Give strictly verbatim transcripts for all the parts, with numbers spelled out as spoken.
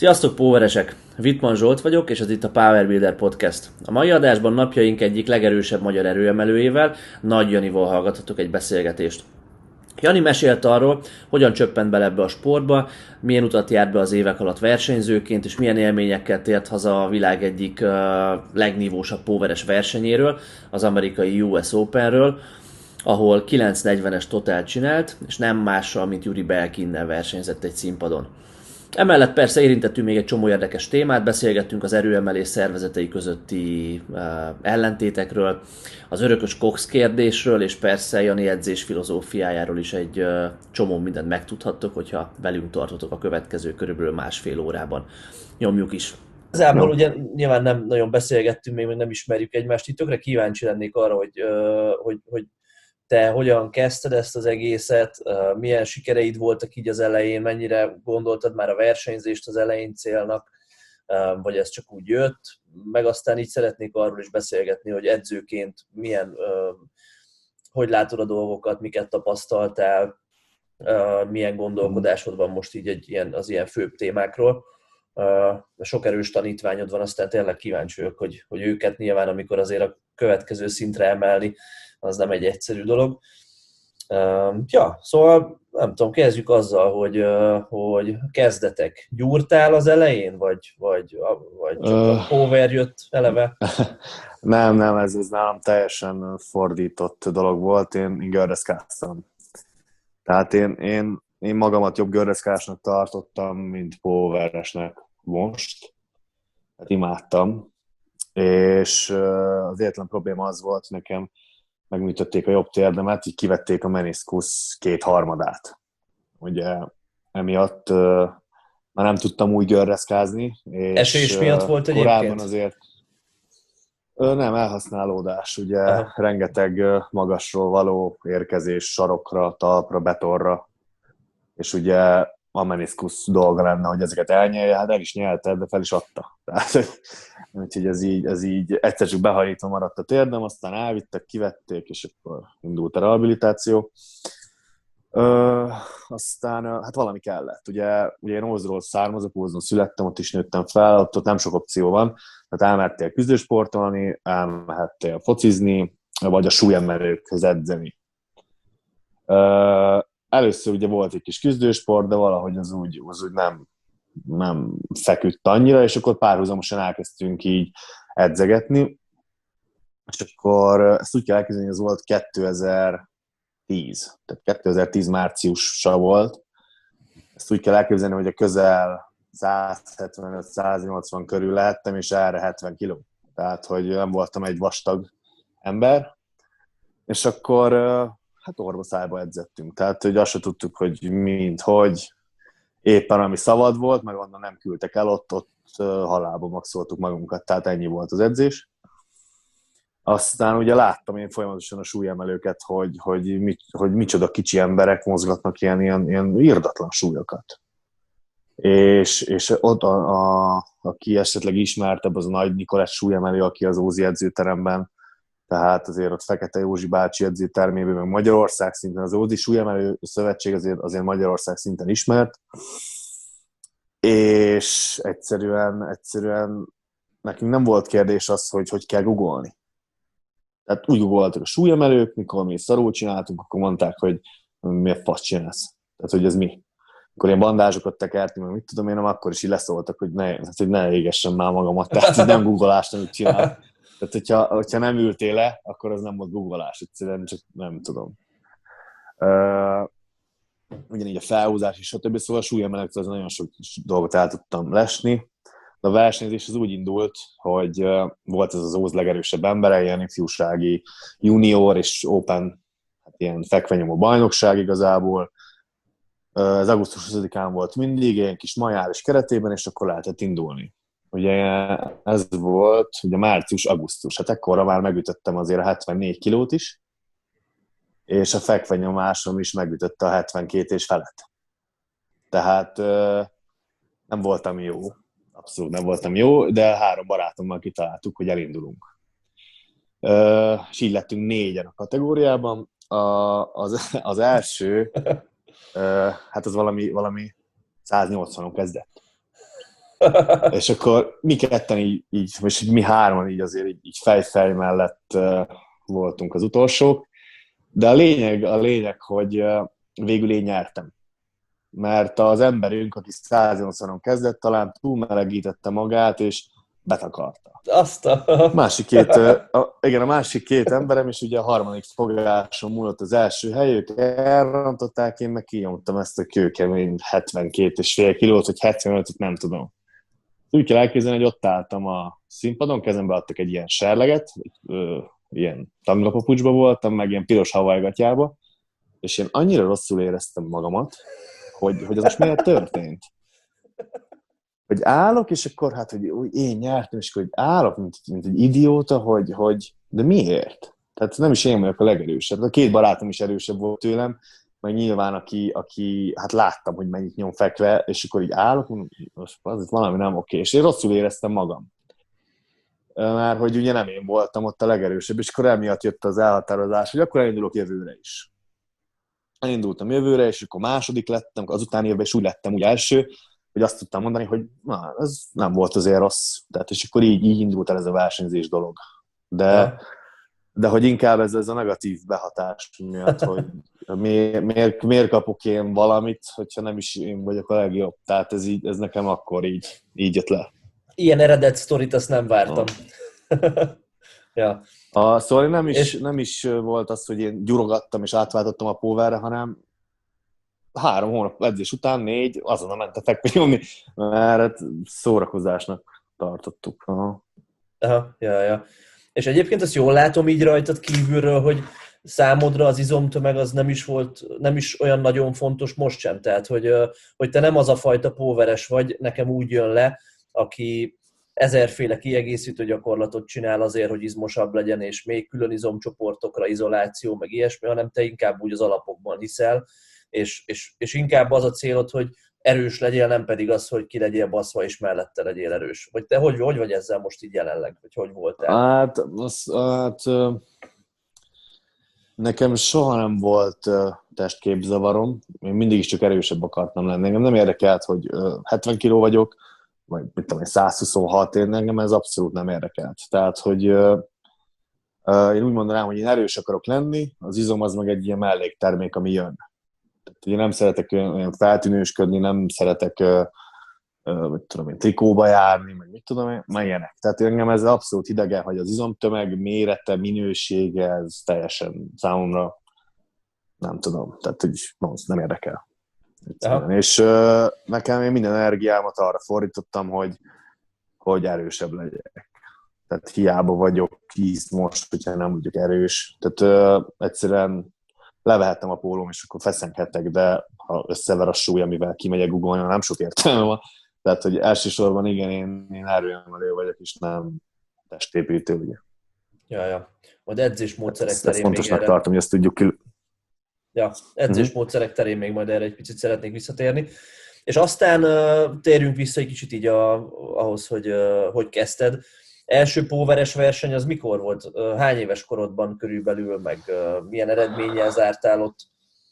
Sziasztok, póveresek! Wittmann Zsolt vagyok, és ez itt a Power Builder Podcast. A mai adásban napjaink egyik legerősebb magyar erőemelőjével, Nagy Janival hallgathatok egy beszélgetést. Jani mesélt arról, hogyan csöppent bele ebbe a sportba, milyen utat járt be az évek alatt versenyzőként, és milyen élményekkel tért haza a világ egyik uh, legnívósabb póveres versenyéről, az amerikai U S Openről, ahol kilenc negyvenes totált csinált, és nem mással, mint Juri Belkinnel versenyzett egy színpadon. Emellett persze érintettünk még egy csomó érdekes témát, beszélgettünk az erőemelés szervezetei közötti uh, ellentétekről, az örökös Cox kérdésről, és persze Jani edzés filozófiájáról is egy uh, csomó mindent megtudhattok, hogyha velünk tartotok a következő körülbelül másfél órában. Nyomjuk is! Igazából Jó. ugye nyilván nem nagyon beszélgettünk, még nem ismerjük egymást, így tökre kíváncsi lennék arra, hogy, uh, hogy, hogy te hogyan kezdted ezt az egészet, milyen sikereid voltak így az elején, mennyire gondoltad már a versenyzést az elején célnak, vagy ez csak úgy jött, meg aztán így szeretnék arról is beszélgetni, hogy edzőként milyen, hogy látod a dolgokat, miket tapasztaltál, milyen gondolkodásod van most így egy ilyen, az ilyen főbb témákról. Sok erős tanítványod van, aztán tényleg kíváncsi vagyok, hogy, hogy őket nyilván, amikor azért a következő szintre emelni, az nem egy egyszerű dolog. Ja, szóval nem tudom, kezdjük azzal, hogy, hogy kezdetek. Gyúrtál az elején, vagy, vagy, vagy csak a Ö, power jött eleve? nem, nem, ez, ez nálam teljesen fordított dolog volt, én, én gördeszkáztam. Tehát én, én, én magamat jobb gördeszkásnak tartottam, mint póveresnek most. Hát imádtam. És az egyetlen probléma az volt nekem, megműtötték a jobb térdemet, így kivették a meniszkusz két harmadát. Ugye emiatt már nem tudtam úgy gördeszkázni, és Esés miatt volt korábban egyébként? azért nem, elhasználódás, ugye Aha. rengeteg magasról való érkezés sarokra, talpra, betonra, és ugye a meniszkusz dolga lenne, hogy ezeket elnyelje, hát el is nyelte, de fel is adta. Tehát, úgyhogy ez így, ez így egyszer csak behajítva maradt a térdem, aztán elvittek, kivették, és akkor indult a rehabilitáció. Ö, aztán hát valami kellett. Ugye, ugye én Ózdról származok, Ózdon születtem, ott is nőttem fel, ott, ott nem sok opció van. Tehát elmehettél küzdősportolni, elmehettél focizni, vagy a súlyemelőkhöz edzeni. Ö, először ugye volt egy kis küzdősport, de valahogy az úgy, az úgy nem, nem feküdt annyira, és akkor párhuzamosan elkezdtünk így edzegetni. És akkor ezt úgy kell elképzelni, hogy ez volt kétezer-tíz. Tehát kétezer-tíz márciusa volt. Ezt úgy kell elképzelni, hogy a közel százhetvenöt-száznyolcvan körül lehettem, és erre hetven kiló. Tehát, hogy nem voltam egy vastag ember. És akkor hát orvoszájba edzettünk. Tehát, hogy azt se tudtuk, hogy mint, hogy éppen ami szabad volt, meg onnan nem küldtek el, ott, ott halálba maxoltuk magunkat. Tehát ennyi volt az edzés. Aztán ugye láttam én folyamatosan a súlyemelőket, hogy, hogy, mit, hogy micsoda kicsi emberek mozgatnak ilyen, ilyen, ilyen irdatlan súlyokat. És, és ott, a, a, aki esetleg ismertebb, az a Nagy Nikolett súlyemelő, aki az Ózi edzőteremben, tehát azért ott Fekete Józsi bácsi edzőtermében, meg Magyarország szinten, az Ózi Súlyemelő Szövetség azért, azért Magyarország szinten ismert, és egyszerűen, egyszerűen nekünk nem volt kérdés az, hogy hogy kell googolni. Tehát úgy googoltak a súlyemelők, mikor mi szarul csináltunk, akkor mondták, hogy mi a fasz csinálsz. Tehát, hogy ez mi. Akkor ilyen bandázsokat tekertünk, meg mit tudom én, akkor is így leszóltak, hogy ne, hát, hogy ne égessem már magamat. Tehát, hogy nem googleást, amit csinál. Tehát, hogyha, hogyha nem ültél le, akkor az nem volt googleás. Egyszerűen csak nem tudom. Uh, ugyanígy a felhúzás és stb. Szóval a súlyemelőktől az nagyon sok dolgot el tudtam lesni. De a versenyzés az úgy indult, hogy volt ez az Óz legerősebb embere, ilyen ifjúsági junior és open, hát ilyen fekvenyomó bajnokság igazából. Ez augusztus huszadikán volt mindig, ilyen kis majális keretében, és akkor lehetett indulni. Ugye ez volt, ugye március-augusztus, hát ekkorra már megütöttem azért a hetvennégy kilót is, és a fekvenyomásom is megütötte a hetvenkét és felett. Tehát nem voltam jó. Abszolút nem voltam jó, de három barátommal kitaláltuk, hogy elindulunk. Uh, és így lettünk négyen a kategóriában. A, az, az első, uh, hát az valami, valami száznyolcvanon kezdett. És akkor mi ketten így, így most mi hárman így azért így, így fej-fej mellett uh, voltunk az utolsók, de a lényeg, a lényeg, hogy uh, végül én nyertem. Mert az emberünk, aki száznyolcvanon kezdett, talán túlmelegítette magát, és betakarta. Azt a... Másik két, a, igen, a másik két emberem is ugye a harmadik fogáson múlott az első hely, ők elrontották, én meg kinyomtam ezt a kőkemény hetvenkét és fél kilót, vagy hetvenötöt, nem tudom. Úgy kell elképzelni, hogy ott álltam a színpadon, kezembe adtak egy ilyen serleget, ö, ilyen tamilapapucsba voltam, meg ilyen piros havajgatjába, és én annyira rosszul éreztem magamat, hogy, hogy az most miért történt. Hogy állok, és akkor hát, hogy úgy én nyertem, és akkor hogy állok, mint, mint egy idióta, hogy, hogy de miért? Tehát nem is én vagyok a legerősebb. A két barátom is erősebb volt tőlem, meg nyilván, aki, aki hát láttam, hogy mennyit nyom fekve, és akkor így állok, most az valami nem oké, és én rosszul éreztem magam. Mert hogy ugye nem én voltam ott a legerősebb, és akkor emiatt jött az elhatározás, hogy akkor elindulok jövőre is. Elindultam jövőre, és akkor második lettem, azután évben is úgy lettem úgy első, hogy azt tudtam mondani, hogy na, ez nem volt azért rossz. Tehát, és akkor így, így indult el ez a versenyzés dolog. De, de hogy inkább ez, ez a negatív behatás miatt, hogy miért, miért, miért kapok én valamit, hogyha nem is én vagyok a legjobb. Tehát ez, így, ez nekem akkor így, így jött le. Ilyen eredet sztorit azt nem vártam. Ja. A, szóval nem is, És... nem is volt az, hogy én gyurogattam és átváltottam a póverre, hanem három hónap edzés után négy, azonnal ment a fekve nyomni, mert szórakozásnak tartottuk. Aha. Aha, ja, ja. És egyébként azt jól látom így rajtad kívülről, hogy számodra az izomtömeg az nem is volt, nem is olyan nagyon fontos most sem. Tehát, hogy, hogy te nem az a fajta póveres vagy, nekem úgy jön le, aki ezerféle kiegészítő gyakorlatot csinál azért, hogy izmosabb legyen, és még külön izomcsoportokra, izoláció, meg ilyesmi, hanem te inkább úgy az alapokban hiszel, és, és, és inkább az a célod, hogy erős legyél, nem pedig az, hogy ki legyél baszva, és mellette legyél erős. Vagy te hogy, hogy vagy ezzel most így jelenleg? Vagy hogy voltál? Hát, az, hát nekem soha nem volt testképzavarom. Én mindig is csak erősebb akartam lenni. Engem nem érdekelt, hogy hetven kiló vagyok, vagy mit tudom én, száz huszonhat, én engem ez abszolút nem érdekelt. Tehát, hogy én úgy mondanám, hogy én erős akarok lenni, az izom az meg egy ilyen melléktermék, ami jön. Tehát, én nem szeretek olyan feltűnősködni, nem szeretek mit tudom én, trikóba járni, meg mit tudom én, meg ilyenek. Tehát engem ez abszolút idegen, hogy az izomtömeg mérete, minősége, ez teljesen számomra nem tudom, tehát hogy nem érdekel. És uh, nekem én minden energiámat arra fordítottam, hogy, hogy erősebb legyek. Tehát hiába vagyok tíz most, hogyha nem vagyok erős. Tehát uh, egyszerűen levehettem a pólóm, és akkor feszenkhettek, de ha összever a súly, amivel kimegyek googolni, nem sok értelme van. Tehát, hogy elsősorban igen, én, én erőemelő vagyok, és nem testépítő, ugye. Ja, ja. Majd edzésmódszerek ezt, terén ezt fontosnak még tartom, hogy ezt tudjuk ki. Ja, edzésmódszerek terén még majd erre egy picit szeretnék visszatérni. És aztán uh, térjünk vissza egy kicsit így a, ahhoz, hogy uh, hogy kezdted. Első póveres verseny az mikor volt? Uh, hány éves korodban körülbelül, meg uh, milyen eredménnyel zártál ott?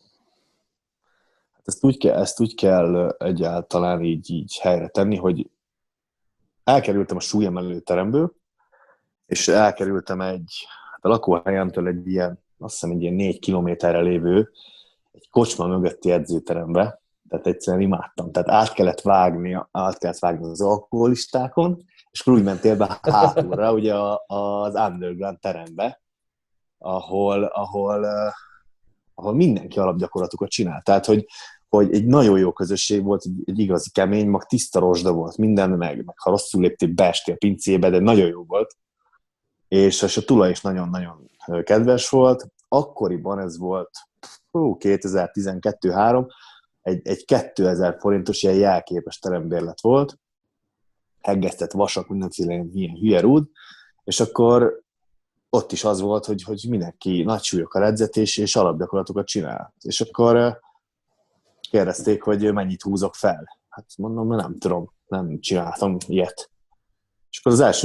Ezt úgy kell, ezt úgy kell egyáltalán így, így helyre tenni, hogy elkerültem a súlyemelő teremből, és elkerültem egy, hát a lakóhelyemtől egy ilyen, azt hiszem egy ilyen négy kilométerre lévő, egy kocsma mögötti edzőterembe, tehát egyszerűen imádtam. Tehát át kellett vágni, át kellett vágni az alkoholistákon, és akkor úgy mentél be hátulra, ugye az underground terembe, ahol, ahol, ahol mindenki alapgyakorlatokat csinál. Tehát, hogy, hogy egy nagyon jó közösség volt, egy, egy igazi kemény, mag tiszta rozsda volt, minden meg, meg ha rosszul léptél, beestél a pincébe, de nagyon jó volt. És, és a tulaj is nagyon-nagyon kedves volt. Akkoriban ez volt hú, kétezer-tizenkettő három, egy, egy kétezer forintos ilyen jelképes terembérlet volt, heggesztett vasak, mindenféle ilyen hülye rúd, és akkor ott is az volt, hogy, hogy mindenki nagy súlyokkal edzett és, és alapgyakorlatokat csinál. És akkor kérdezték, hogy mennyit húzok fel. Hát mondom, nem tudom, nem csináltam ilyet. És akkor az első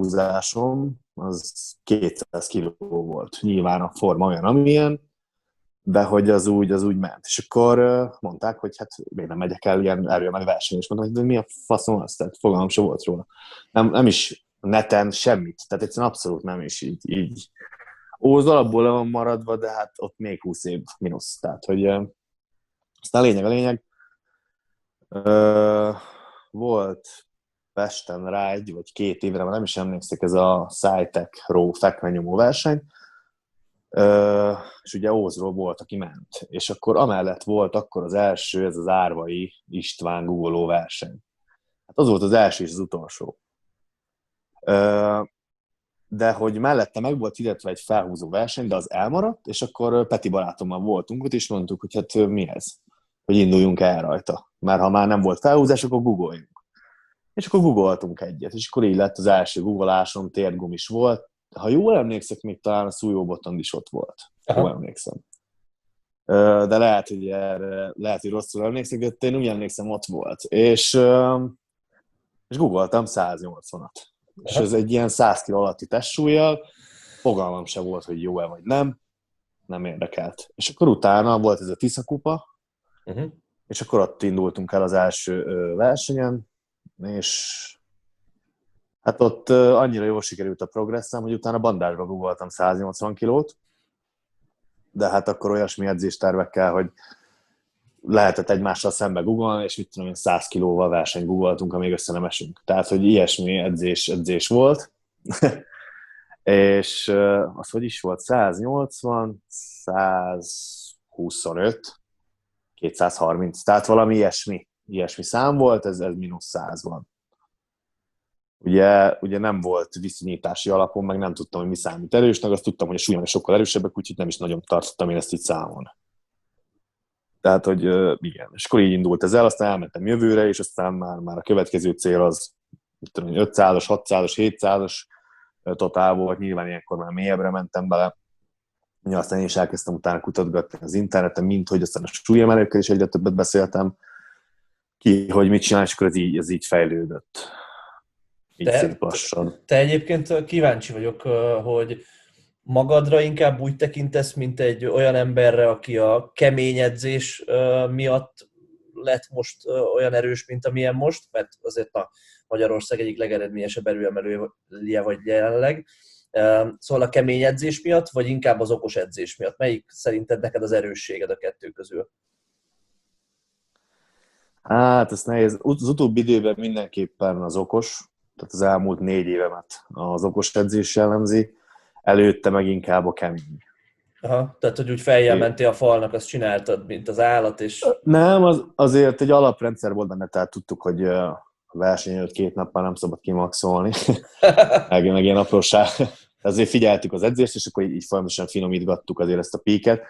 felhúzásom az kétszáz kiló volt. Nyilván a forma olyan, amilyen, de hogy az úgy, az úgy ment. És akkor mondták, hogy hát miért nem megyek el ilyen erőemelő versenyre, és mondtam, hogy de mi a faszom az, tehát fogalmam sem volt róla. Nem, nem is neten semmit, tehát egyszerűen abszolút nem is így. így. Ó, az alapból le van maradva, de hát ott még húsz év mínusz. Tehát, hogy aztán a lényeg, a lényeg. Ö, volt Pesten rá egy vagy két évre, már nem is emlékszik, ez a Scitech Row fekvenyomó verseny, Ö, és ugye Ózról volt, aki ment. És akkor amellett volt akkor az első, ez az Árvai István guggoló verseny. Hát az volt az első és az utolsó. Ö, de hogy mellette meg volt illetve egy felhúzó verseny, de az elmaradt, és akkor Peti barátommal voltunk ott, és mondtuk, hogy hát mi ez? Hogy induljunk el rajta. Mert ha már nem volt felhúzás, akkor guggoljunk. És akkor googoltunk egyet, és akkor így lett az első guggolásom, térgum is volt. Ha jól emlékszek, még talán a Szújóbotond is ott volt. Aha. Jól emlékszem. De lehet, hogy erre, lehet, hogy rosszul emlékszek, de én úgy emlékszem, ott volt. És, és googoltam száznyolcvanat. Aha. És ez egy ilyen száz kiló alatti testsúlyjal, fogalmam sem volt, hogy jó-e vagy nem, nem érdekelt. És akkor utána volt ez a Tisza kupa, uh-huh. és akkor ott indultunk el az első versenyen, és hát ott annyira jól sikerült a progresszám, hogy utána bandásba googoltam száznyolcvan kilót, de hát akkor olyasmi edzéstervekkel, hogy lehetett egymással szembe googolni, és mit tudom én, száz kilóval versenyt googoltunk, amíg össze nem esünk. Tehát, hogy ilyesmi edzés, edzés volt. És az hogy is volt? száznyolcvan, százhuszonöt, kétszázharminc. Tehát valami ilyesmi, ilyesmi szám volt, ez, ez mínusz száz van. Ugye, ugye nem volt viszonyítási alapon, meg nem tudtam, hogy mi számít erősnek, azt tudtam, hogy a súlyom sokkal erősebbek, úgyhogy nem is nagyon tartottam én ezt így számon. Tehát, hogy igen. És akkor így indult ez el, aztán elmentem jövőre, és aztán már, már a következő cél az tudom, ötszázas, hatszázas, hétszázas totál volt, nyilván ilyenkor már mélyebbre mentem bele. Ja, aztán én is elkezdtem utána kutatgatni az interneten, mint hogy aztán a súlyemelőkkel is egyre többet beszéltem ki, hogy mit csinál, és akkor ez így, ez így fejlődött. Így te, szép lassan. Te egyébként kíváncsi vagyok, hogy magadra inkább úgy tekintesz, mint egy olyan emberre, aki a kemény edzés miatt lett most olyan erős, mint amilyen most, mert azért a Magyarország egyik legeredményesebb erőemelője vagy jelenleg. Szóval a kemény edzés miatt, vagy inkább az okos edzés miatt? Melyik szerinted neked az erősséged a kettő közül? Hát, ez nehéz. Az utóbbi időben mindenképpen az okos, tehát az elmúlt négy évemet az okos edzés jellemzi, előtte meg inkább a kemény. Aha, tehát, hogy úgy fejjel mentél a falnak, azt csináltad, mint az állat, és... Nem, az, azért egy alaprendszer volt benne, tehát tudtuk, hogy a verseny előtt két nappal nem szabad kimaxolni, meg, meg ilyen apróság. Azért figyeltük az edzést, és akkor így, így folyamatosan finomítgattuk azért ezt a píket.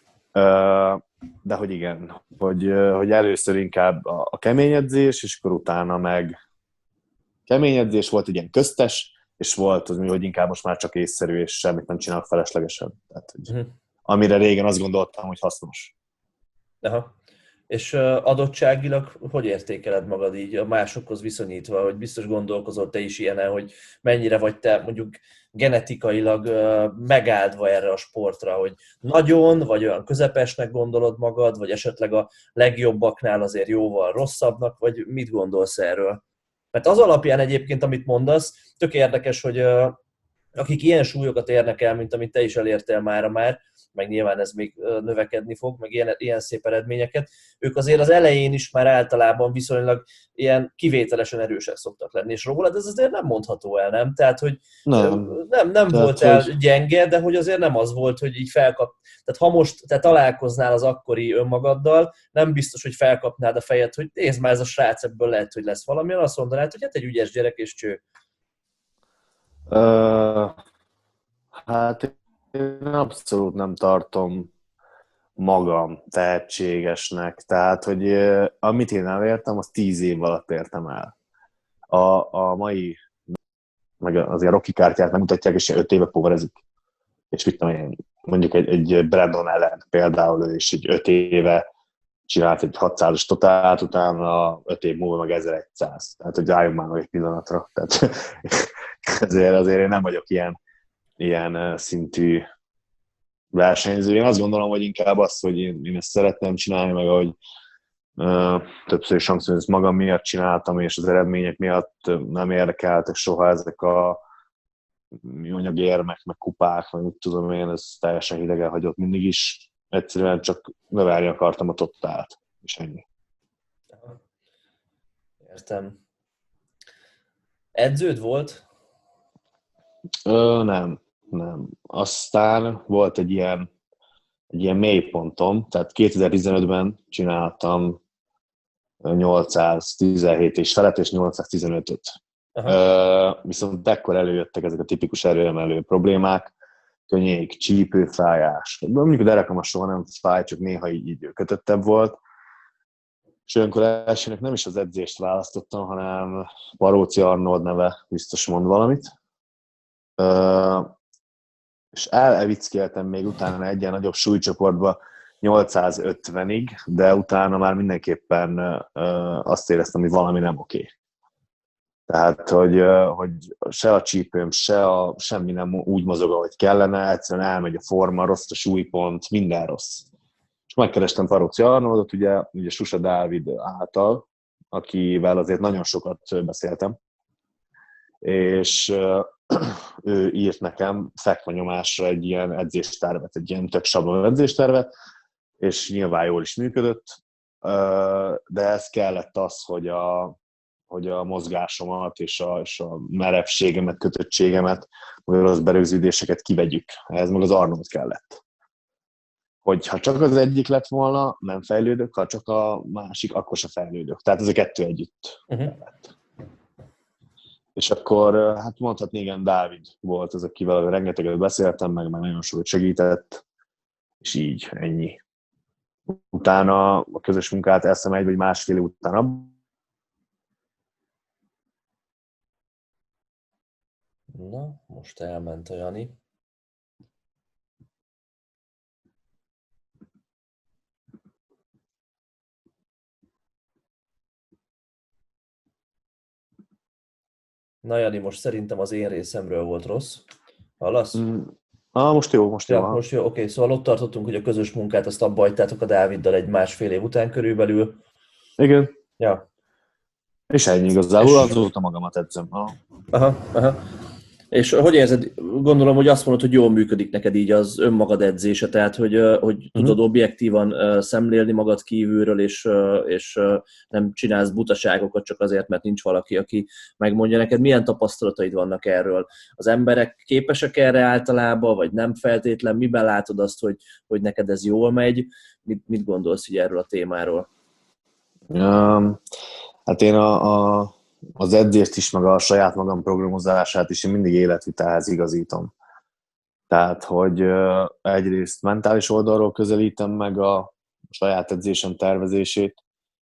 De hogy igen, hogy, hogy először inkább a kemény edzés, és akkor utána meg kemény edzés volt, egy ilyen köztes, és volt az, hogy inkább most már csak észszerű, és semmit nem csinálok feleslegesen. Tehát, hogy uh-huh. Amire régen azt gondoltam, hogy hasznos. Aha. És adottságilag hogy értékeled magad így a másokhoz viszonyítva, hogy biztos gondolkozol te is ilyenen, hogy mennyire vagy te mondjuk genetikailag megáldva erre a sportra, hogy nagyon, vagy olyan közepesnek gondolod magad, vagy esetleg a legjobbaknál azért jóval rosszabbnak, vagy mit gondolsz erről? Mert az alapján egyébként, amit mondasz, tök érdekes, hogy akik ilyen súlyokat érnek el, mint amit te is elértél mára már, meg nyilván ez még növekedni fog, meg ilyen, ilyen szép eredményeket, ők azért az elején is már általában viszonylag ilyen kivételesen erősek szoktak lenni, és rólad ez azért nem mondható el, nem? Tehát, hogy nem, nem, nem volt el hogy... gyenge, de hogy azért nem az volt, hogy így felkap... Tehát ha most te találkoznál az akkori önmagaddal, nem biztos, hogy felkapnád a fejed, hogy nézd már, ez a srác, ebből lehet, hogy lesz valami, azt mondanád, hogy hát egy ügyes gyerek és cső. Uh, hát én abszolút nem tartom magam tehetségesnek. Tehát, hogy amit én elértem, az tíz év alatt értem el. A, a mai, meg azért a Rocky kártyát megmutatják, és öt éve powerezik. És mit tudom én, mondjuk egy, egy Brandon Allen például, és egy öt éve csinált egy hatszázas totált, utána öt év múlva meg ezerszáz. Tehát, hogy álljunk már meg egy pillanatra. Tehát azért, azért én nem vagyok ilyen, ilyen szintű versenyző. Én azt gondolom, hogy inkább az, hogy én, én ezt szeretném csinálni, meg ahogy uh, többször is hangsúlyozom, ezt magam miatt csináltam, és az eredmények miatt nem érdekeltek soha ezek a műanyag érmek, meg kupák, meg úgy tudom én, ez teljesen hidegen hagyott mindig is. Egyszerűen csak növelni akartam a totált, és ennyi. Értem. Edződ volt? Ö, nem, nem. Aztán volt egy ilyen, egy ilyen mélypontom, tehát kétezer-tizenötben csináltam nyolcszáztizenhét és felett, és nyolcszáztizenötöt. Ö, viszont ekkor előjöttek ezek a tipikus erőemelő problémák, könnyék, csípőfájás. Mondjuk a derekam soha nem fáj, csak néha így, így kötöttebb volt. És olyankor elsőnek nem is az edzést választottam, hanem Paróci Arnold neve biztos mond valamit. Ö, és elvickéltem még utána egy ilyen nagyobb súlycsoportba nyolcszázötvenig, de utána már mindenképpen ö, azt éreztem, hogy valami nem oké. Tehát, hogy, hogy se a csípőm, se a, semmi nem úgy mozog, ahogy kellene, egyszerűen elmegy a forma, rossz a súlypont, minden rossz. És megkerestem Paróci Arnoldot, ugye, ugye Susa Dávid által, akivel azért nagyon sokat beszéltem, és ő írt nekem fekvanyomásra egy ilyen edzéstervet, egy ilyen tök sablon edzéstervet, és nyilván jól is működött, de ez kellett az, hogy a, hogy a mozgásomat és a, és a merevségemet, kötöttségemet, vagy a rossz berögződéseket kivegyük. Ehhez meg az Arnold kellett. Hogy ha csak az egyik lett volna, nem fejlődök, ha csak a másik, akkor se fejlődök. Tehát ez a kettő együtt uh-huh. lett. És akkor, hát mondhatni, igen, Dávid volt az, akivel rengeteget beszéltem, meg, meg nagyon sokat segített, és így, ennyi. Utána a közös munkát eszem egy vagy másfél év utána. Na, most elment a Jani. Na Jani, most szerintem az én részemről volt rossz. Hallasz? Mm. Ah, most jó, most jó. Ja, most jó, oké, szóval ott tartottunk, hogy a közös munkát azt abba hagytátok a Dáviddal egy másfél év után körülbelül. Igen. Ja. És ennyi igazából, azóta magamat edzem. Ah. Aha, aha. És hogy érzed, gondolom, hogy azt mondod, hogy jól működik neked így az önmagad edzése, tehát hogy, hogy uh-huh. tudod objektívan szemlélni magad kívülről, és, és nem csinálsz butaságokat csak azért, mert nincs valaki, aki megmondja neked. Milyen tapasztalataid vannak erről? Az emberek képesek erre általában, vagy nem feltétlen? Miben látod azt, hogy, hogy neked ez jól megy? Mit, mit gondolsz így erről a témáról? Um, hát én a... a... az edzést is, meg a saját magam programozását is én mindig életvitelhez igazítom. Tehát, hogy egyrészt mentális oldalról közelítem meg a saját edzésem tervezését,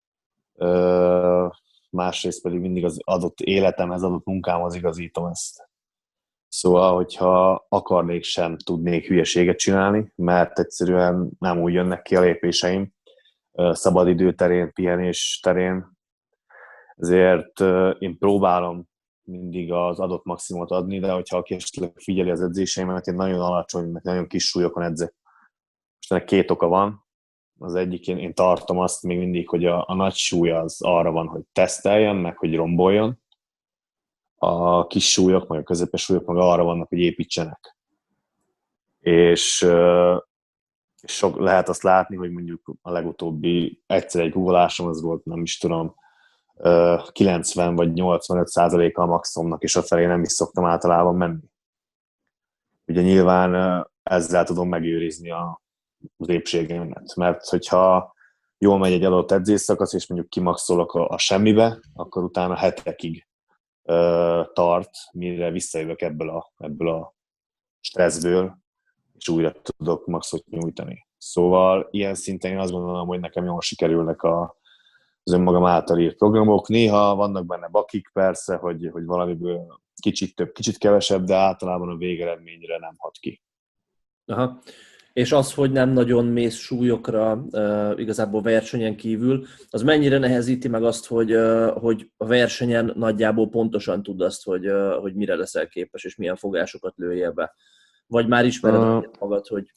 másrészt pedig mindig az adott életemhez, adott munkámhoz igazítom ezt. Szóval, hogyha akarnék sem, tudnék hülyeséget csinálni, mert egyszerűen nem úgy jönnek ki a lépéseim, szabadidő terén, pihenés terén, ezért én próbálom mindig az adott maximumot adni, de hogyha esetleg figyeli az edzéseimet, én nagyon alacsony, meg nagyon kis súlyokon edzek. Most ennek két oka van. Az egyik, én, én tartom azt még mindig, hogy a, a nagy súly az arra van, hogy teszteljen, meg hogy romboljon. A kis súlyok, meg a közepes súlyok meg arra vannak, hogy építsenek. És, és sok, lehet azt látni, hogy mondjuk a legutóbbi egyszer egy guggolásom az volt, nem is tudom, kilencven vagy nyolcvanöt százaléka a maximumnak, és afelé nem is szoktam általában menni. Ugye nyilván ezzel tudom megőrizni a, az épségeimet, mert hogyha jól megy egy adott edzésszakasz, és mondjuk kimaxolok a, a semmibe, akkor utána hetekig ö, tart, mire visszajövök ebből a, ebből a stresszből, és újra tudok maxot nyújtani. Szóval ilyen szinten én azt gondolom, hogy nekem jól sikerülnek a az önmagam által írt programok. Néha vannak benne bakik persze, hogy, hogy valamiből kicsit több, kicsit kevesebb, de általában a végeredményre nem hat ki. Aha. És az, hogy nem nagyon mész súlyokra uh, igazából versenyen kívül, az mennyire nehezíti meg azt, hogy, uh, hogy a versenyen nagyjából pontosan tudd azt, hogy, uh, hogy mire leszel képes, és milyen fogásokat lőjél be? Vagy már ismered uh, magad, hogy...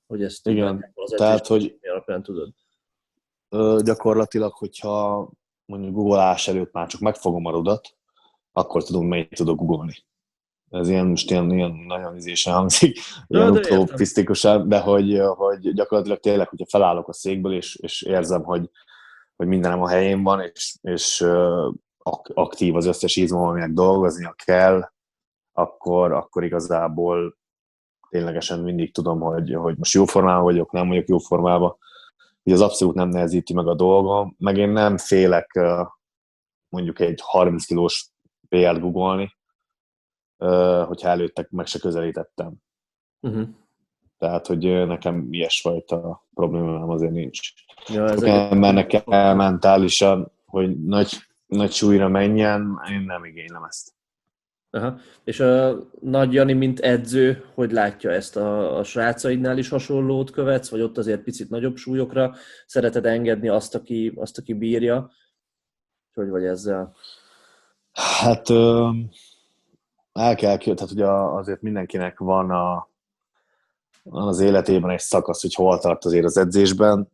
hogy ezt Igen, az tehát, edzés hogy alapján tudod. ö, gyakorlatilag, hogyha mondjuk googolás előtt már csak megfogom a rudat, akkor tudom, melyik tudok googolni. Ez ilyen most ilyen, ilyen nagyon izésen hangzik, ilyen Ja, de értem. utopisztikusan, de hogy, hogy gyakorlatilag tényleg, hogyha felállok a székből, és, és érzem, hogy, hogy mindenem a helyén van, és, és uh, aktív az összes izmom, aminek dolgoznia kell, akkor, akkor igazából ténylegesen mindig tudom, hogy, hogy most jó formában vagyok, nem vagyok jó formában. Ugye az abszolút nem nehezíti meg a dolgom, meg én nem félek uh, mondjuk egy harminc kilós pé er-t googolni, hogyha előttek meg se közelítettem. Uh-huh. Tehát, hogy nekem ilyesfajta problémám azért nincs. Ja, ez Sok egész embernek kell mentálisan, hogy nagy, nagy súlyra menjen, én nem igénylem ezt. Aha. És a Nagy Jani, mint edző, hogy látja ezt? A, a srácaidnál is hasonlót követsz, vagy ott azért picit nagyobb súlyokra szereted engedni azt, aki, azt, aki bírja? Hogy vagy ezzel? Hát el kell, tehát ugye azért mindenkinek van, a, van az életében egy szakasz, hogy hol tart azért az edzésben.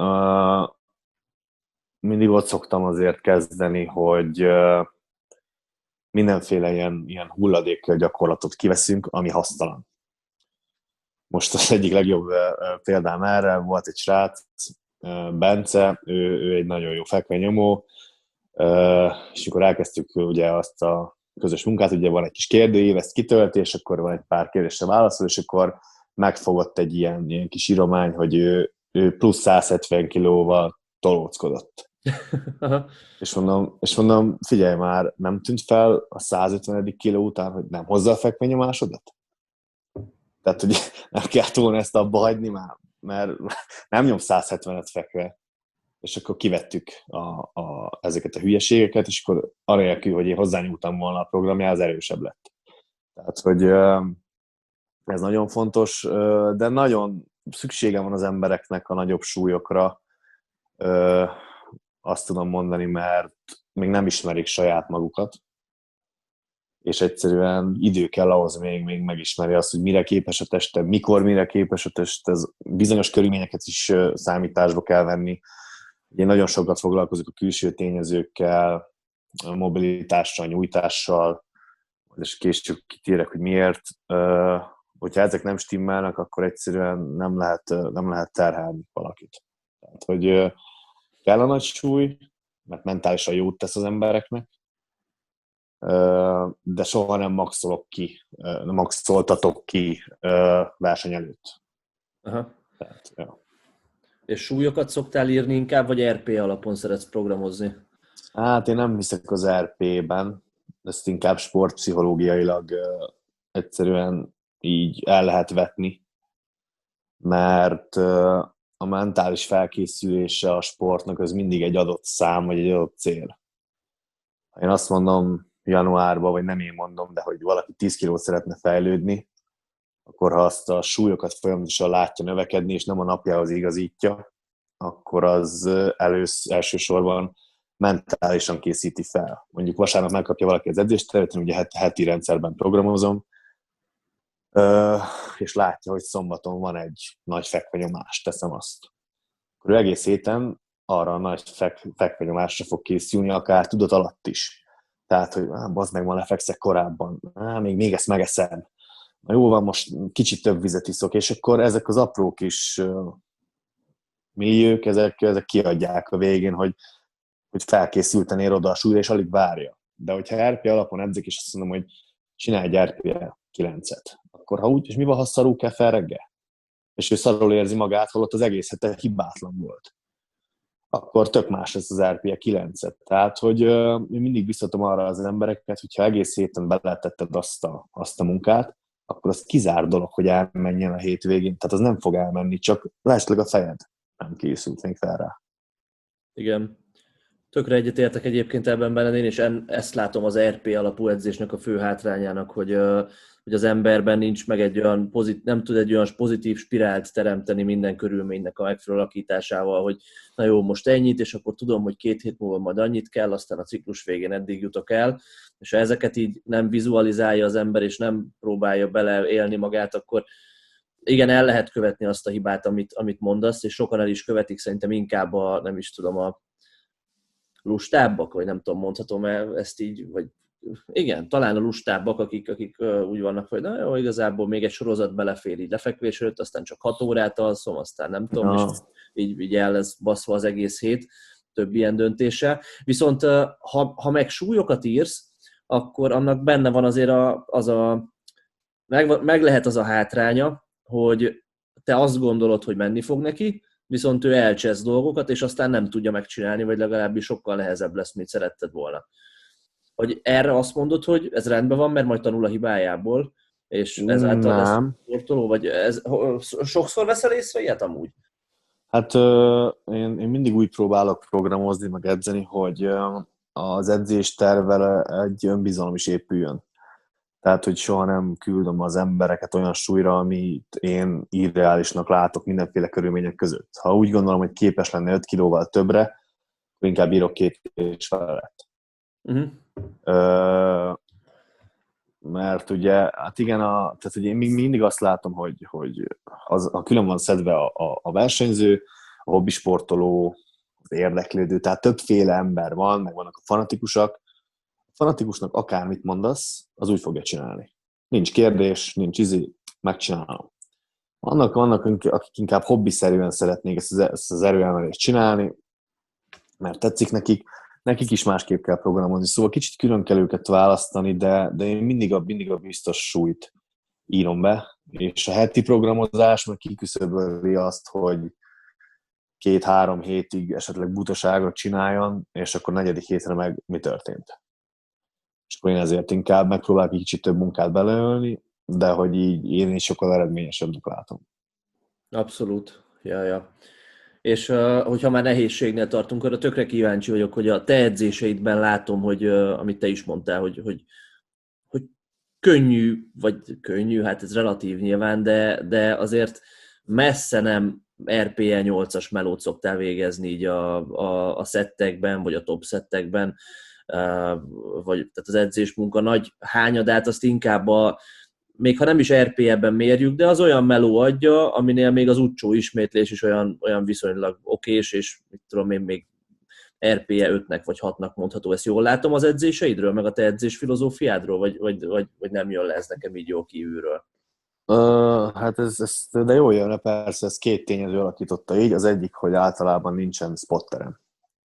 Mindig ott szoktam azért kezdeni, hogy mindenféle ilyen, ilyen hulladék gyakorlatot kiveszünk, ami hasztalan. Most az egyik legjobb példám erre volt egy srác, Bence, ő, ő egy nagyon jó fekvenyomó, és amikor elkezdtük ugye azt a közös munkát, ugye van egy kis kérdőív, ezt kitölti, és akkor van egy pár kérdésre válaszol, és akkor megfogott egy ilyen, ilyen kis íromány, hogy ő, ő plusz száz hetven kilóval tolóckodott. és, mondom, és mondom, figyelj már, nem tűnt fel a száz ötvenedik kiló után, hogy nem hozza a fekvenyomásodat? Tehát, hogy nem kell volna ezt abba hagyni már, mert nem nyom száz hetvenet fekve. És akkor kivettük a, a, ezeket a hülyeségeket, és akkor anélkül, hogy én hozzányúltam volna a programjához, erősebb lett. Tehát, hogy ez nagyon fontos, de nagyon szüksége van az embereknek a nagyobb súlyokra, azt tudom mondani, mert még nem ismerik saját magukat, és egyszerűen idő kell ahhoz még, még megismeri azt, hogy mire képes a teste, mikor mire képes a teste, ez bizonyos körülményeket is számításba kell venni. Én nagyon sokat foglalkozok a külső tényezőkkel, a mobilitással, nyújtással, és később kitérek, hogy miért. Hogyha ezek nem stimmelnek, akkor egyszerűen nem lehet, nem lehet terhelni valakit. Tehát, hogy kell a nagy súly, mert mentálisan jót tesz az embereknek, de soha nem maxolok ki, nem maxoltatok ki verseny előtt. Aha. Tehát, ja. És súlyokat szoktál írni inkább, vagy er pé alapon szeretsz programozni? Hát én nem hiszek az er pé-ben, ezt inkább sportpszichológiailag egyszerűen így el lehet vetni, mert a mentális felkészülése a sportnak az mindig egy adott szám, vagy egy adott cél. Én azt mondom januárban, vagy nem én mondom, de hogy valaki tíz kilót szeretne fejlődni, akkor ha azt a súlyokat folyamatosan látja növekedni, és nem a napjához igazítja, akkor az elősz, elsősorban mentálisan készíti fel. Mondjuk vasárnap megkapja valaki az edzéstervet, ugye heti rendszerben programozom, és látja, hogy szombaton van egy nagy fekvenyomás, teszem azt. Akkor ő egész héten arra a nagy fek, fekvenyomásra fog készülni, akár tudat alatt is. Tehát, hogy bazd meg, ma lefekszek korábban, á, még, még ezt megeszem. Na jó van, most kicsit több vizet iszok, és akkor ezek az apró kis uh, milliók, ezek, ezek kiadják a végén, hogy, hogy felkészülten ér oda a súlyra, és alig várja. De hogyha er pé alapon edzik, és azt mondom, hogy csinálj egy er pé kilencet, akkor ha úgy, és mi van, ha szarul kell fel reggel? És ő szarul érzi magát, holott az egész hete hibátlan volt. Akkor tök más lesz az er pé kilencet. Tehát, hogy uh, én mindig biztatom arra az embereket, hogyha egész héten beletetted azt a, azt a munkát, akkor az kizár dolog, hogy elmenjen a hétvégén. Tehát az nem fog elmenni, csak lásd a fejed. Nem készült még fel rá. Igen. Tökre egyetértek egyébként ebben benne, én is ezt látom az er pé alapú edzésnek a fő hátrányának, hogy, hogy az emberben nincs meg egy olyan pozit, nem tud egy olyan pozitív spirált teremteni minden körülménynek a megfelelő alakításával, hogy na jó, most ennyit, és akkor tudom, hogy két hét múlva majd annyit kell, aztán a ciklus végén eddig jutok el, és ha ezeket így nem vizualizálja az ember, és nem próbálja beleélni magát, akkor igen, el lehet követni azt a hibát, amit, amit mondasz, és sokan el is követik, szerintem inkább a, nem is tudom, a lustábbak, vagy nem tudom, mondhatom -e ezt így, vagy igen, talán a lustábbak, akik, akik úgy vannak, hogy na jó, igazából még egy sorozat belefér így lefekvés előtt, aztán csak hat órát alszom, aztán nem tudom, Ja. és így, így el lesz baszva az egész hét, több ilyen döntéssel. Viszont ha, ha meg súlyokat írsz, akkor annak benne van azért a, az a, meg, meg lehet az a hátránya, hogy te azt gondolod, hogy menni fog neki, viszont ő elcsesz dolgokat, és aztán nem tudja megcsinálni, vagy legalábbis sokkal nehezebb lesz, mint szeretted volna. Hogy erre azt mondod, hogy ez rendben van, mert majd tanul a hibájából, és ezáltal lesz sportoló, vagy ez, sokszor veszel észre ilyet amúgy? Hát én, én mindig úgy próbálok programozni, meg edzeni, hogy az edzéstervvel egy önbizalom is épüljön. Tehát, hogy soha nem küldöm az embereket olyan súlyra, amit én irreálisnak látok mindenféle körülmények között. Ha úgy gondolom, hogy képes lenne öt kilóval többre, akkor inkább írok két és felett. Uh-huh. Ö, mert ugye, hát igen, a, tehát ugye én mindig azt látom, hogy, hogy az, ha külön van szedve a, a, a versenyző, a hobbisportoló, az érdeklődő, tehát többféle ember van, meg vannak a fanatikusak. A fanatikusnak akármit mondasz, az úgy fogja csinálni. Nincs kérdés, nincs izi, megcsinálom. Vannak, vannak akik inkább hobbiszerűen szeretnék ezt az, ezt az erőemelést csinálni, mert tetszik nekik, nekik is másképp kell programozni. Szóval kicsit külön kell őket választani, de, de én mindig a, mindig a biztos súlyt írom be, és a heti programozás meg kiküszöböli azt, hogy két-három hétig esetleg butaságot csináljon, és akkor negyedik hétre meg mi történt. És akkor én ezért inkább megpróbálok egy kicsit több munkát beleölni, de hogy így én is sokkal eredményesebbnek látom. Abszolút. Ja, ja. És uh, hogyha már nehézségnél tartunk, arra tökre kíváncsi vagyok, hogy a te edzéseidben látom, hogy uh, amit te is mondtál, hogy, hogy, hogy könnyű, vagy könnyű, hát ez relatív nyilván, de, de azért messze nem er pé e nyolcas melót szoktál végezni így a, a, a szettekben, vagy a top szettekben, uh, vagy tehát az edzésmunka nagy hányadát azt inkább a még ha nem is er pé e-ben mérjük, de az olyan meló adja, aminél még az utcsó ismétlés is olyan, olyan viszonylag okés, és mit tudom én, még er pé e ötnek vagy hatnak mondható. Ezt jól látom az edzéseidről, meg a te edzés filozófiádról, vagy, vagy, vagy, vagy nem jön le ez nekem így jó kívülről? Uh, hát ez, ez, de jól jön, persze, ez két tényező alakította így. Az egyik, hogy általában nincsen spotterem.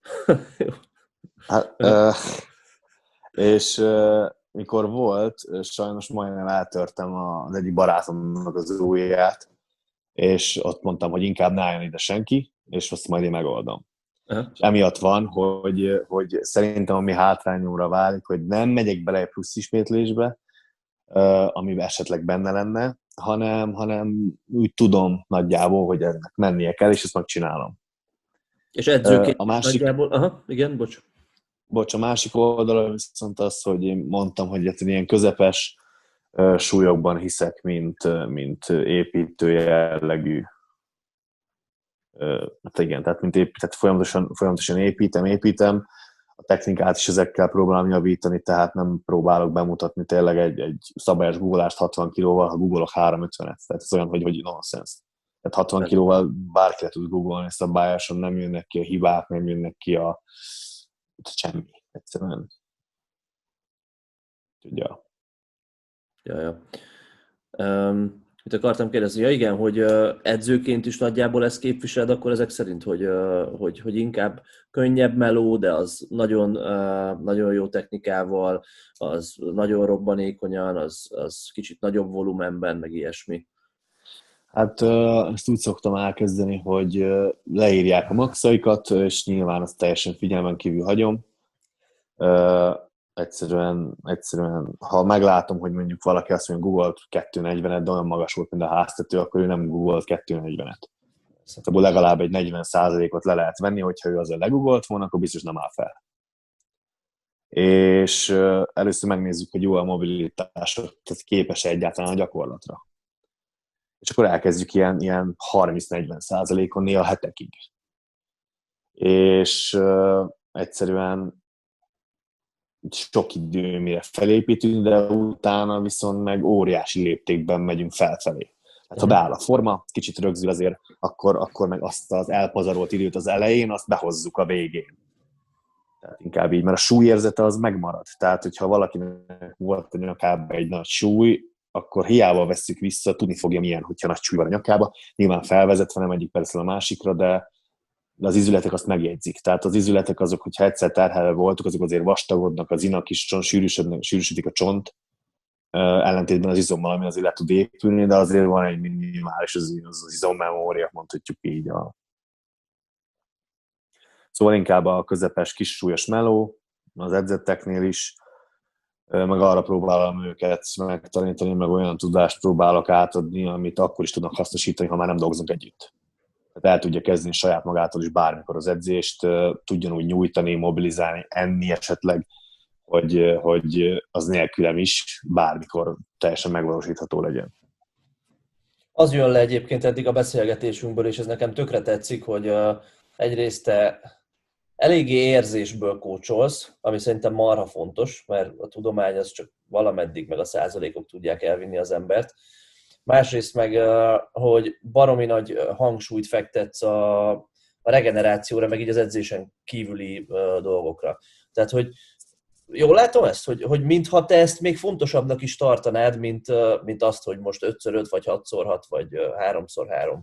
hát, uh, és uh, mikor volt, sajnos majdnem eltörtem az egyik barátomnak az ujját, és ott mondtam, hogy inkább ne álljon ide senki, és azt majd én megoldom. Uh-huh. És emiatt van, hogy, hogy szerintem ami hátrányomra válik, hogy nem megyek bele egy plusz ismétlésbe, amiben esetleg benne lenne, hanem, hanem úgy tudom nagyjából, hogy ennek mennie kell, és ezt megcsinálom. És edzőként a másik... nagyjából... Aha, igen, bocs. Bocs, a másik oldalon viszont az, hogy én mondtam, hogy ilyen közepes uh, súlyokban hiszek, mint, mint építő jellegű. Uh, hát igen, tehát, mint épít, tehát folyamatosan, folyamatosan építem, építem, a technikát is ezekkel próbálom javítani, tehát nem próbálok bemutatni tényleg egy, egy szabályos guggolást hatvan kilóval, ha guggolok háromszázötvenet. Tehát ez olyan, hogy, hogy nonsense. Tehát hatvan kilóval bárki le tud guggolni szabályosan, nem jönnek ki a hibák, nem jönnek ki a semmi. Egyszerűen. Tudja. Ja, ja. Um, mit akartam kérdezni? Ja igen, hogy uh, edzőként is nagyjából ezt képviseled, akkor ezek szerint, hogy, uh, hogy, hogy inkább könnyebb meló, de az nagyon, uh, nagyon jó technikával, az nagyon robbanékonyan, az, az kicsit nagyobb volumenben, meg ilyesmi. Hát uh, ezt úgy szoktam elkezdeni, hogy uh, leírják a maxaikat, és nyilván azt teljesen figyelmen kívül hagyom. Uh, egyszerűen, egyszerűen, ha meglátom, hogy mondjuk valaki azt mondja, googolt kétszáznegyvenet, de olyan magas volt, mint a háztető, akkor ő nem googolt kétszáznegyvenet. Szóval legalább egy negyven százalékot le lehet venni, hogyha ő azért legoogolt volna, akkor biztos nem áll fel. És uh, először megnézzük, hogy jó a mobilitás, tehát képes-e egyáltalán a gyakorlatra. És akkor elkezdjük ilyen, ilyen harminc-negyven százalékon néha hetekig. És uh, egyszerűen sok idő, mire felépítünk, de utána viszont meg óriási léptékben megyünk felfelé. Hát ha beáll a forma, kicsit rögzül azért, akkor, akkor meg azt az elpazarolt időt az elején, azt behozzuk a végén. Tehát inkább így, mert a súlyérzete az megmarad. Tehát, hogyha valakinek volt a nyakában egy nagy súly, akkor hiába vesszük vissza, tudni fogja milyen, hogyha nagy súly van a nyakába. Nyilván felvezetve nem egyik percről a másikra, de, de az izületek azt megjegyzik. Tehát az izületek azok, hogyha egyszer terhelve voltuk, azok azért vastagodnak, az inak is csont, sűrűsödik a csont, ellentétben az izommal, ami azért le tud épülni, de azért van egy minimális az, az izommemória, mondhatjuk így. A... Szóval inkább a közepes, kis súlyos meló, az edzetteknél is, meg arra próbálom őket megtanítani, meg olyan tudást próbálok átadni, amit akkor is tudnak hasznosítani, ha már nem dolgozunk együtt. Tehát el tudja kezdeni saját magától is bármikor az edzést, tudjon úgy nyújtani, mobilizálni, enni esetleg, hogy, hogy az nélkülem is bármikor teljesen megvalósítható legyen. Az jön le egyébként eddig a beszélgetésünkből, és ez nekem tökre tetszik, hogy egyrészt te eléggé érzésből kócsolsz, ami szerintem marha fontos, mert a tudomány az csak valameddig, meg a százalékok tudják elvinni az embert. Másrészt meg, hogy baromi nagy hangsúlyt fektetsz a, a regenerációra, meg így az edzésen kívüli dolgokra. Tehát, hogy jól látom ezt, hogy, hogy mintha te ezt még fontosabbnak is tartanád, mint, mint azt, hogy most ötször öt, vagy hatszor hat, vagy háromszor három.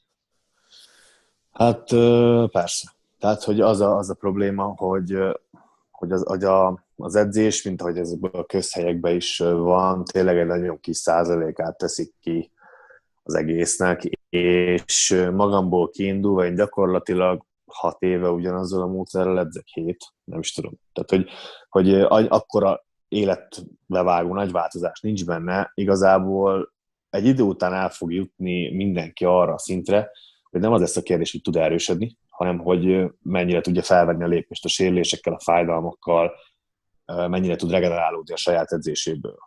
Hát persze. Tehát, hogy az a, az a probléma, hogy, hogy, az, hogy a, az edzés, mint ahogy ezekben a közhelyekben is van, tényleg egy nagyon kis százalékát teszik ki az egésznek, és magamból kiindulva én gyakorlatilag hat éve ugyanazzal a módszerrel edzek, hét, nem is tudom. Tehát, hogy, hogy akkora életbevágó nagy változás nincs benne, igazából egy idő után el fog jutni mindenki arra a szintre, hogy nem az lesz a kérdés, hogy tud erősödni, hanem hogy mennyire tudja felvenni a lépést a sérülésekkel, a fájdalmakkal, mennyire tud regenerálódni a saját edzéséből.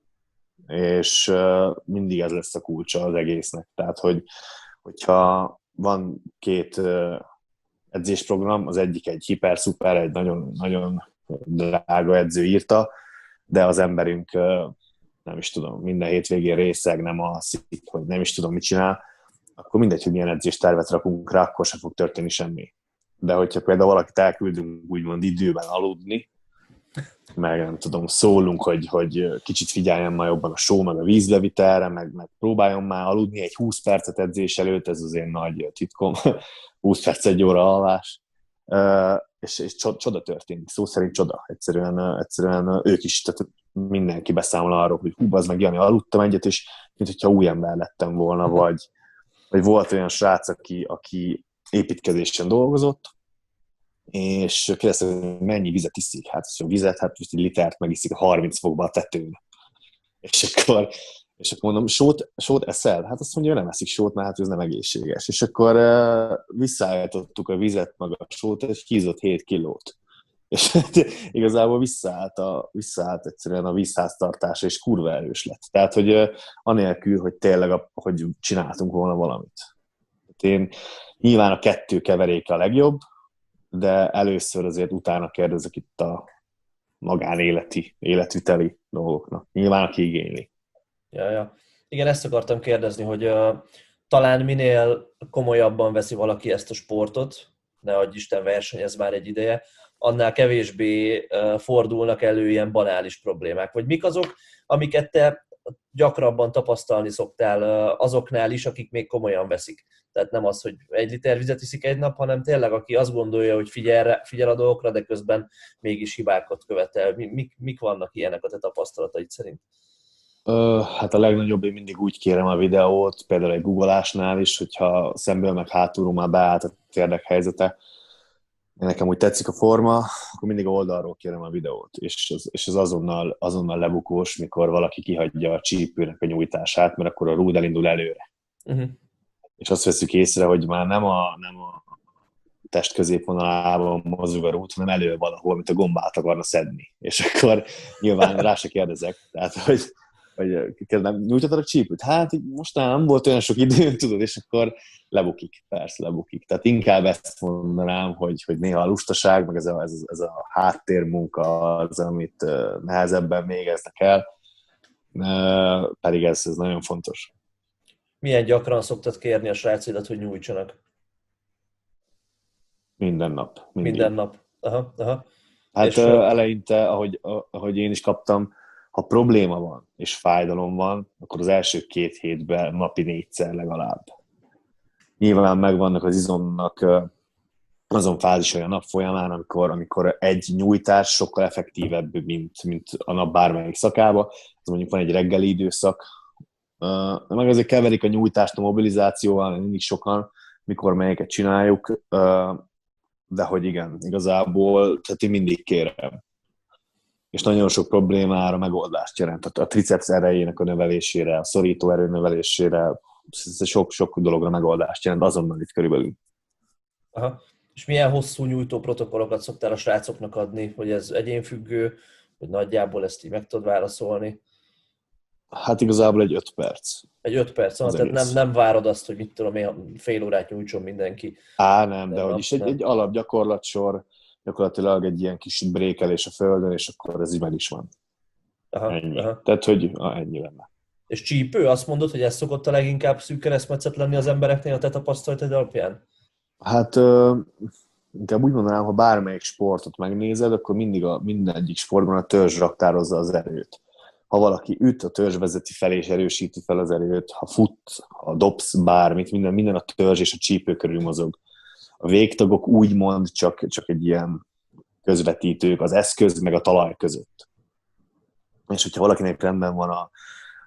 És mindig ez lesz a kulcsa az egésznek. Tehát, hogy, hogyha van két edzésprogram, az egyik egy hiper-szuper, egy nagyon, nagyon drága edző írta, de az emberünk, nem is tudom, minden hétvégén részeg, nem alszik, hogy nem is tudom, mit csinál, akkor mindegy, hogy milyen edzéstervet rakunk rá, akkor sem fog történni semmi. De hogyha például valakit elküldünk úgymond időben aludni, meg nem tudom, szólunk, hogy, hogy kicsit figyeljen már jobban a só, meg a vízlevitelre, meg, meg próbáljon már aludni egy húsz percet edzés előtt, ez az én nagy titkom, húsz perc, egy óra alvás, és, és csoda történik, szó szerint csoda. Egyszerűen, egyszerűen ők is, tehát mindenki beszámol arról, hogy hú, az meg Jani, aludtam egyet, és mint hogyha új ember lettem volna, vagy, vagy volt olyan srác, aki, aki építkezésen dolgozott, és kérdezte, hogy mennyi vizet iszik. Hát a vizet, hát most egy litert megiszik a harminc fokba a tetőn. És akkor, és akkor mondom, sót, sót eszel? Hát azt mondja, hogy nem eszik sót, mert hát ez nem egészséges. És akkor uh, visszaállítottuk a vizet, meg a sót, és kízott hét kilót. És hát, igazából visszaállt, a, visszaállt egyszerűen a vízháztartás, és kurva erős lett. Tehát, hogy uh, anélkül, hogy tényleg, a, hogy csináltunk volna valamit. Én nyilván a kettő keveréke a legjobb, de először azért utána kérdezek itt a magánéleti, életviteli dolgoknak. Nyilván, aki igényli. Ja, ja. Igen, ezt akartam kérdezni, hogy uh, talán minél komolyabban veszi valaki ezt a sportot, ne adj Isten, versenyez már egy ideje, annál kevésbé uh, fordulnak elő ilyen banális problémák. Vagy mik azok, amiket te gyakrabban tapasztalni szoktál uh, azoknál is, akik még komolyan veszik. Tehát nem az, hogy egy liter vizet iszik egy nap, hanem tényleg, aki azt gondolja, hogy figyel, figyel a dolgokra, de közben mégis hibákat követel. Mik, mik vannak ilyenek a te tapasztalataid szerint? Ö, hát a legnagyobb, én mindig úgy kérem a videót, például egy googolásnál is, hogyha szemből meg hátulról már beállt a térdek helyzete, nekem úgy tetszik a forma, akkor mindig oldalról kérem a videót, és az, és az azonnal, azonnal lebukós, mikor valaki kihagyja a csípőnek a nyújtását, mert akkor a rúd elindul előre. Uh-huh. És azt veszük észre, hogy már nem a, nem a test középvonalában mozog a rút, hanem elő valahol, mint a gombát akarna szedni. És akkor nyilván rá se kérdezek, tehát, hogy, hogy nem nyújtottad a csípőt? Hát most nem volt olyan sok idő, tudod, és akkor lebukik, persze lebukik. Tehát inkább ezt mondanám, hogy, hogy néha a lustaság, meg ez a, ez, ez a háttérmunka az, amit nehezebben végeznek el, pedig ez, ez nagyon fontos. Milyen gyakran szoktad kérni a srácaidat, hogy nyújtsanak? Minden nap, Minden mindig. nap. Aha, aha. Hát És ö, uh, eleinte, ahogy, ahogy én is kaptam, ha probléma van és fájdalom van, akkor az első két hétben napi négyszer legalább. Nyilván megvannak az izomnak ö, azon fázisai a nap folyamán, amikor, amikor egy nyújtás sokkal effektívebb, mint, mint a nap bármelyik szakába. Ez mondjuk van egy reggeli időszak, ö, meg azért keverik a nyújtást a mobilizációval, mindig sokan, mikor melyiket csináljuk, ö, de hogy igen, igazából, tehát én mindig kérem. És nagyon sok problémára megoldást jelent. Tehát a triceps erejének a növelésére, a szorító erő növelésére, sok-sok dologra megoldást jelent azonnal itt körülbelül. aha. És milyen hosszú nyújtó protokollokat szoktál a srácoknak adni, hogy ez egyénfüggő, hogy nagyjából ezt így meg tudod válaszolni? Hát igazából egy öt perc. Egy öt perc, Az tehát nem, egész. nem várod azt, hogy mit tudom én, fél órát nyújtson mindenki. Á, nem, de Nem, hogy is egy, nem. egy alapgyakorlatsor, brékelés egy ilyen kis brékelés a földön, és akkor ez így meg is van. Aha, Ennyi. aha. Tehát, hogy ah, ennyi lenne. És csípő? Azt mondod, hogy ez szokott a leginkább szűk keresztmetszet lenni az embereknél a te tapasztalataid alapján? Hát uh, inkább úgy mondanám, ha bármelyik sportot megnézed, akkor mindig a, minden egyik sportban a törzs raktározza az erőt. Ha valaki üt, a törzs vezeti fel és erősíti fel az erőt. Ha fut, ha dobsz bármit, minden, minden a törzs és a csípő körül mozog. A végtagok úgymond csak, csak egy ilyen közvetítők az eszköz meg a talaj között. És hogyha valakinek rendben van a,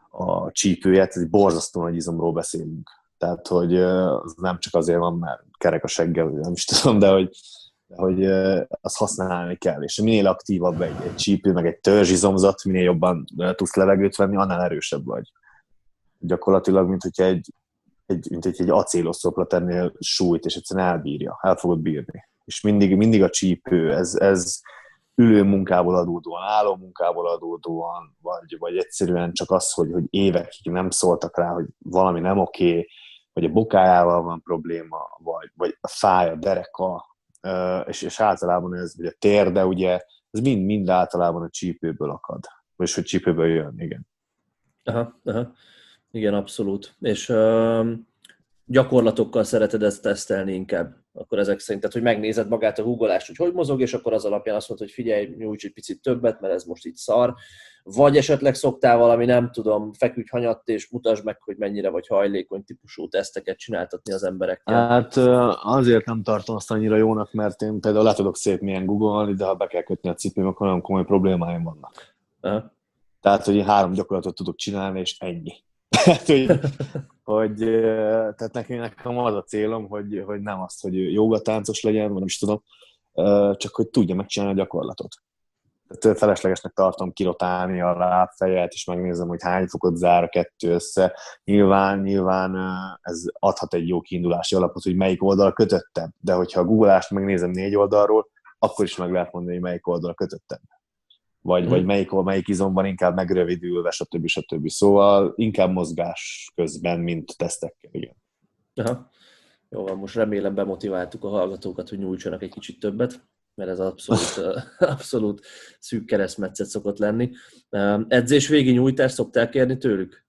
a csípője, ez egy borzasztó nagy izomról beszélünk. Tehát, hogy az nem csak azért van, mert kerek a seggel, nem is tudom, de hogy, de hogy azt használni kell. És minél aktívabb egy, egy csípő, meg egy törzsizomzat, minél jobban tudsz levegőt venni, annál erősebb vagy. Gyakorlatilag, mint hogyha egy, egy, mint egy, egy acéloszlopra tennél súlyt, és egyszerűen elbírja, el fogod bírni. És mindig, mindig a csípő, ez, ez ülő munkából adódóan, álló munkából adódóan, vagy, vagy egyszerűen csak az, hogy, hogy évekig nem szóltak rá, hogy valami nem oké, vagy a bokájával van probléma, vagy, vagy a fáj, a dereka, és, és általában ez, vagy a térde, ugye, ez mind, mind általában a csípőből akad. Vagy hogy csípőből jön, igen. Aha, aha. Igen, abszolút. És uh, gyakorlatokkal szereted ezt tesztelni inkább? Akkor ezek szerint, tehát, hogy megnézed magát a húgolást, hogy hogy mozog, és akkor az alapján azt mondod, hogy figyelj, nyújts egy picit többet, mert ez most itt szar. Vagy esetleg szoktál valami, nem tudom, feküdj hanyatt, és mutasd meg, hogy mennyire vagy hajlékony típusú teszteket csináltatni az emberekkel. Hát azért nem tartom azt annyira jónak, mert én például le tudok szép milyen googolni, de ha be kell kötni a cipőm, akkor nagyon komoly problémáim vannak. Aha. Tehát, hogy én három gyakorlatot tudok csinálni, és ennyi. Tehát, hogy, hogy tehát nekem, nekem az a célom, hogy, hogy nem az, hogy jógatáncos legyen, vagy nem is tudom, csak hogy tudja megcsinálni a gyakorlatot. Tehát feleslegesnek tartom kirotálni a lábfejet, és megnézem, hogy hány fokot zár a kettő össze. Nyilván, nyilván ez adhat egy jó kiindulási alapot, hogy melyik oldal kötöttebb, de hogyha a googleást megnézem négy oldalról, akkor is meg lehet mondani, hogy melyik oldal kötöttebb. Vagy, hmm. vagy melyik, melyik izomban inkább megrövidülve, stb. stb. Szóval inkább mozgás közben, mint tesztekkel, igen. Aha. Jó van, most remélem bemotiváltuk a hallgatókat, hogy nyújtsanak egy kicsit többet, mert ez abszolút, abszolút szűk keresztmetszet szokott lenni. Edzés végi nyújtást szoktál kérni tőlük?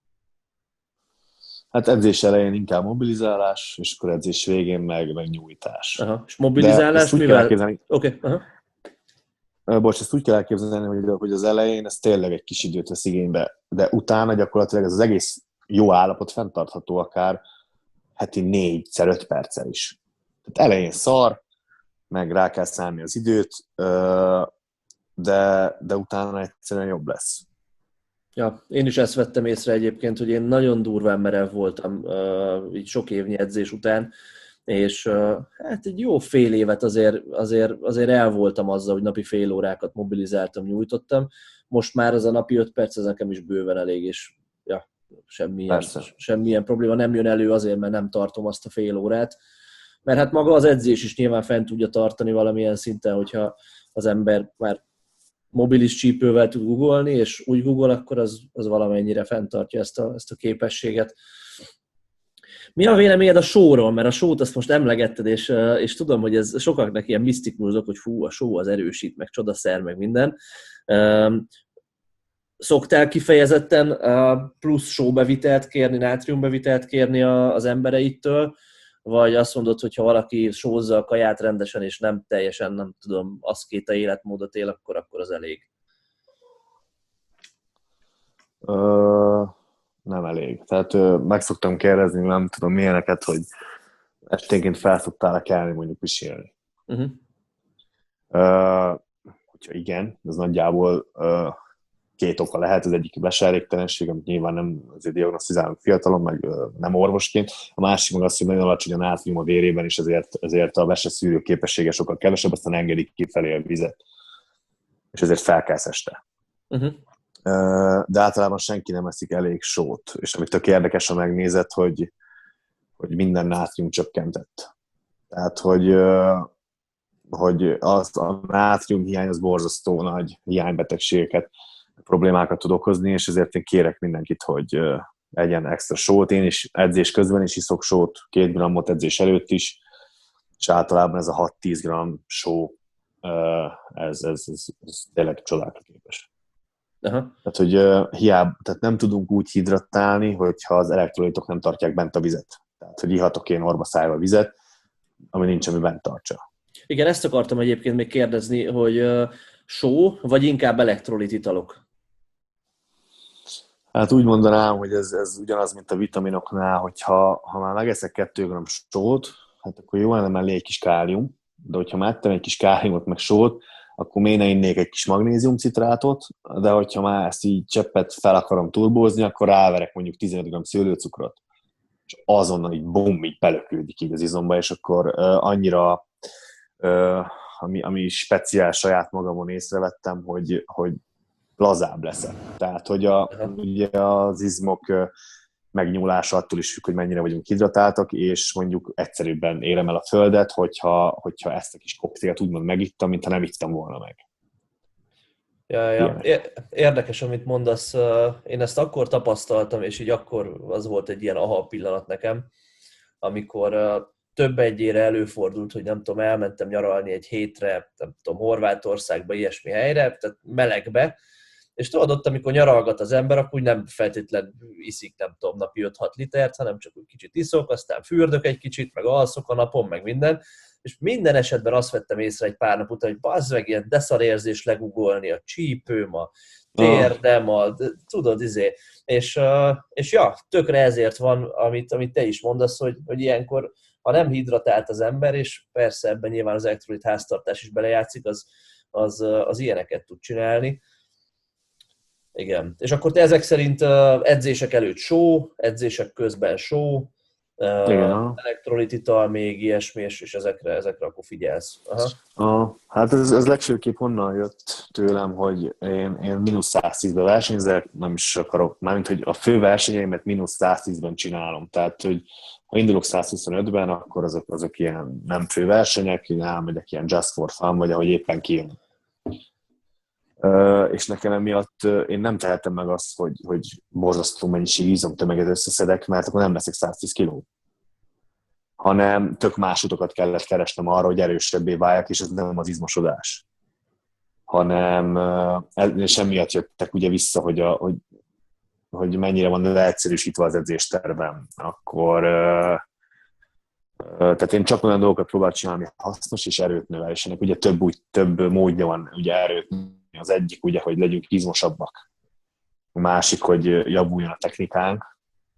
Hát edzés elején inkább mobilizálás, és akkor edzés végén meg, meg nyújtás. Aha. És mobilizálás mivel? Oké, okay. Aha. Bocs, ezt úgy kell elképzelni, hogy, hogy az elején ez tényleg egy kis időt vesz igénybe, de utána gyakorlatilag ez az egész jó állapot fenntartható akár heti négyszer, öt perccel is. Tehát elején szar, meg rá kell szállni az időt, de, de utána egyszerűen jobb lesz. Ja, én is ezt vettem észre egyébként, hogy én nagyon durván merev voltam így sok évnyi edzés után, és hát egy jó fél évet azért, azért, azért el voltam azzal, hogy napi fél órákat mobilizáltam, nyújtottam. Most már az a napi öt perc, ez nekem is bőven elég, és ja, semmilyen, semmilyen probléma nem jön elő azért, mert nem tartom azt a fél órát. Mert hát maga az edzés is nyilván fent tudja tartani valamilyen szinten, hogyha az ember már mobilis csípővel tud googolni, és úgy googol, akkor az, az valamennyire fenntartja ezt a, ezt a képességet. Mi a véleményed a showról? Mert a showt azt most emlegetted, és, és tudom, hogy ez sokaknak ilyen misztikus dolog, hogy fú, a show az erősít, meg csodaszer, meg minden. Szoktál kifejezetten plusz sóbevitelt kérni, nátriumbevitelt kérni az embereittől, vagy azt mondod, hogy ha valaki sózza a kaját rendesen, és nem teljesen, nem tudom, aszkéta életmódot él, akkor, akkor az elég? Ö, nem elég. Tehát ö, meg szoktam kérdezni, nem tudom milyeneket, hogy esténként fel szoktál kelni, mondjuk pisilni. Uh-huh. Ö, hogyha igen, ez nagyjából ö, két oka lehet, az egyik veselégtelenség, amit nyilván nem azért diagnosztizálunk fiatalon, meg ö, nem orvosként. A másik meg az, hogy nagyon alacsony a nátrium a vérében, és ezért, ezért a veseszűrő képessége sokkal kevesebb, aztán engedik kifelé a vizet. És ezért felkelsz este. Uh-huh. De általában senki nem eszik elég sót. És amit tök érdekes, ha megnézed, hogy, hogy minden nátrium csökkentett. Tehát, hogy, hogy az, a nátrium hiány az borzasztó nagy hiánybetegségeket, problémákat tud okozni, és ezért én kérek mindenkit, hogy egyen extra sót. Én is edzés közben is iszok sót, két grammot edzés előtt is, és általában ez a hat-tíz gramm só, ez, ez, ez, ez tényleg csodákra képes. Aha. Tehát, hogy uh, hiába, tehát nem tudunk úgy hidratálni, hogyha az elektrolitok nem tartják bent a vizet. Tehát, hogy ihatok én orba szájba vizet, ami nincs, ami bent tartsa. Igen, ezt akartam egyébként még kérdezni, hogy uh, só, vagy inkább elektrolit italok? Hát úgy mondanám, hogy ez, ez ugyanaz, mint a vitaminoknál, hogyha ha már megeszek kettő gramm sót, hát akkor jó lenne mellé egy kis kálium, de hogyha már ettem egy kis káliumot meg sót, akkor miért ne innék egy kis magnéziumcitrátot, de hogyha már ezt így cseppet fel akarom turbózni, akkor ráverek mondjuk tizenöt gramm szőlőcukrot, és azonnal így bum, így belökődik így az izomba, és akkor uh, annyira, uh, ami, ami speciál saját magamon észrevettem, hogy, hogy lazább leszek. Tehát, hogy a, ugye az izmok uh, megnyúlása attól is függ, hogy mennyire vagyunk hidratáltak, és mondjuk egyszerűbben élem el a földet, hogyha, hogyha ezt a kis koktélt úgymond megittam, mintha nem ittam volna meg. Ja, ja. Érdekes, amit mondasz. Én ezt akkor tapasztaltam, és így akkor az volt egy ilyen aha pillanat nekem, amikor több egyére előfordult, hogy nem tudom, elmentem nyaralni egy hétre, nem tudom, Horvátországba, ilyesmi helyre, tehát melegbe, és tudod, ott, amikor nyaralgat az ember, akkor úgy nem feltétlenül iszik, nem tudom, napi öt-hat litert, hanem csak úgy kicsit iszok, aztán fürdök egy kicsit, meg alszok a napon, meg minden. És minden esetben azt vettem észre egy pár nap után, hogy bazd meg, ilyen deszarérzés legugolni, a csípőm, a térdem, a, tudod, izé. És, és ja, tökre ezért van, amit, amit te is mondasz, hogy, hogy ilyenkor, ha nem hidratált az ember, és persze ebben nyilván az elektrolit háztartás is belejátszik, az, az, az ilyeneket tud csinálni. Igen. És akkor te ezek szerint edzések előtt só, edzések közben só, Uh, elektrolit ital, még ilyesmi, és, és ezekre, ezekre akkor figyelsz. Aha. Ah, hát ez, ez legfőképp honnan jött tőlem, hogy én, én mínusz száz tízben versenyzek, nem is akarok, mármint, hogy a fő versenyeimet mínusz száz tízben csinálom. Tehát, hogy ha indulok száz huszonötben, akkor azok, azok ilyen nem fő versenyek, én elmegyek ilyen just for fun, vagy ahogy éppen kijön. Uh, és nekem emiatt uh, én nem tehetem meg azt, hogy, hogy borzasztó mennyiségű izomtömeget összeszedek, mert akkor nem leszek száz tíz kiló. Hanem tök más utakat kellett keresnem arra, hogy erősebbé váljak, és ez nem az izmosodás. Hanem, uh, és emiatt jöttek ugye vissza, hogy, a, hogy, hogy mennyire van leegyszerűsítve az edzéstervem. Akkor, uh, uh, tehát én csak olyan dolgokat próbálok csinálni, hasznos és erőt növel, és ennek ugye több, úgy, több módja van ugye erőt. Az egyik ugye, hogy legyünk izmosabbak. A másik, hogy javuljon a technikánk,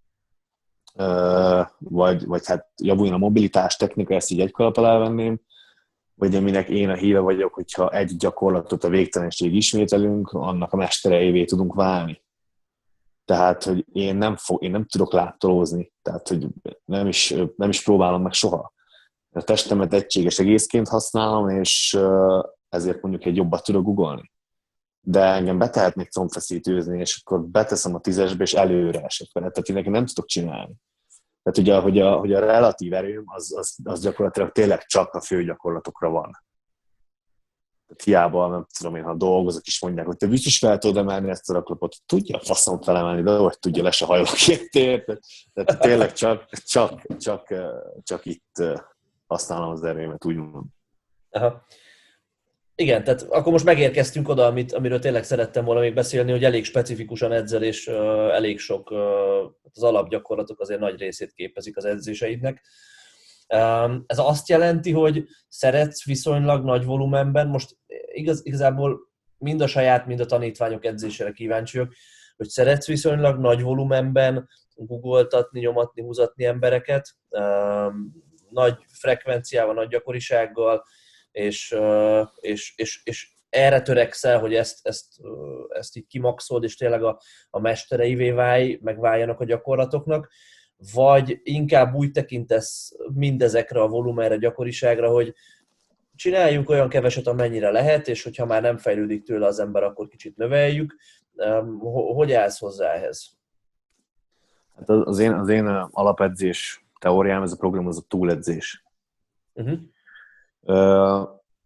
vagy, vagy hát javuljon a mobilitás technika, ezt így egy kalap alá venném, vagy aminek én a híve vagyok, hogyha egy gyakorlatot a végtelenség ismételünk, annak a mestereivé tudunk válni. Tehát, hogy én nem, fog, én nem tudok láttolózni, tehát, hogy nem is, nem is próbálom meg soha. A testemet egységes egészként használom, és ezért mondjuk egy jobbat tudok googolni. De engem betehetnék combfeszítőzni, és akkor beteszem a tízesbe, és előre esek vele. Tehát én nekem nem tudok csinálni. Tehát ugye, hogy a, hogy a relatív erőm, az, az, az gyakorlatilag tényleg csak a főgyakorlatokra van. Tehát hiába, nem tudom én, ha dolgozok, is mondják, hogy te biztos fel tudod emelni ezt a raklapot. Tudja a faszom felemelni, de hogy tudja, le se hajlok érte. Tehát tényleg csak, csak, csak, csak itt használom az erőmet, úgy mondom. Aha. Igen, tehát akkor most megérkeztünk oda, amit, amiről tényleg szerettem volna még beszélni, hogy elég specifikusan edzel, és uh, elég sok uh, az alapgyakorlatok azért nagy részét képezik az edzéseidnek. Um, ez azt jelenti, hogy szeretsz viszonylag nagy volumenben, most igaz, igazából mind a saját, mind a tanítványok edzésére kíváncsi vagyok, hogy szeretsz viszonylag nagy volumenben googoltatni, nyomatni, húzatni embereket, um, nagy frekvenciával, nagy gyakorisággal, és, és, és, és erre törekszel, hogy ezt, ezt, ezt így kimaxold, és tényleg a, a mestereivé válj, meg váljanak a gyakorlatoknak, vagy inkább úgy tekintesz mindezekre a volumenre, gyakoriságra, hogy csináljunk olyan keveset, amennyire lehet, és hogyha már nem fejlődik tőle az ember, akkor kicsit növeljük. Hogy állsz hozzá ehhez? Hát az én, az én alapedzés teóriám, ez a program, az a túledzés. Uh-huh. Uh,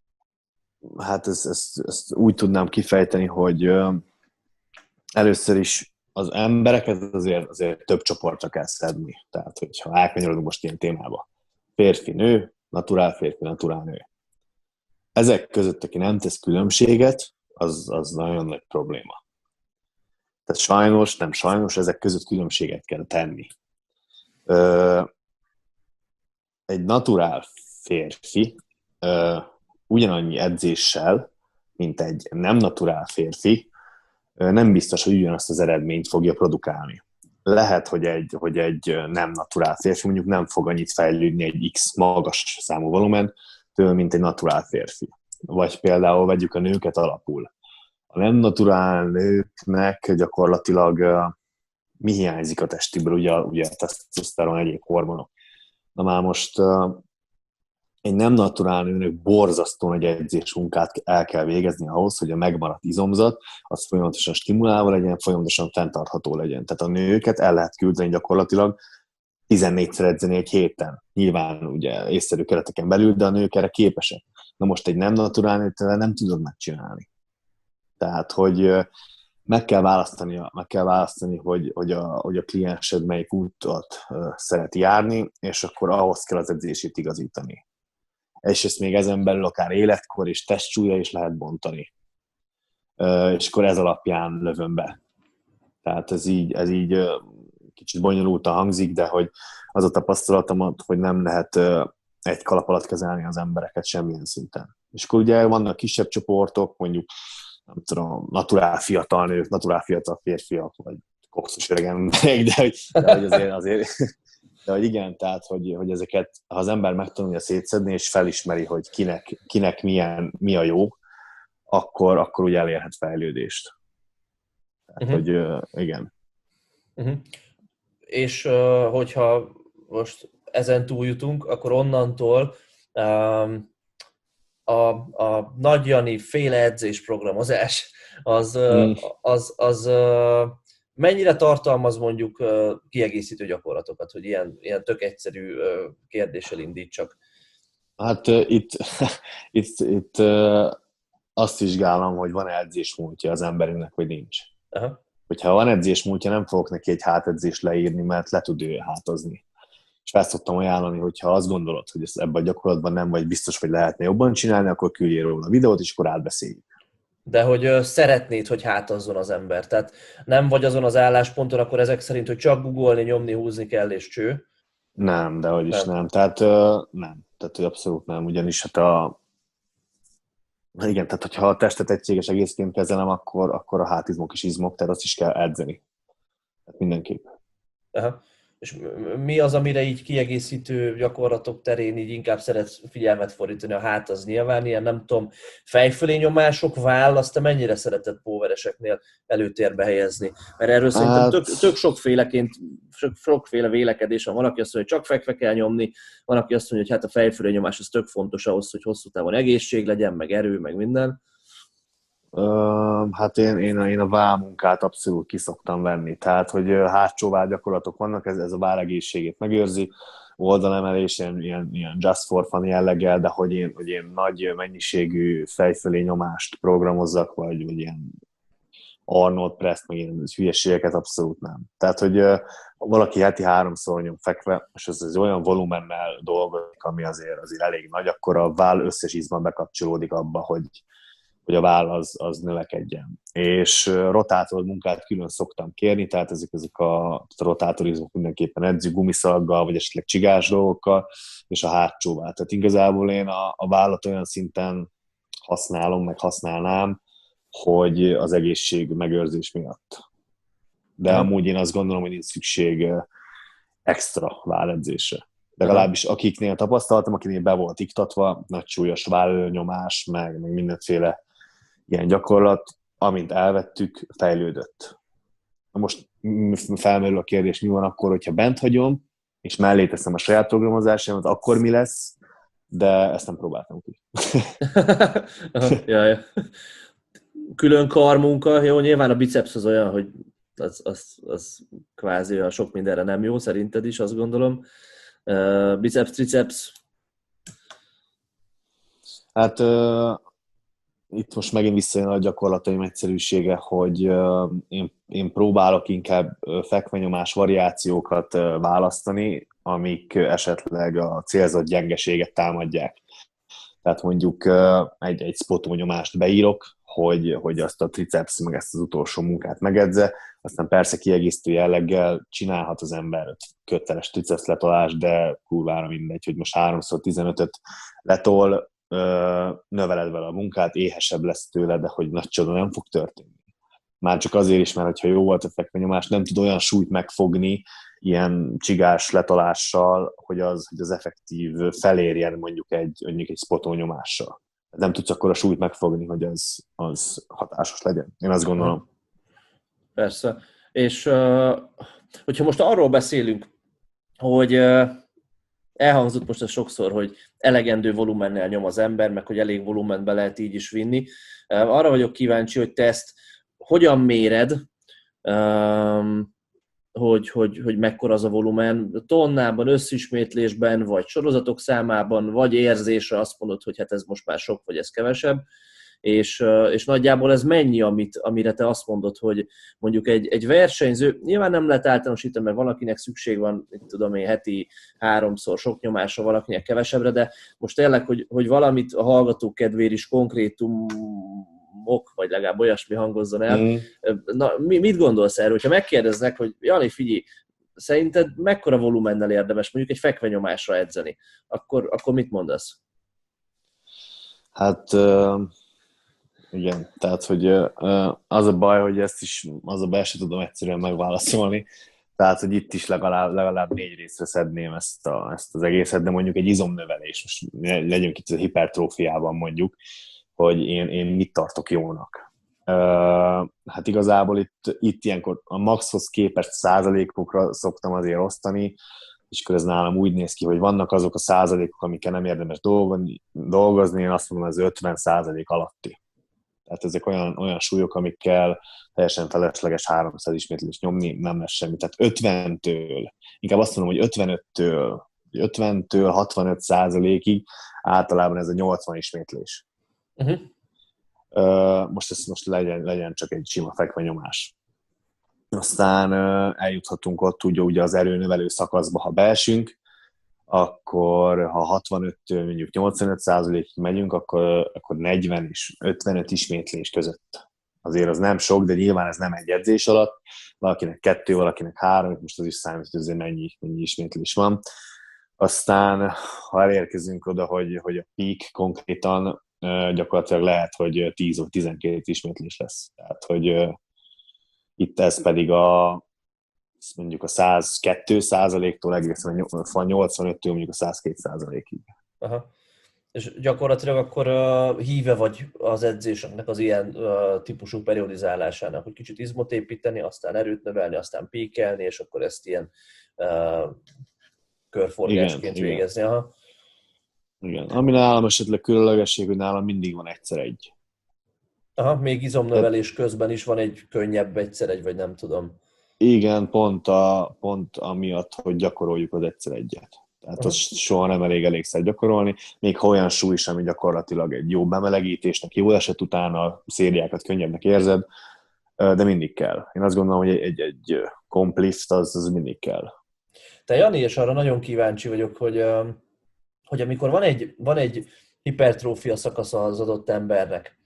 hát ezt, ezt, ezt úgy tudnám kifejteni, hogy uh, először is az embereket azért, azért több csoportra kell szedni. Tehát, hogyha elkanyarodunk most ilyen témába. Férfi-nő, naturál férfi, naturál nő. Ezek között, aki nem tesz különbséget, az, az nagyon nagy probléma. Tehát sajnos, nem sajnos, ezek között különbséget kell tenni. Ö, egy naturál férfi ö, ugyanannyi edzéssel, mint egy nem naturál férfi, ö, nem biztos, hogy ugyanazt az eredményt fogja produkálni. Lehet, hogy egy, hogy egy nem naturál férfi mondjuk nem fog annyit fejlődni egy X magas számú volumentől, mint egy naturál férfi. Vagy például vegyük a nőket alapul. A nem naturál nőknek gyakorlatilag uh, mi hiányzik a testükből, ugye, ugye a tesztoszteron, egyéb hormonok. Na már most uh, egy nem naturál nőnek borzasztó nagy edzésmunkát el kell végezni ahhoz, hogy a megmaradt izomzat az folyamatosan stimulálva legyen, folyamatosan fenntartható legyen. Tehát a nőket el lehet küldeni gyakorlatilag tizennégyszer edzeni egy héten. Nyilván ugye észszerű kereteken belül, de a nők erre képesek. Na most egy nem naturál nőt nem tudod megcsinálni. Tehát, hogy meg kell választani, meg kell választani hogy, hogy, a, hogy a kliensed melyik útot szereti járni, és akkor ahhoz kell az edzését igazítani. És ezt még ezen belül akár életkor és testsúlya is lehet bontani. És akkor ez alapján lövöm be. Tehát ez így, ez így kicsit bonyolultan hangzik, de hogy az a tapasztalatom, hogy nem lehet egy kalap alatt kezelni az embereket semmilyen szinten. És akkor ugye vannak kisebb csoportok, mondjuk nem tudom, naturál fiatal nők, naturál fiatal férfiak, vagy kokszos öreg emberek, de hogy, de hogy azért, azért de hogy igen, tehát, hogy, hogy ezeket, ha az ember megtanulja szétszedni, és felismeri, hogy kinek, kinek milyen, mi a jó, akkor, akkor úgy elérhet fejlődést. Tehát, uh-huh. hogy igen. Uh-huh. És uh, hogyha most ezen túljutunk, akkor onnantól um, A, a Nagy Jani féle edzésprogramozás, az, mm. az, az, az mennyire tartalmaz mondjuk kiegészítő gyakorlatokat, hogy ilyen, ilyen tök egyszerű kérdéssel indítsak? Hát itt, itt, itt azt vizsgálom, hogy van edzésmúltja az emberünknek, vagy nincs. Aha. Hogyha van edzésmúltja, nem fogok neki egy hátedzést leírni, mert le tud ő hátozni. És fel szoktam ajánlani, hogy ha azt gondolod, hogy ezt ebben a gyakorlatban nem vagy biztos, hogy lehetne jobban csinálni, akkor küldjél róla a videót, és akkor átbeszéljük. De hogy ö, szeretnéd, hogy hátazzon az ember. Tehát nem vagy azon az állásponton, akkor ezek szerint, hogy csak googolni, nyomni, húzni kell, és cső. Nem, de hogy is nem. nem. Tehát ö, nem. Tehát, hogy abszolút nem. Ugyanis hát a... Igen, tehát hogyha a testet egységes egészként kezelem, akkor, akkor a hátizmok is izmok, tehát azt is kell edzeni. Tehát mindenképp. Aha. És mi az, amire így kiegészítő gyakorlatok terén így inkább szeretsz figyelmet fordítani? A hát az nyilván ilyen, nem tudom, fejfölé nyomások, váll, azt te mennyire szereted póvereseknél előtérbe helyezni? Mert erről hát... szerintem tök, tök sokféleként, sok, sokféle vélekedés van. Van, aki azt mondja, hogy csak fekve kell nyomni, van, aki azt mondja, hogy hát a fejfölé nyomás az tök fontos ahhoz, hogy hosszú távon egészség legyen, meg erő, meg minden. Uh, hát én, én, én a vállmunkát abszolút ki szoktam venni. Tehát, hogy hátsó vállgyakorlatok vannak, ez, ez a váll egészségét megőrzi, oldalemelés, ilyen, ilyen, ilyen just for fun jelleggel, de hogy én, hogy én nagy mennyiségű fejfölé nyomást programozzak, vagy, vagy ilyen Arnold Press, meg ilyen hülyeségeket abszolút nem. Tehát, hogy uh, valaki heti háromszor nyom fekve, és ez, ez olyan volumennel dolgozik, ami azért, azért elég nagy, akkor a váll összes izma bekapcsolódik abba, hogy hogy a váll az, az növekedjen. És rotátor munkát külön szoktam kérni, tehát ezek, ezek a rotátorizmok mindenképpen edző gumiszalaggal, vagy esetleg csigás dolgokkal, és a hátsóvál. Tehát igazából én a, a vállat olyan szinten használom, meg használnám, hogy az egészség megőrzés miatt. De Aha. amúgy én azt gondolom, hogy nincs szükség extra válledzésre. Aha. Legalábbis akiknél tapasztaltam, akinél be volt iktatva, nagy súlyos vállnyomás, meg, meg mindenféle ilyen gyakorlat, amint elvettük, fejlődött. Na most felmerül a kérdés, mi van akkor, hogyha bent hagyom, és mellé teszem a saját programozásomat, akkor mi lesz, de ezt nem próbáltam ki. ja, ja. Külön karmunka, jó, nyilván a biceps az olyan, hogy az, az, az kvázi a sok mindenre nem jó, szerinted is, azt gondolom. Uh, biceps, triceps? Hát uh, itt most megint visszajön a gyakorlataim egyszerűsége, hogy uh, én, én próbálok inkább fekvenyomás variációkat uh, választani, amik esetleg a célzott gyengeséget támadják. Tehát mondjuk uh, egy, egy spotonyomást beírok, hogy, hogy azt a triceps, meg ezt az utolsó munkát megedze, aztán persze kiegészítő jelleggel csinálhat az ember köteles triceps letolás, de kurvára mindegy, hogy most háromszor tizenötöt letol, növeled vele a munkát, éhesebb lesz tőle, de hogy nagy csoda nem fog történni. Már csak azért is, mert ha jó volt a fekvenyomás, nem tud olyan súlyt megfogni ilyen csigás letolással, hogy az, hogy az effektív felérjen mondjuk egy, mondjuk egy spotonyomással. Nem tudsz akkor a súlyt megfogni, hogy az, az hatásos legyen. Én azt gondolom. Persze. És hogyha most arról beszélünk, hogy elhangzott most ez sokszor, hogy elegendő volumennel nyom az ember, meg hogy elég volumenbe lehet így is vinni. Arra vagyok kíváncsi, hogy te ezt hogyan méred, hogy, hogy, hogy mekkora az a volumen, tonnában, összismétlésben, vagy sorozatok számában, vagy érzésre azt mondod, hogy hát ez most már sok, vagy ez kevesebb, és, és nagyjából ez mennyi, amit, amire te azt mondod, hogy mondjuk egy, egy versenyző, nyilván nem lehet általánosítani, mert valakinek szükség van, tudom én, heti háromszor sok nyomásra, valakinek kevesebbre, de most tényleg, hogy, hogy valamit a hallgatók kedvéért is konkrétumok, vagy legalább olyasmi hangozzon el. Mm. Na, mit gondolsz erről? Ha megkérdeznek, hogy Jani, figyelj, szerinted mekkora volumennel érdemes mondjuk egy fekvenyomásra edzeni, akkor, akkor mit mondasz? Hát... Uh... Igen, tehát, hogy az a baj, hogy ezt is, az a baj, sem tudom egyszerűen megválaszolni, tehát, hogy itt is legalább, legalább négy részre szedném ezt, a, ezt az egészet, de mondjuk egy izomnövelés, most legyünk itt a hipertrófiában mondjuk, hogy én, én mit tartok jónak. Hát igazából itt, itt ilyenkor a maxhoz képest százalékokra szoktam azért osztani, és akkor ez nálam úgy néz ki, hogy vannak azok a százalékok, amikkel nem érdemes dolgozni, én azt mondom, az ötven százalék alatti. Tehát ezek olyan, olyan súlyok, amikkel teljesen felesleges háromszáz ismétlést nyomni, nem lesz semmi. Tehát ötventől, inkább azt mondom, hogy ötvenöttől, ötventől hatvanöt százalékig általában ez a nyolcvan ismétlés. Uh-huh. Most ez most legyen, legyen csak egy sima fekvenyomás. Aztán eljuthatunk ott ugye, ugye az erőnövelő szakaszba, ha beesünk, akkor ha hatvanöttől mondjuk nyolcvanöt százalékig megyünk, akkor, akkor negyven és ötvenöt ismétlés között. Azért az nem sok, de nyilván ez nem egy edzés alatt. Valakinek kettő, valakinek három, most az is számít, hogy azért mennyi, mennyi ismétlés van. Aztán, ha elérkezünk oda, hogy, hogy a peak konkrétan gyakorlatilag lehet, hogy tíz vagy tizenkét ismétlés lesz. Tehát, hogy itt ez pedig a mondjuk a száz kettő százaléktól egészen a nyolcvanöttől mondjuk a száz két százalékig. Aha. És gyakorlatilag akkor uh, híve vagy az edzéseknek az ilyen uh, típusú periodizálásának, hogy kicsit izmot építeni, aztán erőt növelni, aztán píkelni, és akkor ezt ilyen uh, körforgásként igen, végezni. Igen. Aha. Igen. Ami nálam esetleg különlegesség, hogy nálam mindig van egyszer egy. Aha, még izomnövelés közben is van egy könnyebb egyszer egy, vagy nem tudom. Igen, pont, a, pont amiatt, hogy gyakoroljuk az egyszer egyet. Tehát uh-huh. azt soha nem elég elégszer gyakorolni, még ha olyan súly is, ami gyakorlatilag egy jó bemelegítésnek, jó eset után a szériákat könnyebbnek érzed, de mindig kell. Én azt gondolom, hogy egy, egy komplift az, az mindig kell. Te Jani, és arra nagyon kíváncsi vagyok, hogy, hogy amikor van egy, van egy hipertrófia szakasza az adott embernek,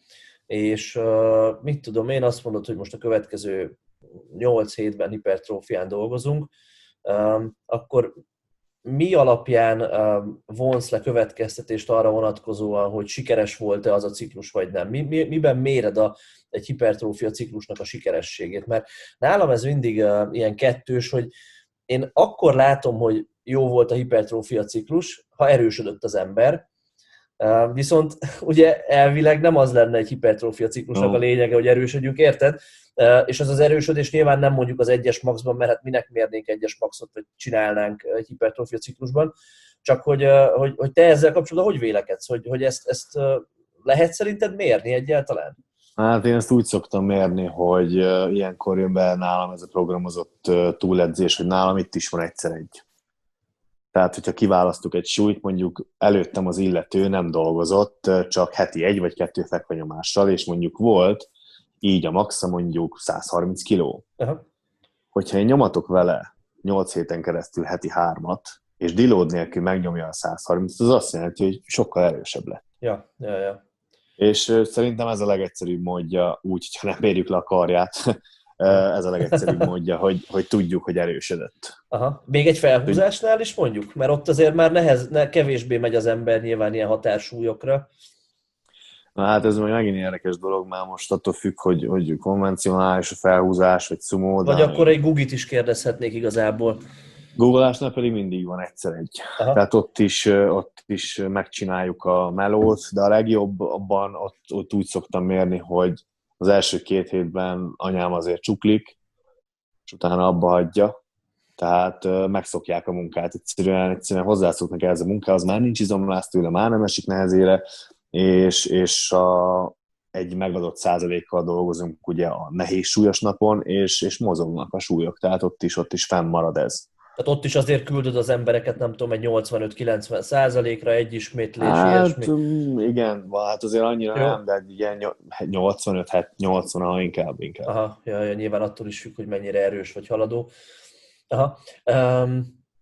és uh, mit tudom én, azt mondod, hogy most a következő nyolc hétben hipertrófián dolgozunk, um, akkor mi alapján um, vonsz le következtetést arra vonatkozóan, hogy sikeres volt-e az a ciklus, vagy nem? Mi, mi, miben méred a, egy hipertrófia ciklusnak a sikerességét? Mert nálam ez mindig uh, ilyen kettős, hogy én akkor látom, hogy jó volt a hipertrófia ciklus, ha erősödött az ember, uh, viszont ugye elvileg nem az lenne egy hipertrófia ciklusnak a lényege, hogy erősödjünk, érted? És az az erősödés nyilván nem mondjuk az egyes maxban, mert hát minek mérnénk egyes maxot, vagy csinálnánk egy hipertrófia ciklusban, csak hogy, hogy, hogy te ezzel kapcsolatban hogy vélekedsz, hogy, hogy ezt, ezt lehet szerinted mérni egyáltalán? Hát én ezt úgy szoktam mérni, hogy ilyenkor jön be nálam ez a programozott túledzés, hogy nálam itt is van egyszer egy. Tehát, hogyha kiválasztok egy súlyt, mondjuk előttem az illető nem dolgozott, csak heti egy vagy kettő fekvenyomással, és mondjuk volt így a maxa mondjuk száz harminc kiló. Aha. Hogyha én nyomatok vele nyolc héten keresztül heti hármat, és deload nélkül megnyomja a száz harminc, az azt jelenti, hogy sokkal erősebb lett. Ja, ja, ja. És szerintem ez a legegyszerűbb módja, úgy, hogyha nem érjük le a karját, ez a legegyszerűbb módja, hogy, hogy tudjuk, hogy erősödött. Aha. Még egy felhúzásnál is mondjuk? Mert ott azért már nehez, ne, kevésbé megy az ember nyilván ilyen határsúlyokra. Na hát ez majd megint érdekes dolog, már most attól függ, hogy, hogy konvencionális a felhúzás, vagy szumó. Vagy akkor egy Gugit is kérdezhetnék igazából. Googleásnál pedig mindig van egyszer egy. Aha. Tehát ott is, ott is megcsináljuk a melót, de a legjobb abban ott, ott úgy szoktam mérni, hogy az első két hétben anyám azért csuklik, és utána abba hagyja. Tehát megszokják a munkát. Egyszerűen, egyszerűen hozzászoknak ehhez a munkához, már nincs izomlász tőle, már nem esik nehezére, és, és a, egy megadott százalékkal dolgozunk ugye a nehéz súlyos napon, és, és mozognak a súlyok, tehát ott is, ott is fennmarad ez. Tehát ott is azért küldöd az embereket, nem tudom, egy nyolcvanöt-kilencven százalékra, egy ismétlés, hát, ilyesmi. Igen, hát azért annyira jó. Nem, de ilyen nyolcvanöt nyolcvan, inkább, inkább. Aha, ja, ja, nyilván attól is függ, hogy mennyire erős vagy haladó. Aha. Um,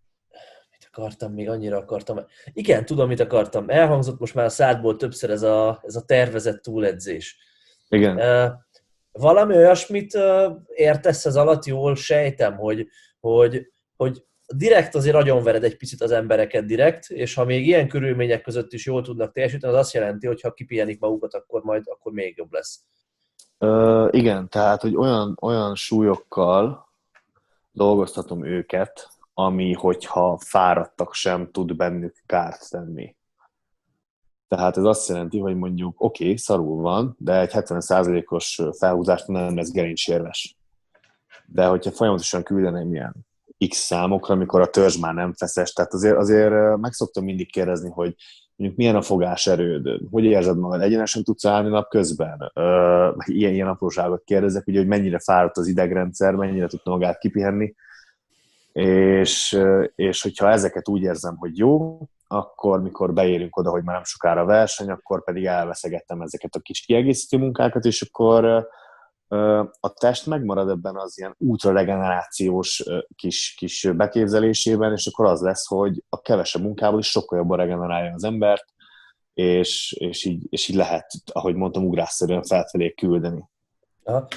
mit akartam még, annyira akartam. Igen, tudom, mit akartam. Elhangzott most már a szádból többször ez a, ez a tervezett túledzés. Igen. Uh, valami olyasmit uh, értesz ez alatt, jól sejtem, hogy, hogy, hogy direkt azért agyonvered egy picit az embereket direkt, és ha még ilyen körülmények között is jól tudnak teljesíteni, az azt jelenti, hogy ha kipihenik magukat, akkor majd akkor még jobb lesz. Uh, igen, tehát, hogy olyan, olyan súlyokkal dolgoztatom őket, ami, hogyha fáradtak sem, tud bennük kárt tenni. Tehát ez azt jelenti, hogy mondjuk oké, okay, szarul van, de egy hetven százalékos felhúzást nem lesz gerincsérves. De hogyha folyamatosan küldeném ilyen X számokra, amikor a törzs már nem feszes, tehát azért, azért meg szoktam mindig kérdezni, hogy mondjuk milyen a fogáserőd, hogy érzed magad, egyenesen tudsz állni napközben, ilyen, ilyen apróságot kérdezek, ugye, hogy mennyire fáradt az idegrendszer, mennyire tudta magát kipihenni, és, és hogyha ezeket úgy érzem, hogy jó, akkor mikor beérünk oda, hogy már nem sokára verseny, akkor pedig elveszegettem ezeket a kis kiegészítő munkákat, és akkor a test megmarad ebben az ilyen ultraregenerációs kis, kis beképzelésében, és akkor az lesz, hogy a kevesebb munkával is sokkal jobban regenerálja az embert, és, és, így, és így lehet, ahogy mondtam, ugrásszerűen felfelé küldeni. Aha.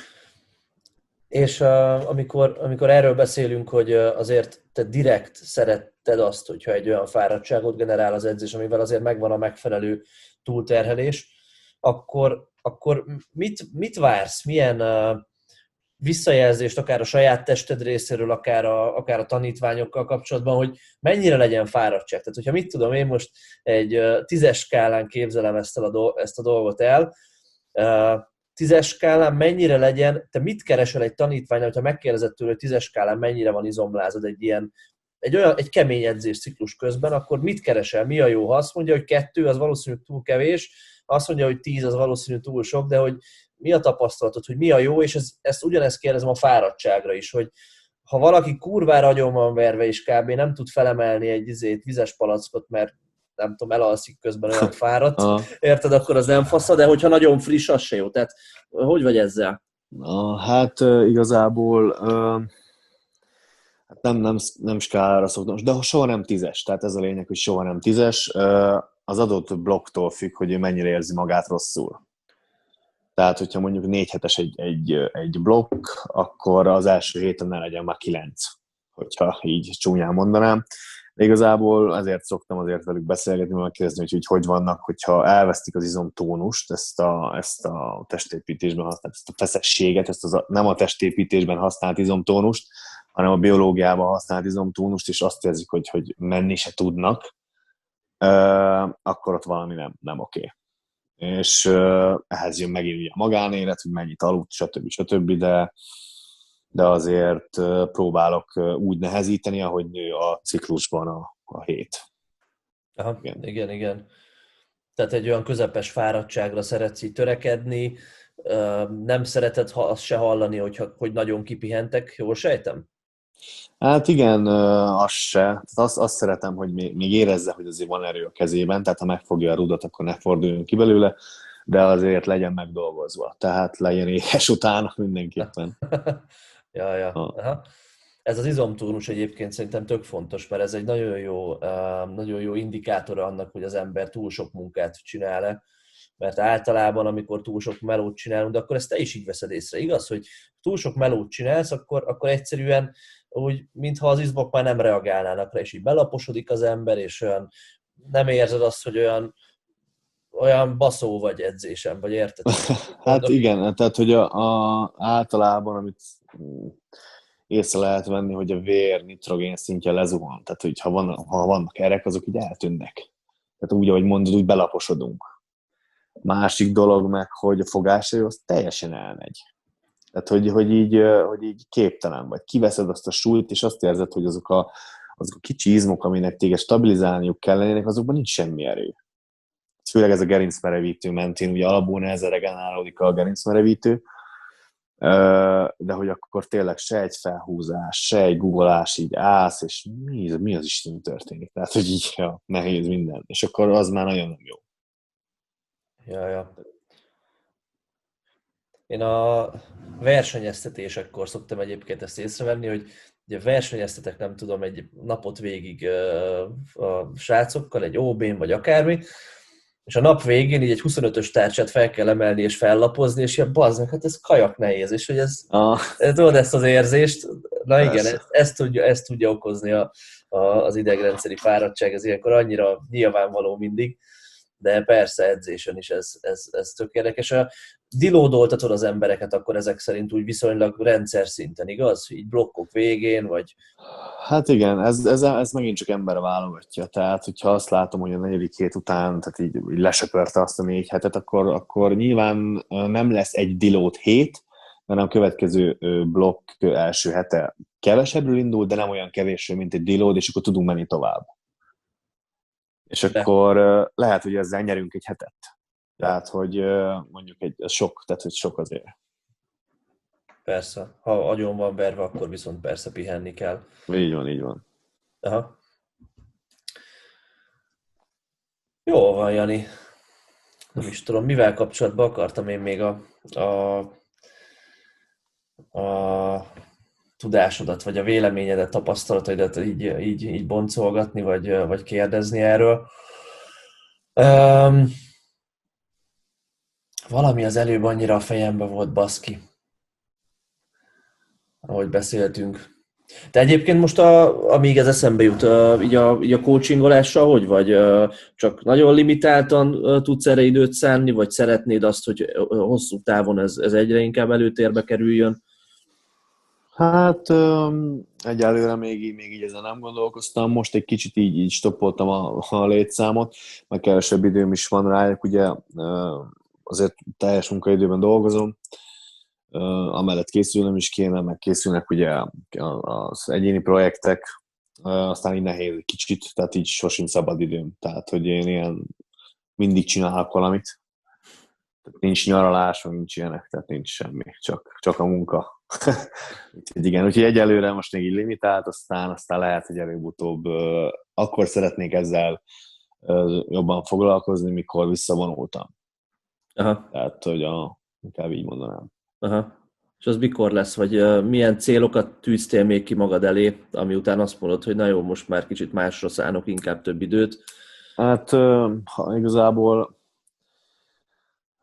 És uh, amikor, amikor erről beszélünk, hogy uh, azért te direkt szeretted azt, hogyha egy olyan fáradtságot generál az edzés, amivel azért megvan a megfelelő túlterhelés, akkor, akkor mit, mit vársz? Milyen uh, visszajelzést akár a saját tested részéről, akár a, akár a tanítványokkal kapcsolatban, hogy mennyire legyen fáradtság? Tehát, hogyha mit tudom, én most egy uh, tízes skálán képzelem ezt, a, do- ezt a dolgot el, uh, tízes skálán mennyire legyen, te mit keresel egy tanítványnál, hogyha megkérdezed tőle, hogy tízes skálán mennyire van izomlázad egy ilyen, egy olyan, egy kemény edzésciklus közben, akkor mit keresel, mi a jó? Ha azt mondja, hogy kettő, az valószínűleg túl kevés, ha azt mondja, hogy tíz, az valószínűleg túl sok, de hogy mi a tapasztalatod, hogy mi a jó, és ez, ezt ugyanezt kérdezem a fáradtságra is, hogy ha valaki kurvára agyon van verve, és kb. Nem tud felemelni egy izét, vizes palackot, mert nem tudom, elalszik közben, olyan fáradt, érted, akkor az nem fasza, de hogyha nagyon friss, az se jó. Tehát hogy vagy ezzel? Na, hát igazából uh, hát nem, nem, nem skálára szoktam, de soha nem tízes, tehát ez a lényeg, hogy soha nem tízes. Uh, az adott blokktól függ, hogy ő mennyire érzi magát rosszul. Tehát, hogyha mondjuk négy hetes egy, egy, egy blokk, akkor az első héten ne legyen már kilenc, hogyha így csúnyán mondanám. De igazából ezért szoktam azért velük beszélgetni, megkérdezni, hogy, hogy hogy vannak, hogyha elvesztik az izomtónust, ezt a, ezt a testépítésben használt, ezt a feszességet, ezt az a, nem a testépítésben használt izomtónust, hanem a biológiában használt izomtónust, és azt érzik, hogy, hogy menni se tudnak, akkor ott valami nem, nem oké. És ehhez jön megint ugye a magánélet, hogy mennyit aludt, stb. stb., de, de azért próbálok úgy nehezíteni, ahogy nő a ciklusban a, a hét. Aha, igen. igen, igen. Tehát egy olyan közepes fáradtságra szeretsz így törekedni, nem szereted azt se hallani, hogy, hogy nagyon kipihentek, jól sejtem? Hát igen, az se. Azt, azt szeretem, hogy még, még érezze, hogy azért van erő a kezében, tehát ha megfogja a rudat, akkor ne forduljon ki belőle, de azért legyen megdolgozva. Tehát legyen éhes utána mindenképpen. ja, ja. Aha. Ez az izomtónus egyébként szerintem tök fontos, mert ez egy nagyon jó, nagyon jó indikátora annak, hogy az ember túl sok munkát csinál-e. Mert általában, amikor túl sok melót csinálunk, de akkor ezt te is így veszed észre, igaz? Hogy túl sok melót csinálsz, akkor, akkor egyszerűen úgy, mintha az izmok már nem reagálnának rá, és így belaposodik az ember, és olyan nem érzed azt, hogy olyan, olyan baszó vagy edzésen, vagy érted? Hát igen, tehát hogy a, a, általában, amit észre lehet venni, hogy a vér nitrogén szintje lezuhan. Tehát, hogy ha, van, ha vannak erek, azok így eltűnnek. Tehát úgy, ahogy mondod, úgy belaposodunk. Másik dolog meg, hogy a fogásai az teljesen elmegy. Tehát, hogy, hogy, így, hogy így képtelen vagy. Kiveszed azt a súlyt, és azt érzed, hogy azok a, azok a kicsi izmok, aminek téged stabilizálniuk kellenének, azokban nincs semmi erő. Főleg ez a gerincmerevítő mentén, ugye alapból nehezen regenerálódik a gerincmerevítő, de hogy akkor tényleg se egy felhúzás, se egy googolás, így állsz, és mi, mi az Isten történik? Tehát, hogy így ja, nehéz minden. És akkor az már nagyon nem jó. Ja, ja. Én a versenyeztetésekkor szoktam egyébként ezt észrevenni, hogy ugye versenyeztetek, nem tudom, egy napot végig a srácokkal, egy ó bén vagy akármi, és a nap végén így egy huszonötös tárcsát fel kell emelni és fellapozni, és ilyen bazd meg, hát ez kajak nehéz, és hogy ez, ah. ez tudod ezt az érzést, na Persze. igen, ezt, ezt, tudja, ezt tudja okozni a, a, az idegrendszeri fáradtság, ez ilyenkor annyira nyilvánvaló mindig, de persze edzésen is ez, ez, ez tök érdekes. A dilódoltatod az embereket akkor ezek szerint úgy viszonylag rendszer szinten, igaz? Így blokkok végén, vagy... Hát igen, ez, ez, ez megint csak emberre válogatja. Tehát, hogyha azt látom, hogy a negyedik hét után tehát így, így lesöpörte azt a négy hetet, akkor, akkor nyilván nem lesz egy dilót hét, mert a következő blokk első hete kevesebbről indul, de nem olyan kevésről, mint egy dilód, és akkor tudunk menni tovább. És de. Akkor lehet, hogy ezzel nyerünk egy hetet. Tehát, hogy mondjuk egy, ez sok, tehát, hogy sok azért. Persze. Ha agyon van verve, akkor viszont persze pihenni kell. Így van, így van. Aha. Jó van, Jani. Nem is tudom, mivel kapcsolatban akartam én még a, a, a tudásodat, vagy a véleményedet, tapasztalataidat így, így, így boncolgatni, vagy, vagy kérdezni erről. Um, valami az előbb annyira a fejembe volt, baszki, ahogy beszéltünk. De egyébként most, a, amíg ez eszembe jut, a, így, a, így a coachingolással, hogy vagy csak nagyon limitáltan tudsz erre időt szánni, vagy szeretnéd azt, hogy hosszú távon ez, ez egyre inkább előtérbe kerüljön? Hát um, egyelőre még, még így ezen nem gondolkoztam, most egy kicsit így, így stoppoltam a, a létszámot, meg kevesebb időm is van rájuk, ugye uh, azért teljes munkaidőben dolgozom, uh, amellett készülnem is kéne, meg készülnek ugye az egyéni projektek, uh, aztán így nehéz egy kicsit, tehát így sosincs szabad időm, tehát hogy én ilyen mindig csinálok valamit, tehát nincs nyaralás, nincs ilyenek, tehát nincs semmi, csak, csak a munka. Úgyhogy igen, úgyhogy egyelőre most még így limitált, aztán, aztán lehet, hogy előbb-utóbb uh, akkor szeretnék ezzel uh, jobban foglalkozni, mikor visszavonultam. Aha. Tehát, hogy a, inkább így mondanám. Aha. És az mikor lesz, vagy uh, milyen célokat tűztél még ki magad elé, ami után azt mondod, hogy na jó, most már kicsit másra szánok, inkább több időt? Hát uh, igazából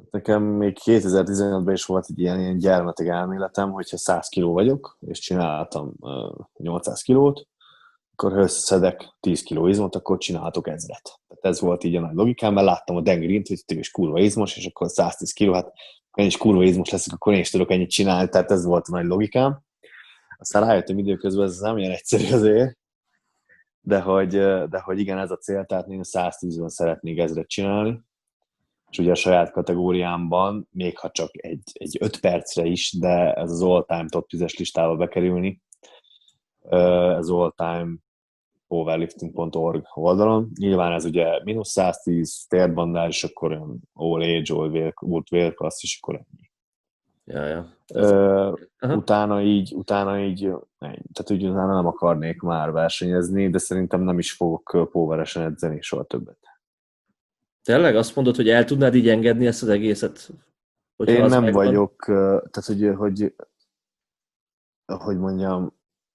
Nekem még kétezer-tizenötben is volt egy ilyen, ilyen gyermetek elméletem, hogyha száz kiló vagyok, és csináltam uh, nyolcszáz kilót, akkor ha összeszedek tíz kiló izmot, akkor csinálhatok ezret. Tehát ez volt így a nagy logikám, mert láttam a Dan Green-t, hogy ő is kurva izmos, és akkor száztíz kiló, hát én is kurva izmos leszek, akkor én is tudok ennyit csinálni, tehát ez volt a nagy logikám. Aztán rájöttem időközben, ez nem ilyen egyszerű azért, de hogy, de hogy igen, ez a cél, tehát én száztízben szeretnék ezret csinálni, és ugye a saját kategóriámban, még ha csak egy, egy öt percre is, de ez az all-time top tízes listába bekerülni, ez all-time powerlifting pont org oldalon. Nyilván ez ugye mínusz száztíz térbandál, és akkor olyan all age, all weight class, és akkor ennyi. Ja, ja. Ö, utána így, utána így, tehát úgy utána nem akarnék már versenyezni, de szerintem nem is fogok poweresen edzeni soha többet. Tényleg azt mondod, hogy el tudnád így engedni ezt az egészet? Én nem megvan? vagyok, tehát hogy, hogy, hogy mondjam,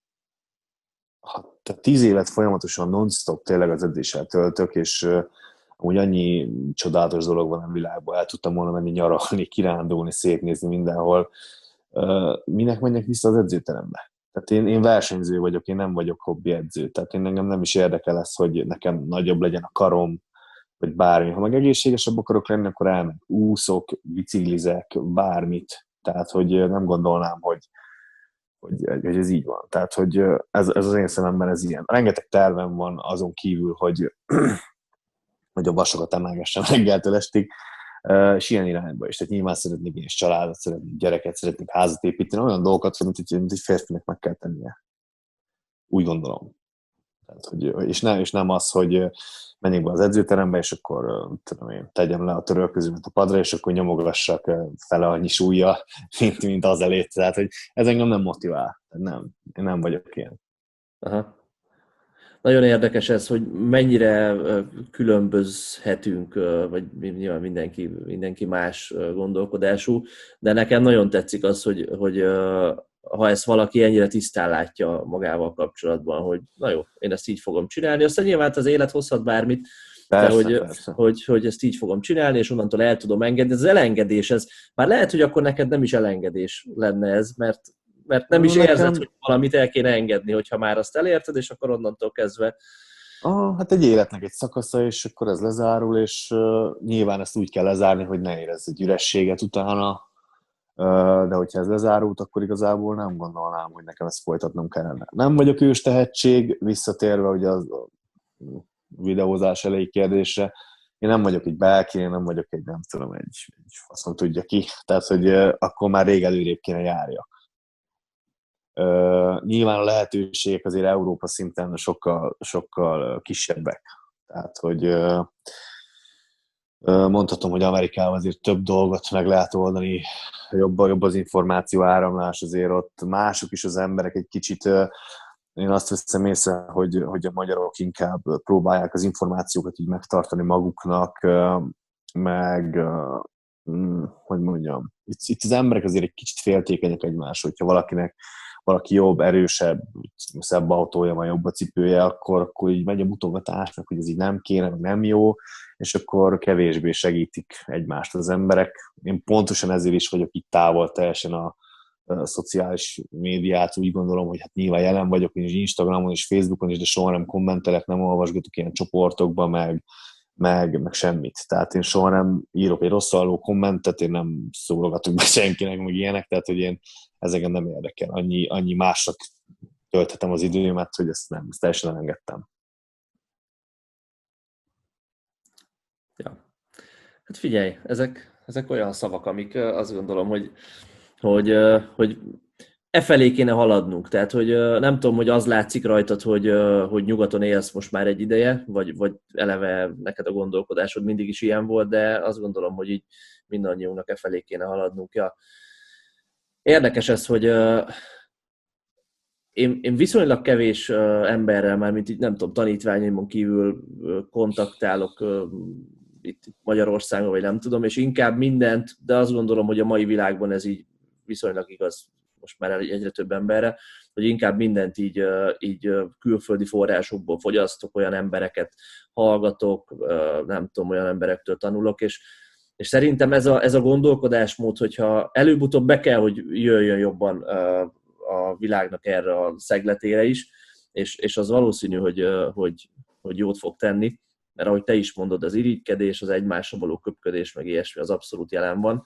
tehát tíz évet folyamatosan non-stop tényleg az edzéssel töltök, és uh, úgy annyi csodálatos dolog van a világban, el tudtam volna menni nyaralni, kirándulni, szétnézni mindenhol. Uh, minek menjek vissza az edzőterembe? Tehát én, én versenyző vagyok, én nem vagyok hobbi edző, tehát én engem nem is érdekel ez, hogy nekem nagyobb legyen a karom, vagy bármi. Ha meg egészségesebb akarok lenni, akkor elmegyek, úszok, biciklizek, bármit. Tehát, hogy nem gondolnám, hogy Hogy, hogy ez így van. Tehát, hogy ez, ez az én szememben ez ilyen. Rengeteg tervem van azon kívül, hogy, hogy a vasokat emelgessem reggeltől estig, és ilyen irányba is. Tehát nyilván szeretnék én is családot, szeretnék gyereket, szeretnék házat építeni, olyan dolgokat, mint egy, mint egy férfinek meg kell tennie. Úgy gondolom. Tehát, hogy, és, ne, és nem az, hogy menjek be az edzőterembe, és akkor tudom én, tegyem le a törölközőmet a padra, és akkor nyomogassak fele annyi súlya, mint, mint az elé. Tehát, hogy ez engem nem motivál. Nem, én nem vagyok ilyen. Aha. Nagyon érdekes ez, hogy mennyire különbözhetünk, vagy nyilván mindenki, mindenki más gondolkodású, de nekem nagyon tetszik az, hogy, hogy ha ezt valaki ennyire tisztán látja magával kapcsolatban, hogy na jó, én ezt így fogom csinálni, aztán nyilván az élet hozhat bármit, persze, de hogy, persze. Hogy, hogy ezt így fogom csinálni, és onnantól el tudom engedni. Ez az elengedés, ez már lehet, hogy akkor neked nem is elengedés lenne ez, mert, mert nem is érzed, nekem... hogy valamit el kéne engedni, hogyha már azt elérted, és akkor onnantól kezdve... Ah, hát egy életnek egy szakasza, és akkor ez lezárul, és uh, nyilván ezt úgy kell lezárni, hogy ne érezz egy ürességet utána, de hogyha ez lezárult, akkor igazából nem gondolnám, hogy nekem ezt folytatnom kellene. Nem vagyok ős tehetség, visszatérve ugye az a videózás elejé kérdésre, én nem vagyok egy Belki, én nem vagyok egy, nem tudom, egy, egy faszom tudja ki, tehát, hogy akkor már rég előrébb kéne járjak. Uh, nyilván a lehetőségek azért Európa szinten sokkal, sokkal kisebbek. Tehát, hogy uh, mondhatom, hogy Amerikában azért több dolgot meg lehet oldani, jobb, jobb az információ áramlás, azért ott mások is az emberek egy kicsit, én azt veszem észre, hogy, hogy a magyarok inkább próbálják az információkat így megtartani maguknak, meg, hogy mondjam, itt, itt az emberek azért egy kicsit féltékenyek egymásról, hogyha valakinek valaki jobb, erősebb, szebb autója van, jobb a cipője, akkor, akkor így megy a mutogatásnak, hogy ez így nem kéne, meg nem jó, és akkor kevésbé segítik egymást az emberek. Én pontosan ezért is vagyok itt távol teljesen a, a szociális médiát, úgy gondolom, hogy hát nyilván jelen vagyok, én is Instagramon és Facebookon is, de soha nem kommentelek, nem olvasgatok ilyen csoportokba, meg, meg, meg semmit. Tehát én soha nem írok egy rosszalló kommentet, én nem szólogatok be senkinek, meg ilyenek, tehát hogy én ezeken nem érdekel. Annyi, annyi másnak tölthetem az időmet, hogy ezt nem, ezt teljesen elengedtem. Ja. Hát figyelj, ezek, ezek olyan szavak, amik azt gondolom, hogy, hogy, hogy e felé kéne haladnunk. Tehát, hogy nem tudom, hogy az látszik rajtad, hogy, hogy nyugaton élsz most már egy ideje, vagy, vagy eleve neked a gondolkodásod mindig is ilyen volt, de azt gondolom, hogy így mindannyiunknak e felé kéne haladnunk. Ja. Érdekes ez, hogy uh, én, én viszonylag kevés uh, emberrel, már mint így nem tudom, tanítványaimon kívül uh, kontaktálok uh, itt Magyarországon, vagy nem tudom, és inkább mindent, de azt gondolom, hogy a mai világban ez így viszonylag igaz most már egyre több emberre, hogy inkább mindent így, uh, így uh, külföldi forrásokból fogyasztok, olyan embereket hallgatok, uh, nem tudom, olyan emberektől tanulok, és És szerintem ez a, ez a gondolkodásmód, hogyha előbb-utóbb be kell, hogy jöjjön jobban a világnak erre a szegletére is, és, és az valószínű, hogy, hogy, hogy jót fog tenni, mert ahogy te is mondod, az irigykedés, az egymásra való köpködés, meg ilyesmi az abszolút jelen van,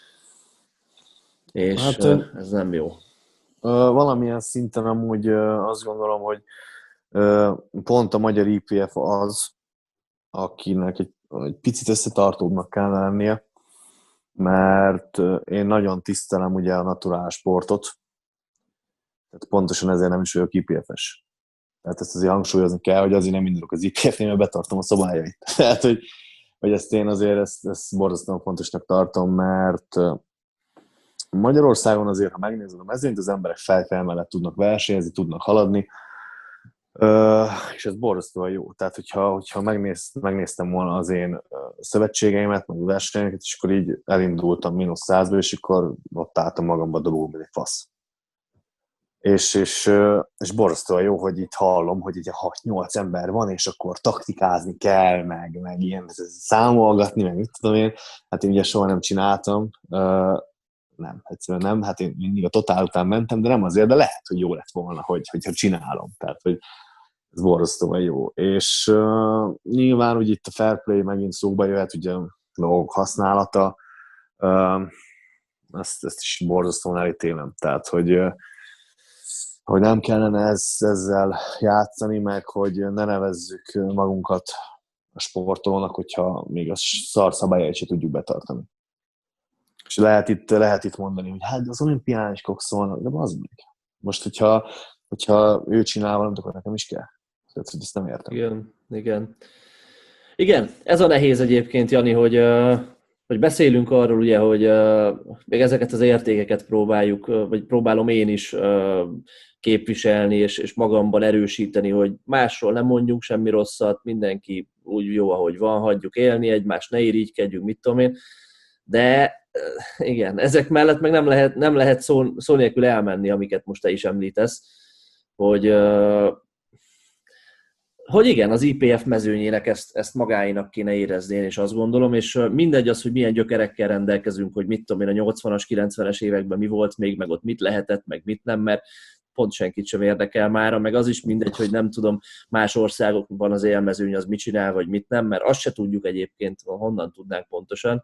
és hát, ez nem jó. Valamilyen szinten amúgy azt gondolom, hogy pont a magyar i pé ef az, akinek egy, egy picit összetartóbbnak kell lennie, mert én nagyon tisztelem ugye a naturál sportot, tehát pontosan ezért nem is vagyok i pé ef-es. Tehát ezt azért hangsúlyozni kell, hogy azért nem indulok az i pé ef-nél, mert betartom a szabályait. Tehát, hogy, hogy ezt én azért ezt, ezt borzasztóan fontosnak tartom, mert Magyarországon azért, ha megnézed a mezőnyt, az emberek fejfej mellett tudnak versenyezni, tudnak haladni, és ez borzasztóan jó. Tehát, hogyha, hogyha megnéz, megnéztem volna az én szövetségeimet, meg a versenyeket, és akkor így elindultam mínusz százból, és akkor ott álltam magamba dobogó, mint egy fasz. És, és, és borzasztóan jó, hogy itt hallom, hogy így hat-nyolc ember van, és akkor taktikázni kell, meg, meg ilyen számolgatni, meg mit tudom én. Hát én ugye soha nem csináltam. Nem, egyszerűen nem. Hát én mindig a totál után mentem, de nem azért, de lehet, hogy jó lett volna, hogy, hogyha csinálom. Tehát, hogy ez borzasztóan jó. És uh, nyilván, hogy itt a fair play megint szóba jöhet, ugye a logok használata, uh, ezt, ezt is borzasztóan elítélem. Tehát, hogy, uh, hogy nem kellene ez, ezzel játszani, meg hogy ne nevezzük magunkat a sportolónak, hogyha még a szar szabályait sem tudjuk betartani. És lehet itt, lehet itt mondani, hogy hát az olimpián is kokszolnak, de az meg. Most, hogyha, hogyha ő csinál valamit, akkor nekem is kell. Tehát, hogy ezt nem értem. Igen, igen. Igen, ez a nehéz egyébként, Jani, hogy, hogy beszélünk arról, ugye, hogy még ezeket az értékeket próbáljuk, vagy próbálom én is képviselni, és, és magamban erősíteni, hogy másról nem mondjunk semmi rosszat, mindenki úgy jó, ahogy van, hagyjuk élni egymást, ne irigykedjünk, mit tudom én. De igen, ezek mellett meg nem lehet, nem lehet szó, szó nélkül elmenni, amiket most te is említesz, hogy, hogy igen, az i pé ef mezőnyének ezt, ezt magáinak kéne érezni, én is azt gondolom, és mindegy az, hogy milyen gyökerekkel rendelkezünk, hogy mit tudom én, a nyolcvanas, kilencvenes években mi volt még, meg ott mit lehetett, meg mit nem, mert pont senkit sem érdekel mára, meg az is mindegy, hogy nem tudom, más országokban az élmezőny az mit csinál, vagy mit nem, mert azt se tudjuk egyébként, honnan tudnánk pontosan.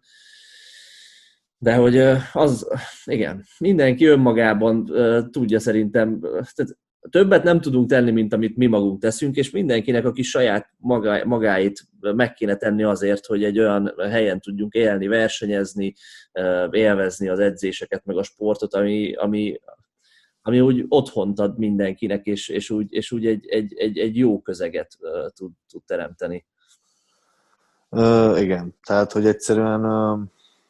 De hogy az, igen, mindenki önmagában tudja szerintem, tehát többet nem tudunk tenni, mint amit mi magunk teszünk, és mindenkinek, aki saját magá, magáit meg kéne tenni azért, hogy egy olyan helyen tudjunk élni, versenyezni, élvezni az edzéseket, meg a sportot, ami, ami, ami úgy otthont ad mindenkinek, és, és úgy, és úgy egy, egy, egy, egy jó közeget tud, tud teremteni. Uh, igen, tehát, hogy egyszerűen uh,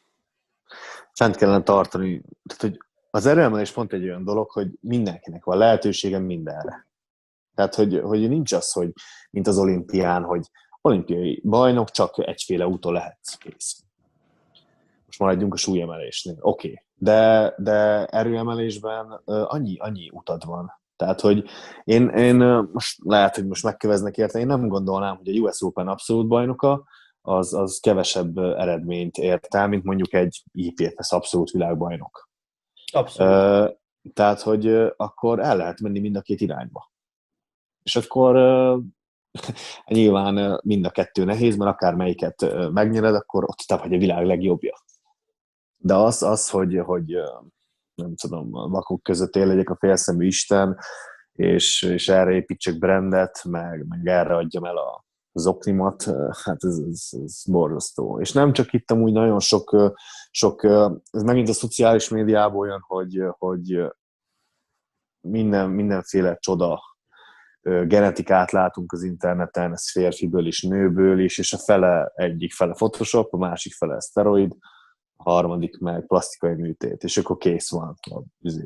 fent kellene tartani, tehát, hogy az erőemelés pont egy olyan dolog, hogy mindenkinek van lehetősége mindenre. Tehát, hogy, hogy nincs az, hogy mint az olimpián, hogy olimpiai bajnok csak egyféle úton lehetsz, kész. Most maradjunk a súlyemelésnél. Oké, okay. de, de erőemelésben uh, annyi, annyi utad van. Tehát, hogy én, én uh, most lehet, hogy most megköveznek érte, én nem gondolnám, hogy a u es Open abszolút bajnoka, az, az kevesebb eredményt ért el, mint mondjuk egy i pé ef abszolút világbajnok. Abszolút. Uh, tehát, hogy uh, akkor el lehet menni mind a két irányba. És akkor uh, nyilván uh, mind a kettő nehéz, mert akármelyiket uh, megnyered, akkor ott te vagy a világ legjobbja. De az, az hogy, hogy uh, nem tudom, a vakok között él legyek a félszemű Isten, és, és erre építsek brandet, meg, meg erre adjam el a zoknimat, hát ez, ez, ez borzasztó. És nem csak itt amúgy nagyon sok, sok ez megint a szociális médiából jön, hogy, hogy minden, mindenféle csoda genetikát látunk az interneten, ez férfiből is, nőből is, és a fele, egyik fele Photoshop, a másik fele szteroid, a harmadik meg plastikai műtét, és akkor kész van a,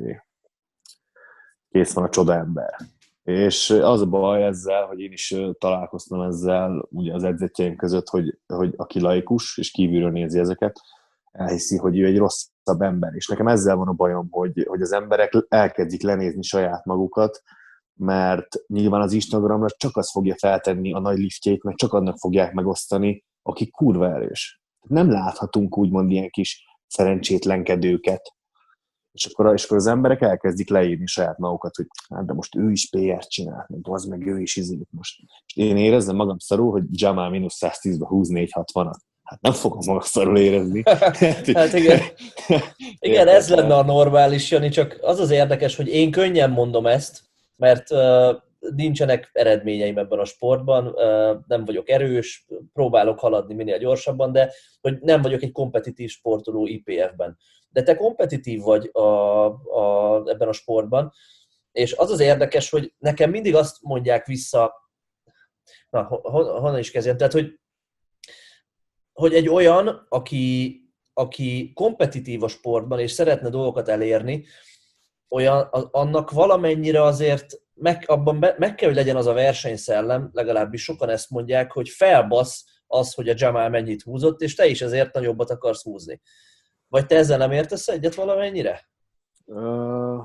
kész van a csoda ember. És az a baj ezzel, hogy én is találkoztam ezzel ugye az edzetjeim között, hogy, hogy aki laikus, és kívülről nézi ezeket, elhiszi, hogy ő egy rosszabb ember. És nekem ezzel van a bajom, hogy, hogy az emberek elkezdik lenézni saját magukat, mert nyilván az Instagramra csak az fogja feltenni a nagy liftjét, meg csak annak fogják megosztani, aki kurva erős. Nem láthatunk úgymond ilyen kis szerencsétlenkedőket, és akkor, és akkor az emberek elkezdik leírni saját magukat, hogy hát de most ő is pé er-t csinál, az meg ő is izélik most. És én érezzem magam szarul, hogy Jamal mínusz száztízbe húz négy hatvanat. Hát nem fogom magam szarul érezni. Hát igen. Igen, ez lenne a normális, Jani, csak az az érdekes, hogy én könnyen mondom ezt, mert uh, nincsenek eredményeim ebben a sportban, uh, nem vagyok erős, próbálok haladni minél gyorsabban, de hogy nem vagyok egy kompetitív sportoló i pé ef-ben. De te kompetitív vagy a, a, ebben a sportban, és az az érdekes, hogy nekem mindig azt mondják vissza, na, honnan is kezdjem, tehát, hogy, hogy egy olyan, aki, aki kompetitív a sportban, és szeretne dolgokat elérni, olyan, annak valamennyire azért meg, abban be, meg kell, hogy legyen az a versenyszellem, legalábbis sokan ezt mondják, hogy felbasz az, hogy a Jamal mennyit húzott, és te is ezért nagyobbat akarsz húzni. Vagy te ezzel nem értesz egyet valamennyire? Uh,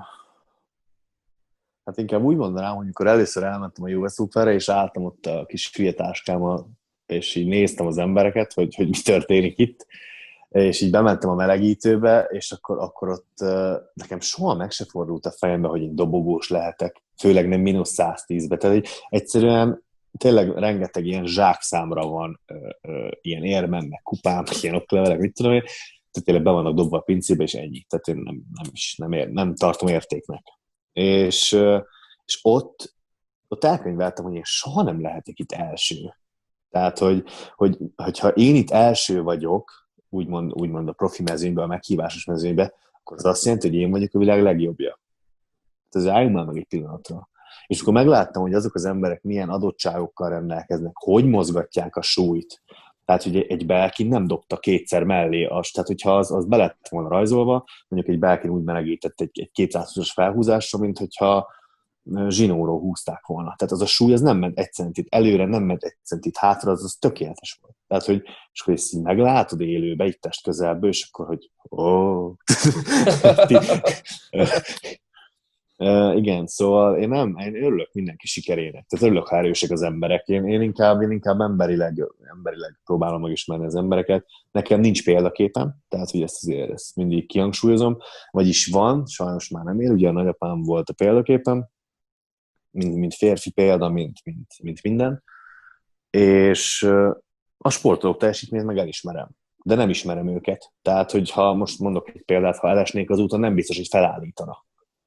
hát inkább úgy mondanám, hogy amikor először elmentem a u es Openre, és álltam ott a kis hülye táskámmal, és így néztem az embereket, hogy, hogy mi történik itt, és így bementem a melegítőbe, és akkor, akkor ott uh, nekem soha meg se fordult a fejembe, hogy én dobogós lehetek, főleg nem mínusz száztízbe. Tehát egy, egyszerűen tényleg rengeteg ilyen zsákszámra van, uh, uh, ilyen érmem, meg kupám, ilyen oklevelek, mit tudom én, tehát tényleg be vannak dobva a pincébe, és ennyi. Tehát én nem, nem, is, nem, ér, nem tartom értéknek. És, uh, és ott, ott elkönyveltem, hogy én soha nem lehetek itt első. Tehát, hogy, hogy, hogyha én itt első vagyok, úgymond, úgymond a profi mezőnyben, a meghívásos mezőnyben, akkor az azt jelenti, hogy én vagyok a világ legjobbja. Tehát ez álljunk már meg egy pillanatra. És akkor megláttam, hogy azok az emberek milyen adottságokkal rendelkeznek, hogy mozgatják a súlyt. Tehát, hogy egy Belkin nem dobta kétszer mellé azt. Tehát, hogyha az, az be lett volna rajzolva, mondjuk egy Belkin úgy melegített egy, egy kétszázhúszas felhúzásra, mint hogyha zsinóról húzták volna. Tehát az a súly, az nem ment egy centit előre, nem ment egy centit hátra, az, az tökéletes volt. Tehát, hogy és akkor ezt így meglátod élőbe, itt test közelből, és akkor, hogy ó. Igen, szóval én nem, én örülök mindenki sikerének. Tehát örülök, ha erősek az emberek. Én, én, inkább, én inkább emberileg, emberileg próbálom megismerni az embereket. Nekem nincs példaképem, tehát hogy ezt azért ezt mindig kihangsúlyozom. Vagyis van, sajnos már nem él, ugye a nagyapám volt a példaképem, mint, mint férfi példa, mint, mint, mint minden. És a sportolók teljesítményt meg elismerem. De nem ismerem őket. Tehát, hogyha most mondok egy példát, ha elesnék az úton, nem biztos, hogy felállítana.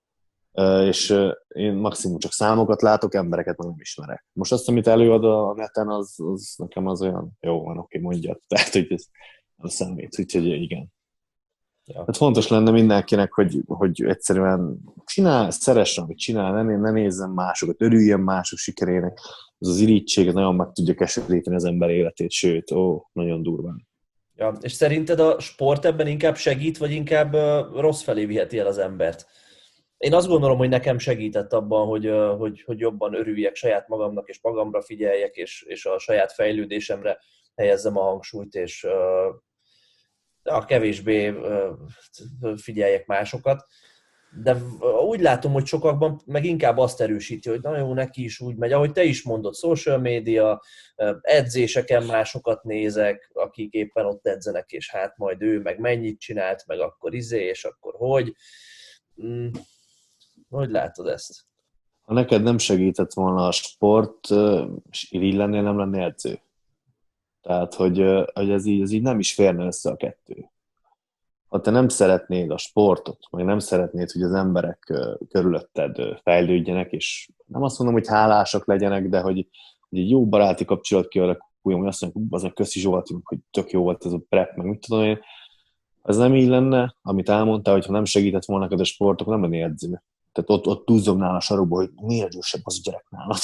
És én maximum csak számokat látok, embereket meg nem ismerek. Most azt, amit előad a neten, az, az nekem az olyan, jó van, oké, mondja. Tehát, hogy ez az számít, úgyhogy igen. Ja. Hát fontos lenne mindenkinek, hogy, hogy egyszerűen csinál, szeressen, amit csinál, ne, ne nézzen másokat, örüljön mások sikerének. Az az irigység nagyon meg tudja keseríteni az ember életét, sőt, ó, nagyon durván. Ja, és szerinted a sport ebben inkább segít, vagy inkább uh, rossz felé viheti el az embert? Én azt gondolom, hogy nekem segített abban, hogy, uh, hogy, hogy jobban örüljek saját magamnak, és magamra figyeljek, és, és a saját fejlődésemre helyezzem a hangsúlyt, és uh, a kevésbé uh, figyeljek másokat. De úgy látom, hogy sokakban meg inkább azt erősíti, hogy na jó, neki is úgy megy, ahogy te is mondod, social media, edzéseken másokat nézek, akik éppen ott edzenek, és hát majd ő meg mennyit csinált, meg akkor izé, és akkor hogy. Hmm. Hogy látod ezt? Ha neked nem segített volna a sport, és irigy lennél, nem lennél edző. Tehát, hogy, hogy ez, így, ez így nem is férne össze a kettő. Ha te nem szeretnéd a sportot, vagy nem szeretnéd, hogy az emberek körülötted fejlődjenek, és nem azt mondom, hogy hálásak legyenek, de hogy, hogy egy jó baráti kapcsolat kialakuljon, hogy azt mondjuk, az a köszi Zsolt, hogy tök jó volt ez a prep, meg mit tudom én, ez nem így lenne, amit elmondtál, hogy ha nem segített volna neked a sportok, nem lennél edző. Tehát ott, ott duzzognáll a sarokba, hogy miért gyorsebb az a gyerek nála.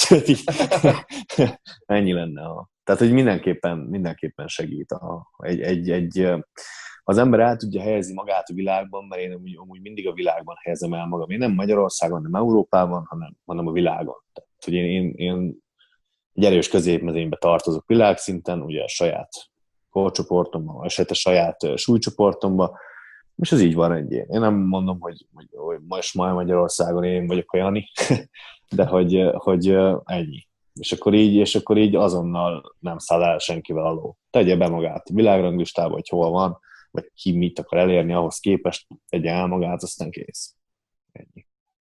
Ennyi lenne. A... Tehát, hogy mindenképpen, mindenképpen segít. A, egy, egy, egy, az ember el tudja helyezni magát a világban, mert én amúgy, amúgy mindig a világban helyezem el magam. Én nem Magyarországon, nem Európában, hanem, hanem a világon. Tehát, hogy én, én, én egy erős középmezőnybe tartozok világszinten, ugye a saját korcsoportomban, vagy a saját súlycsoportomban, és ez így van egy én. Én nem mondom, hogy, hogy, hogy most majd Magyarországon én vagyok a Jani, de hogy, hogy ennyi. És akkor így, és akkor így azonnal nem száll el senkivel alól. Tegye be magát világranglistába, hogy hol van, vagy ki mit akar elérni, ahhoz képest tegye el magát, aztán kész. Ennyi.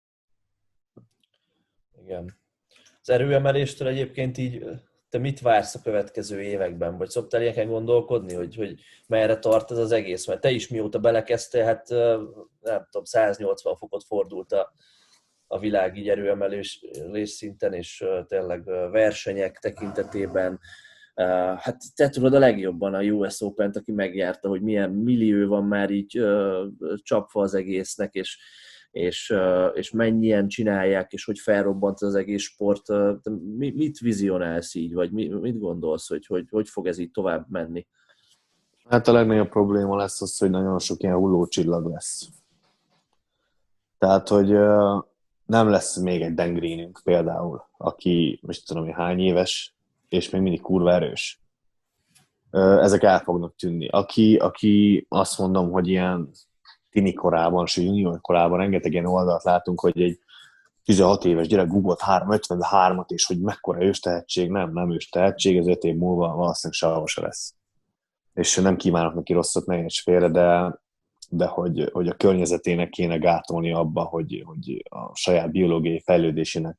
Igen. Az erőemeléstől egyébként így te mit vársz a következő években? Vagy szoktál ilyenken gondolkodni, hogy, hogy merre tart ez az egész? Mert te is mióta belekezdtél, hát nem tudom, száznyolcvan fokot fordult a, a világ így erőemelés szinten, és tényleg versenyek tekintetében. Hát te tudod a legjobban a U S Open-t, aki megjárta, hogy milyen millió van már így csapva az egésznek, és és, és mennyien csinálják, és hogy felrobbant az egész sport. Mit vizionálsz így, vagy mit gondolsz, hogy hogy, hogy fog ez így tovább menni? Hát a legnagyobb probléma lesz az, hogy nagyon sok ilyen hullócsillag lesz. Tehát, hogy nem lesz még egy Dan Greenünk például, aki, most tudom én hány éves, és még mindig kurva erős. Ezek el fognak tűnni. Aki, aki azt mondom, hogy ilyen tini korában, és junior korában rengeteg ilyen oldalt látunk, hogy egy tizenhat éves gyerek gugolt háromszázötvenhármat, és hogy mekkora őstehetség, nem, nem őstehetség, ez öt év múlva valószínűleg sehova se lesz. És nem kívánok neki rosszat, ne érts félre, de, de hogy, hogy a környezetének kéne gátolni abba, hogy, hogy a saját biológiai fejlődésének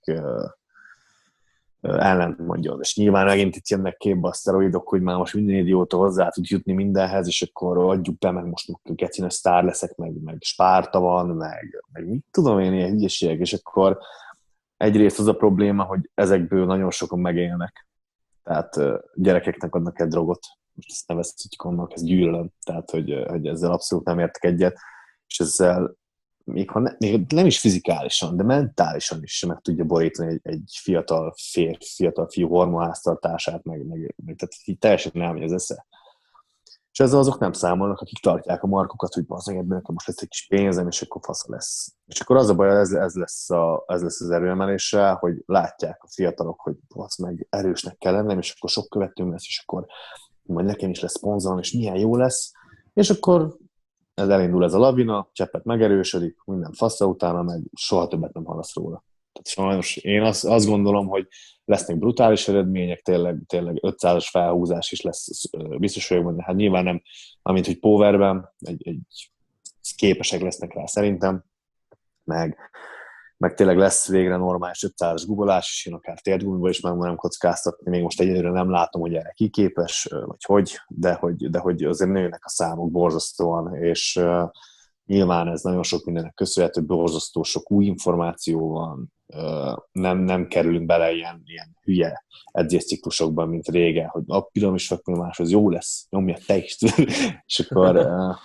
ellent mondjon. És nyilván megint itt jönnek képbe a szteroidok, hogy már most minden idióta hozzá tud jutni mindenhez, és akkor adjuk be, meg most gecina sztár leszek, meg, meg Spárta van, meg, meg mit tudom én, ilyen hülyeségek, és akkor egyrészt az a probléma, hogy ezekből nagyon sokan megélnek. Tehát gyerekeknek adnak egy drogot, most ezt nevezhetjük annak, ez gyűlölöm, tehát hogy, hogy ezzel abszolút nem értek egyet, és ezzel még, ha ne, még nem is fizikálisan, de mentálisan is meg tudja borítani egy, egy fiatal férfi, fiatal fiú hormonháztartását, meg, meg, meg tehát így teljesen elmegy az esze. És ezzel azok nem számolnak, akik tartják a markokat, hogy bazdmeg ebből nekem most lesz egy kis pénzem, és akkor fasza lesz. És akkor az a baj, ez, ez, lesz, a, ez lesz az erőemeléssel, hogy látják a fiatalok, hogy bazdmeg erősnek kell lennem, és akkor sok követőm lesz, és akkor majd nekem is lesz szponzorom, és milyen jó lesz. És akkor ez elindul ez a lavina, cseppet megerősödik, minden fassa utána, meg soha többet nem hallasz róla. Tehát sajnos én azt, azt gondolom, hogy lesznek brutális eredmények, tényleg, tényleg ötszázas felhúzás is lesz biztos vagyok benne. Hát nyilván nem, amint hogy powerben, egy, egy képesek lesznek rá szerintem, meg, meg tényleg lesz végre normális ötszázas guggolás, és én akár térdgumiból is meg nem kockáztatni. Még most egyelőre nem látom, hogy erre kiképes, vagy hogy, de hogy, de hogy azért nőnek a számok borzasztóan, és uh, nyilván ez nagyon sok mindennek köszönhető, borzasztó sok új információ van, uh, nem, nem kerülünk bele ilyen, ilyen hülye edzésciklusokban, mint régen, hogy a piramis fekvőmás az jó lesz, nyomja te is. És akkor uh,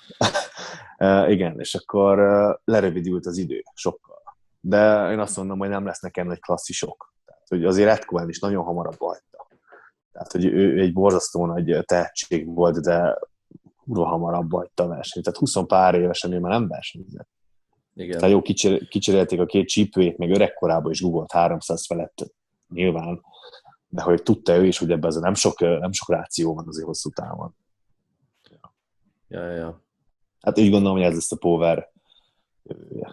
uh, igen, és akkor uh, lerövidült az idő sokkal. De én azt mondom, hogy nem lesz nekem nagy klasszisok. Tehát, hogy azért Ed Cohen is nagyon hamarabb hagyta. Tehát, hogy ő egy borzasztó nagy tehetség volt, de kurva hamarabb hagyta a versenyt. Tehát húsz pár évesen ő már nem versenyzett. Igen. Tehát jó, kicser, kicserélték a két csípőjét, meg öregkorában is guggolt háromszáz felett nyilván. De hogy tudta ő is, hogy ebben nem sok, nem sok ráció van azért hosszú távon. Ja, ja, ja. Hát így gondolom, hogy ez lesz a power jövője.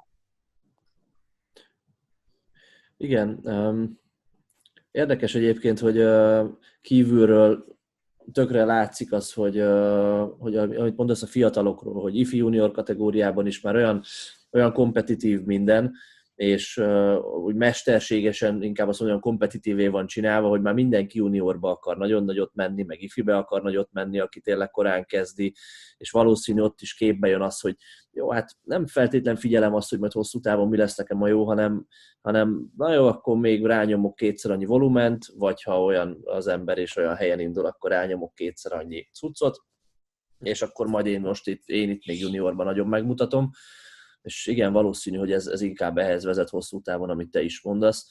Igen. Um, érdekes egyébként, hogy uh, kívülről tökre látszik az, hogy, uh, hogy amit mondasz a fiatalokról, hogy ifi junior kategóriában is már olyan, olyan kompetitív minden, és uh, úgy mesterségesen inkább azt mondom, kompetitívé van csinálva, hogy már mindenki juniorba akar nagyon nagyot menni, meg ifibe akar nagyot menni, aki tényleg korán kezdi, és valószínű ott is képbe jön az, hogy jó, hát nem feltétlen figyelem azt, hogy majd hosszú távon mi lesz nekem a jó, hanem, hanem na jó, akkor még rányomok kétszer annyi volument, vagy ha olyan az ember és olyan helyen indul, akkor rányomok kétszer annyi cuccot, és akkor majd én most itt, én itt még juniorban nagyon megmutatom. És igen, valószínű, hogy ez, ez inkább ehhez vezet hosszú távon, amit te is mondasz.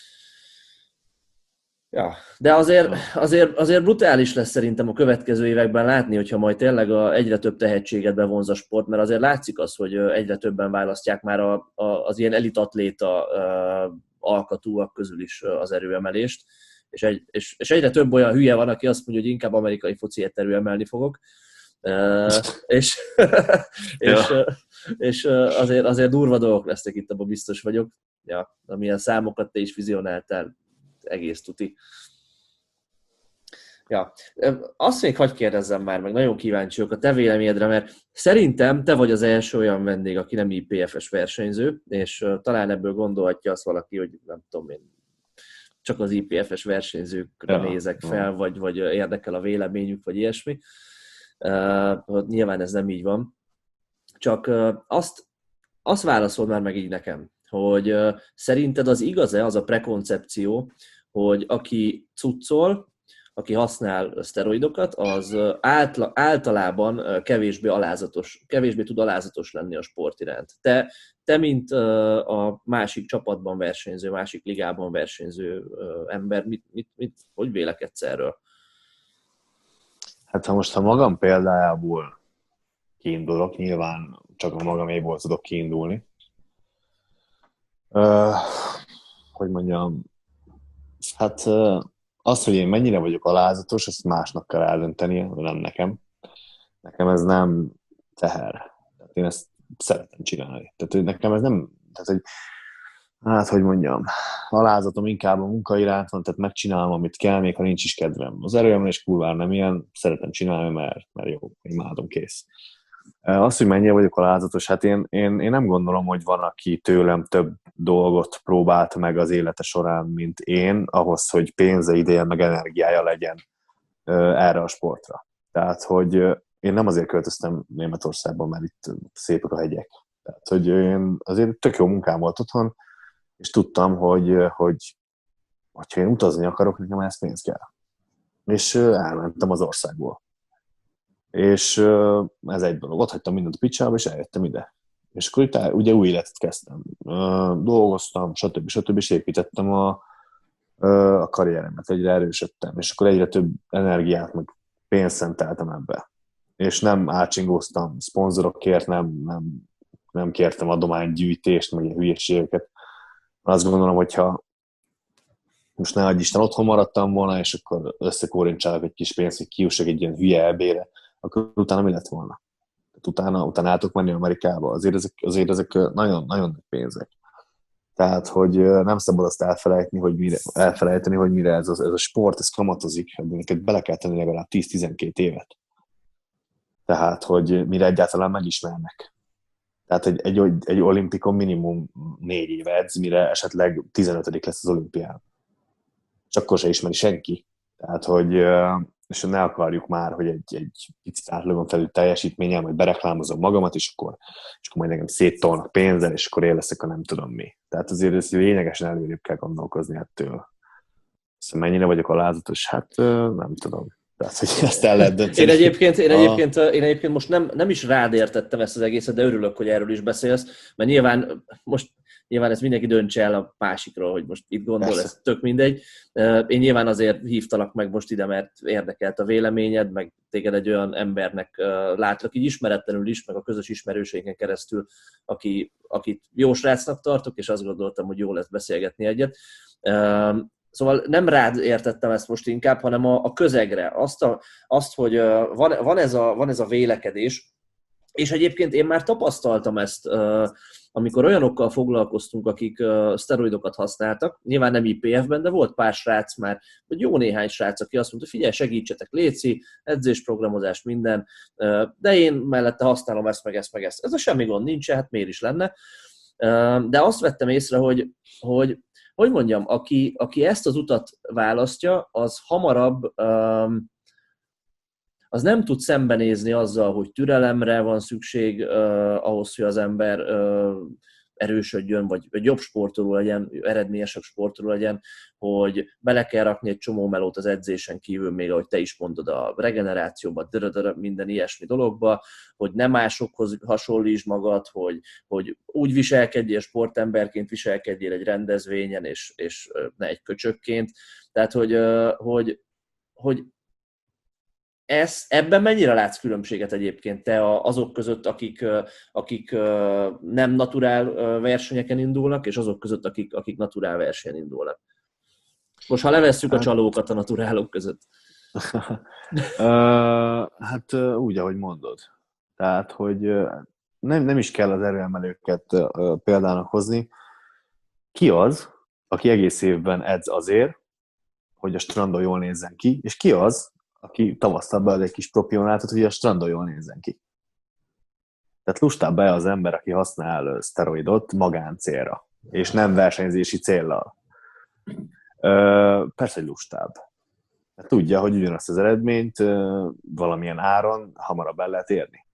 Ja, de azért, azért, azért brutális lesz szerintem a következő években látni, hogyha majd tényleg a, egyre több tehetséget bevonz a sport, mert azért látszik az, hogy egyre többen választják már a, a, az ilyen elitatléta uh, alkatúak közül is az erőemelést, és, egy, és, és egyre több olyan hülye van, aki azt mondja, hogy inkább amerikai fociért erőemelni fogok. Uh, és, és, ja. és azért, azért durva dolgok lesznek itt, abban biztos vagyok. Ja, amilyen számokat te is vizionáltál, egész tuti. Ja, azt még hadd kérdezzem már, meg nagyon kíváncsi vagyok a te véleményedre, mert szerintem te vagy az első olyan vendég, aki nem i pé ef-es versenyző, és uh, talán ebből gondolhatja azt valaki, hogy nem tudom én, csak az i pé ef-es versenyzőkre Ja, nézek ja. fel, vagy, vagy érdekel a véleményük, vagy ilyesmi. Uh, nyilván ez nem így van. Csak uh, azt, azt válaszol már meg így nekem, hogy uh, szerinted az igaz-e az a prekoncepció, hogy aki cuccol, aki használ szteroidokat, az áltla, általában kevésbé alázatos, kevésbé tud alázatos lenni a sport iránt. Te, te mint a másik csapatban versenyző, másik ligában versenyző ember, mit, mit, mit, hogy vélekedsz erről? Hát ha most a magam példájából kiindulok, nyilván csak a magaméból tudok kiindulni. Uh, hogy mondjam, hát uh, az, hogy én mennyire vagyok alázatos, azt másnak kell eldöntenie, nem nekem. Nekem ez nem teher. Tehát én ezt szeretem csinálni. Tehát hogy nekem ez nem, tehát hogy, hát hogy mondjam, alázatom inkább a munka iránt van, tehát megcsinálom, amit kell, még ha nincs is kedvem. Az erőemelés kurvára nem ilyen, szeretem csinálni, mert, mert jó, imádom, kész. Az, hogy mennyire vagyok alázatos, hát én, én, én nem gondolom, hogy van, aki tőlem több dolgot próbált meg az élete során, mint én, ahhoz, hogy pénze, ideje, meg energiája legyen erre a sportra. Tehát, hogy én nem azért költöztem Németországban, mert itt szépek a hegyek. Tehát, hogy én azért tök jó munkám volt otthon, és tudtam, hogy, hogy hogyha én utazni akarok, nekem ez pénz kell. És elmentem az országból. És ez egy dolog. Ott hagytam mindent a picsába, és eljöttem ide. És akkor itt ugye új életet kezdtem. Dolgoztam, stb. stb. És építettem a, a karrieremet, egyre erősödtem. És akkor egyre több energiát, meg pénzt szenteltem ebbe. És nem átsingóztam szponzorokért, nem, nem, nem kértem adománygyűjtést, meg ilyen hülyeségeket. Azt gondolom, hogyha most ne adj Isten, otthon maradtam volna, és akkor összekórincsálok egy kis pénzt, hogy kiussak egy ilyen hülye ebére, akkor utána mi lett volna? Tehát utána, utána el tudok menni Amerikába. Azért ezek, azért ezek nagyon, nagyon nagy pénzek. Tehát, hogy nem szabad azt elfelejteni, hogy mire, elfelejteni, hogy mire ez a, ez a sport, ez kamatozik, ebben neked bele kell tenni legalább tíz-tizenkét évet. Tehát, hogy mire egyáltalán megismernek. Tehát egy, egy, egy olimpikon minimum négy éve edz, mire esetleg tizenötödik lesz az olimpián. És akkor se ismeri senki. Tehát, hogy és ne akarjuk már, hogy egy, egy picit átlagon felül teljesítménnyel, majd bereklámozom magamat, és akkor, és akkor majd engem széttolnak pénzzel, és akkor én leszek a nem tudom mi. Tehát azért ez lényegesen előrébb kell gondolkozni ettől. Szóval mennyire vagyok alázatos? Hát nem tudom. Tehát, hogy ezt el lehet dönteni. Én egyébként, én egyébként, én egyébként most nem, nem is rád értettem ezt az egészet, de örülök, hogy erről is beszélsz, mert nyilván most nyilván ezt mindenki döntse el a másikról, hogy most itt gondol, Persze. Ez tök mindegy. Én nyilván azért hívtalak meg most ide, mert érdekelt a véleményed, meg téged egy olyan embernek látlak, így ismeretlenül is, meg a közös ismerőségeken keresztül, aki, akit jó srácnak tartok, és azt gondoltam, hogy jó lesz beszélgetni egyet. Szóval nem rád értettem ezt most inkább, hanem a, a közegre. Azt, a, azt hogy van, van, ez a, van ez a vélekedés, és egyébként én már tapasztaltam ezt, amikor olyanokkal foglalkoztunk, akik szteroidokat használtak, nyilván nem i pé ef-ben, de volt pár srác már, vagy jó néhány srác, aki azt mondta, figyelj, segítsetek, léci, edzésprogramozás, minden, de én mellette használom ezt, meg ezt, meg ezt. Ez a semmi gond nincs, hát miért is lenne. De azt vettem észre, hogy, hogy hogy mondjam, aki, aki ezt az utat választja, az hamarabb um, az nem tud szembenézni azzal, hogy türelemre van szükség uh, ahhoz, hogy az ember uh, erősödjön, vagy, vagy jobb sportoló legyen, eredményesebb sportoló legyen, hogy bele kell rakni egy csomó melót az edzésen kívül, még ahogy te is mondod, a regenerációba, dörödörö, minden ilyesmi dologba, hogy nem másokhoz hasonlíts magad, hogy, hogy úgy viselkedjél, sportemberként viselkedjél egy rendezvényen, és, és ne egy köcsökként. Tehát, hogy, hogy, hogy Ez, ebben mennyire látsz különbséget egyébként te azok között, akik, akik nem naturál versenyeken indulnak, és azok között, akik, akik naturál versenyen indulnak? Most ha levesszük a csalókat a naturálok között. Hát úgy, ahogy mondod. Tehát, hogy nem, nem is kell az erőemelőket példának hozni. Ki az, aki egész évben edz azért, hogy a strandon jól nézzen ki, és ki az, aki tavasztal bead egy kis propionátot, hogy a strandon jól nézzen ki. Tehát lustább be az ember, aki használ szteroidot magáncélra, és nem versenyzési céllal. Ö, persze, hogy lustább. Mert tudja, hogy ugyanazt az eredményt ö, valamilyen áron hamarabb el lehet érni.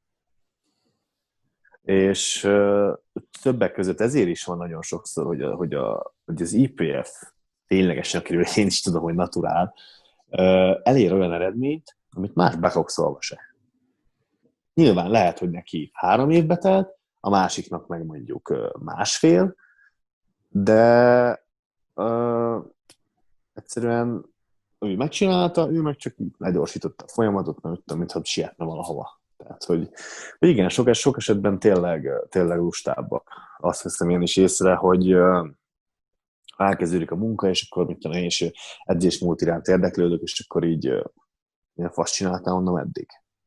És ö, többek között ezért is van nagyon sokszor, hogy, a, hogy, a, hogy az i pé ef ténylegesen kerül, én is tudom, hogy naturál, ö, elér olyan eredményt, amit más befokszolva se. Nyilván lehet, hogy neki három évbe telt, a másiknak meg mondjuk másfél, de ö, egyszerűen ő megcsinálta, ő meg csak legyorsította a folyamatot, mert tudom, mintha sietne valahova. Tehát, hogy, hogy igen, sok, sok esetben tényleg, tényleg lustábbak. Azt veszem én is észre, hogy ö, elkezdődik a munka, és akkor mit tudom én, és edzés múlt iránt érdeklődök, és akkor így ö, milyen fasz csináltál, mondom eddig.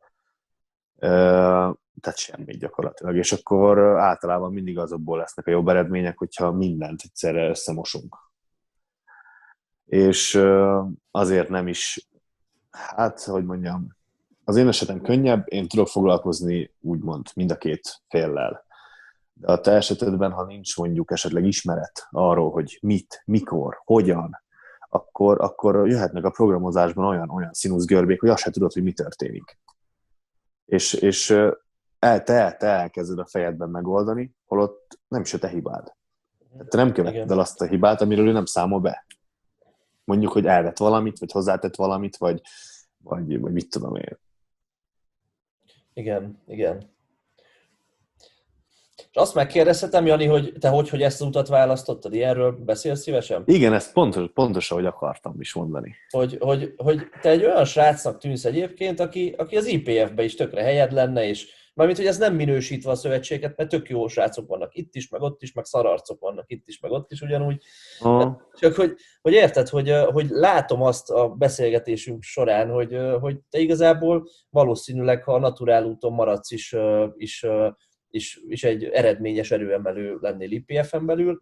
Tehát semmit gyakorlatilag, és akkor általában mindig azokból lesznek a jobb eredmények, hogyha mindent egyszerre összemosunk. És azért nem is, hát, hogy mondjam, az én esetem könnyebb, én tudok foglalkozni úgymond mind a két féllel. De a te esetedben, ha nincs mondjuk esetleg ismeret arról, hogy mit, mikor, hogyan, akkor, akkor jöhetnek a programozásban olyan, olyan színuszgörbék, hogy azt se tudod, hogy mi történik. És, és el, te, te elkezded a fejedben megoldani, holott nem is a te hibád. Te nem követted el azt a hibát, amiről ő nem számol be. Mondjuk, hogy elvett valamit, vagy hozzátett valamit, vagy, vagy, vagy mit tudom én. Igen, igen. És azt megkérdezhetem, Jani, hogy te hogy, hogy ezt az utat választottad? Ilyenről beszélsz szívesen? Igen, ezt pontos, pontos, ahogy akartam is mondani. Hogy, hogy, hogy te egy olyan srácnak tűnsz egyébként, aki, aki az i pé ef-be is tökre helyed lenne, és mármint, hogy ez nem minősítve a szövetséget, mert tök jó srácok vannak itt is, meg ott is, meg szararcok vannak itt is, meg ott is ugyanúgy. Ah. Csak hogy, hogy érted, hogy, hogy látom azt a beszélgetésünk során, hogy, hogy te igazából valószínűleg, ha a naturál úton maradsz is, is, is, is egy eredményes erőemelő lennél i pé ef-en belül.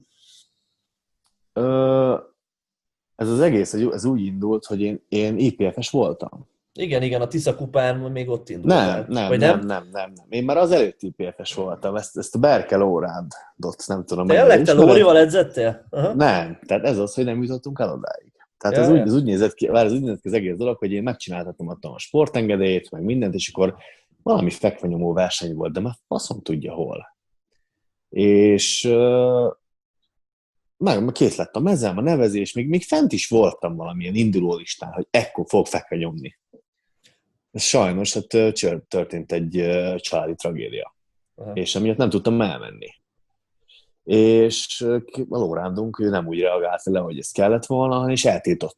Ö, ez az egész, ez úgy indult, hogy én, én i pé ef-es voltam. Igen, igen, a Tisza kupán még ott indult. Nem, nem, Vagy nem, nem, nem, nem, nem. Én már az előtt i pé ef-es voltam. Ezt, ezt a Berke Lórándot nem tudom. Tényleg, te Lórival edzettél? Aha. Nem, tehát ez az, hogy nem jutottunk el odáig. Tehát Ja, ez, úgy, ja. ez úgy nézett ki, vár, ez úgy nézett ki az egész dolog, hogy én megcsináltattam a sportengedélyt, meg mindent, és akkor valami fekvenyomó verseny volt, de már faszom tudja hol. És uh, meg két lett a mezem, a nevezés, még, még fent is voltam valamilyen indulólistán, hogy ekkor fog fekve nyomni. Sajnos hát történt egy családi tragédia, aha, és emiatt nem tudtam elmenni. És a Lórándunk ő nem úgy reagált le, hogy ez kellett volna, hanem is eltiltott.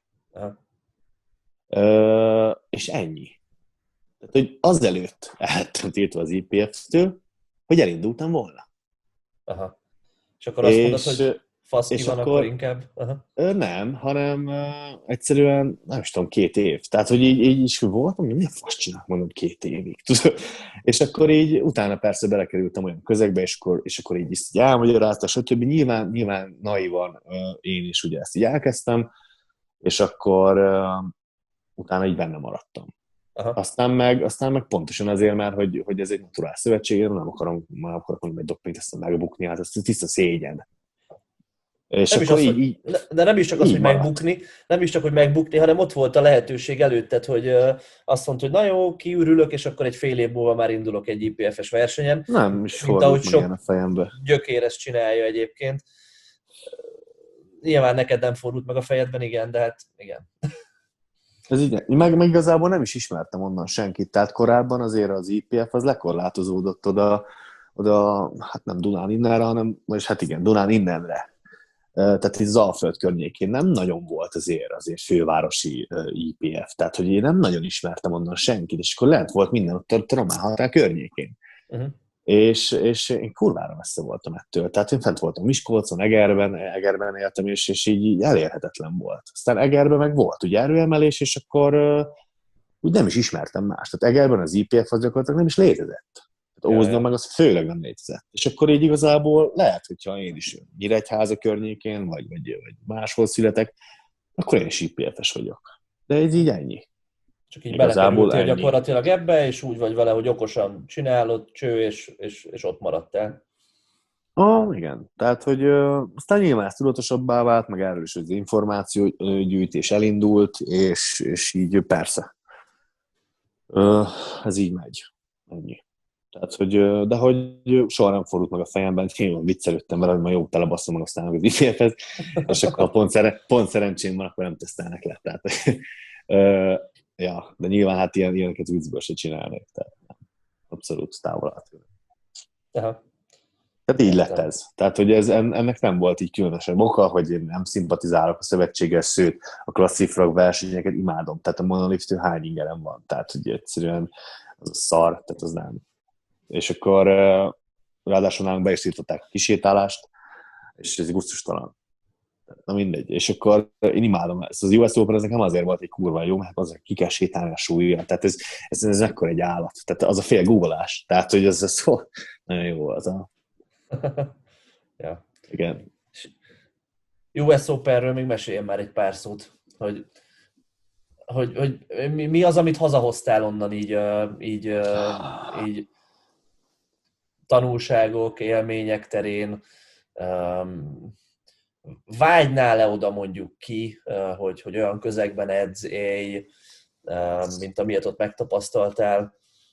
Ö, és ennyi. Tehát, hogy azelőtt el lettem tiltva az i pé ef-től, hogy elindultam volna. Aha. És akkor azt és, mondod, hogy fasz ki van, akkor, akkor inkább? Aha. Nem, hanem uh, egyszerűen, nem is tudom, két év. Tehát, hogy így, így is voltam, hogy milyen fasz csinálok, mondom, két évig. Tudod? És akkor így utána persze belekerültem olyan közegbe, és akkor, és akkor így is így elmagyarázta, stb. Nyilván, nyilván naivan uh, én is ugye ezt így elkezdtem, és akkor uh, utána így benne maradtam. Aha. Aztán meg, aztán meg pontosan azért, mert hogy, hogy ez egy naturál szövetség, én nem akarom, már akarok mondani, egy dopingt ezt megbukni, hát ez tiszta szégyen. És nem akkor is így, az, hogy, így, de nem is csak az, hogy maradt. megbukni, nem is csak, hogy megbukni, hanem ott volt a lehetőség előtted, hogy azt mondta, hogy na jó, kiürülök, és akkor egy fél év múlva már indulok egy i pé ef-es versenyen. Nem is fordult meg ilyen a fejembe. Gyökér ezt csinálja egyébként. Nyilván neked nem fordult meg a fejedben, igen, de hát igen. Ez így, meg, meg igazából nem is ismertem onnan senkit, tehát korábban azért az i pé ef az lekorlátozódott oda, oda hát nem Dunán innenre, hanem, és hát igen, Dunán innenre. Tehát itt Zalföld környékén nem nagyon volt azért, azért fővárosi i pé ef, tehát hogy én nem nagyon ismertem onnan senkit, és akkor lehet volt minden ott a Román határ környékén. Uh-huh. És, és én kurvára messze voltam ettől. Tehát én fent voltam Miskolcon, Egerben, Egerben éltem, és, és így, így elérhetetlen volt. Aztán Egerben meg volt ugye erőemelés, és akkor uh, úgy nem is ismertem más. Tehát Egerben az i pé ef az gyakorlatilag nem is létezett. Tehát Ózdon meg az főleg nem létezett. És akkor így igazából lehet, hogyha én is Nyíregyháza környékén, vagy, vagy, vagy máshol születek, akkor én is i pé ef-es vagyok. De ez így ennyi. Csak így Igazából belekerültél ennyi. gyakorlatilag ebbe, és úgy vagy vele, hogy okosan csinálod, cső, és, és, és ott maradtál. Ah, igen. Tehát, hogy uh, aztán nyilván ez tudatosabbá vált, meg erről is az információgyűjtés elindult, és, és így persze. Uh, ez így megy. Ennyi. Tehát, hogy, uh, de hogy soha nem fordult meg a fejemben, én viccelődtem vele, hogy ma jó telebasszom meg aztán az i pé ef-et, és akkor pont, szeren- pont szerencsém van, akkor nem tesztelnek le. Tehát, uh, ja, de nyilván hát ilyen, ilyeneket viccből se csinálnék. Tehát abszolút távol állt. Aha. Tehát így lett ez. Tehát, hogy ez, ennek nem volt így különösebb oka, hogy én nem szimpatizálok a szövetséggel, sőt, a klasszifrag versenyeket imádom. Tehát a monoliftő hány ingerem van. Tehát, hogy egyszerűen az a szar, tehát az nem. És akkor ráadásul nálunk be is tiltották a kisétálást, és ez gusztustalan. Na mindegy. És akkor én imádom ezt. Az u es Open ez nekem azért volt egy kurva jó, mert azért ki kell sétálni a súlyjal. Tehát ez, ez, ez ekkor egy állat. Tehát az a fél googolás. Tehát, hogy ez, ez szó, nagyon jó volt. A... ja. Igen. u es Openről még meséljen már egy pár szót, hogy, hogy, hogy mi, mi az, amit hazahoztál onnan így, így, így tanulságok, élmények terén. Vágynál-e oda mondjuk ki, hogy, hogy olyan közegben edz, élj, mint amilyet ott megtapasztaltál?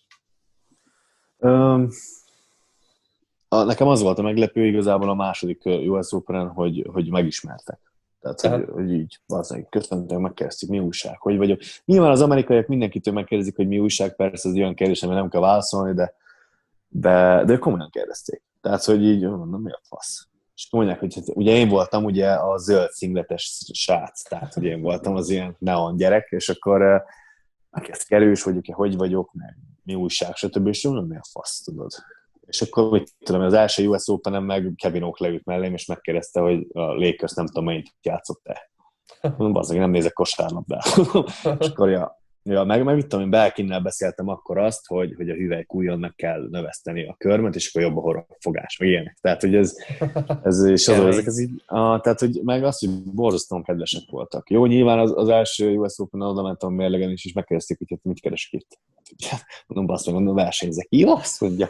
Um, a, nekem az volt a meglepő igazából a második u es Open-en, hogy, hogy megismertek. Tehát, hogy, hogy így, valószínűleg köszöntök, megkérdezték, mi újság, hogy vagyok. Nyilván az amerikaiak mindenkitől megkérdezik, hogy mi újság, persze ez olyan kérdés, amire nem kell válaszolni, de, de, de komolyan kérdezték. Tehát, hogy így, mondom, mi a fasz? És mondják, hogy hát, ugye én voltam ugye a zöld szingletes srác, tehát ugye én voltam az ilyen neon gyerek, és akkor megkezd kerős vagyok, hogy vagyok, meg mi újság, stb. És mondom, mi a fasz, tudod. És akkor mit tudom, az első u es Open-en meg Kevin Oak leült mellém, és megkérdezte, hogy a Lakers nem tudom, mennyit játszott-e. Mondom, bazdmeg, nem nézek kosárlabdát. És akkor ja, ja, meg, meg mit tudom, én Belkinnel beszéltem akkor azt, hogy, hogy a hüvelykújon meg kell növeszteni a körmöt, és akkor jobb a horogfogás, meg ilyenek. Tehát, hogy ez, ez és az, ezek az így, ah, tehát, hogy meg azt, hogy borzasztóan kedvesek voltak. Jó, nyilván az, az első u es Open-en oda mentem a mérlegen is, és megkérdezték, hogy mit keresek itt. Mondom, azt meg mondom, versenyzek. Jó, azt mondja.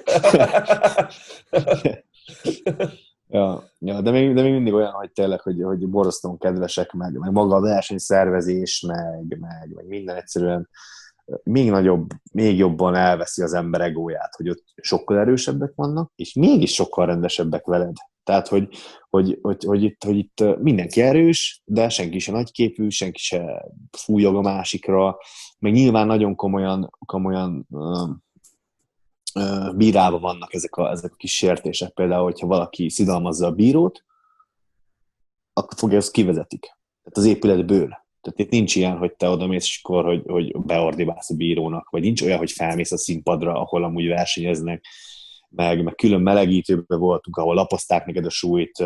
Ja, ja, de, még, de még mindig olyan, hogy tényleg, hogy, hogy borzasztóan kedvesek, meg, meg maga a versenyszervezés, meg, meg, meg minden egyszerűen még nagyobb, még jobban elveszi az ember egóját, hogy ott sokkal erősebbek vannak, és mégis sokkal rendesebbek veled. Tehát, hogy, hogy, hogy, hogy, itt, hogy itt mindenki erős, de senki se nagyképű, senki se fújog a másikra, meg nyilván nagyon komolyan, komolyan bírálva vannak ezek a, ezek a kis sértések. Például, hogyha valaki szidalmazza a bírót, akkor fogja, azt kivezetik. Tehát az épületből. Tehát itt nincs ilyen, hogy te odamész, és akkor, hogy, hogy beordibálsz a bírónak, vagy nincs olyan, hogy felmész a színpadra, ahol amúgy versenyeznek, meg, meg külön melegítőben voltunk, ahol lapozták neked a súlyt,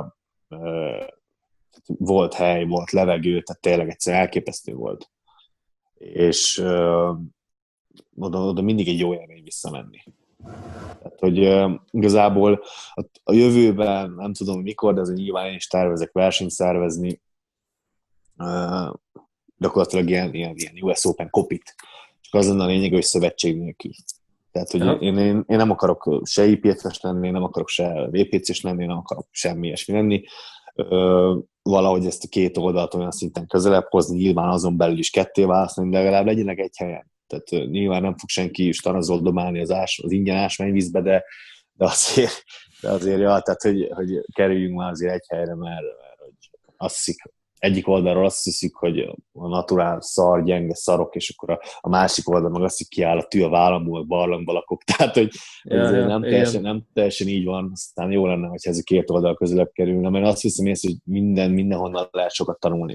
volt hely, volt levegő, tehát tényleg egyszerűen elképesztő volt. És oda, oda mindig egy jó élmény visszamenni. Tehát, hogy uh, igazából a, a jövőben, nem tudom mikor, de azért nyilván én is tervezek versenyt szervezni, uh, gyakorlatilag ilyen, ilyen, ilyen u es Open kopit. Csak az lenne a lényeg, hogy szövetség nélkül. Tehát, hogy én, én, én nem akarok se i pé ef-es lenni, nem akarok se vé pé cés lenni, nem akarok semmi ilyesmi lenni. Uh, valahogy ezt a két oldalt olyan szinten közelebb hozni, nyilván azon belül is ketté választani, de legalább legyenek egy helyen. Tehát nyilván nem fog senki starazol dobálni az, ás, az ingyen ásványvízbe, de, de azért, de azért ja, tehát hogy, hogy kerüljünk már azért egy helyre, mert, mert hogy azt hiszik, egyik oldalról azt hiszik, hogy a naturál szar, gyenge szarok, és akkor a, a másik oldal meg azt, hogy kiáll a tű a vállamból, barlangba lakok. Tehát, hogy ez ja, nem, teljesen, nem teljesen így van, aztán jó lenne, hogyha ez a két oldal közelebb kerülne, mert azt hiszem ész, hogy minden, mindenhonnan lehet sokat tanulni.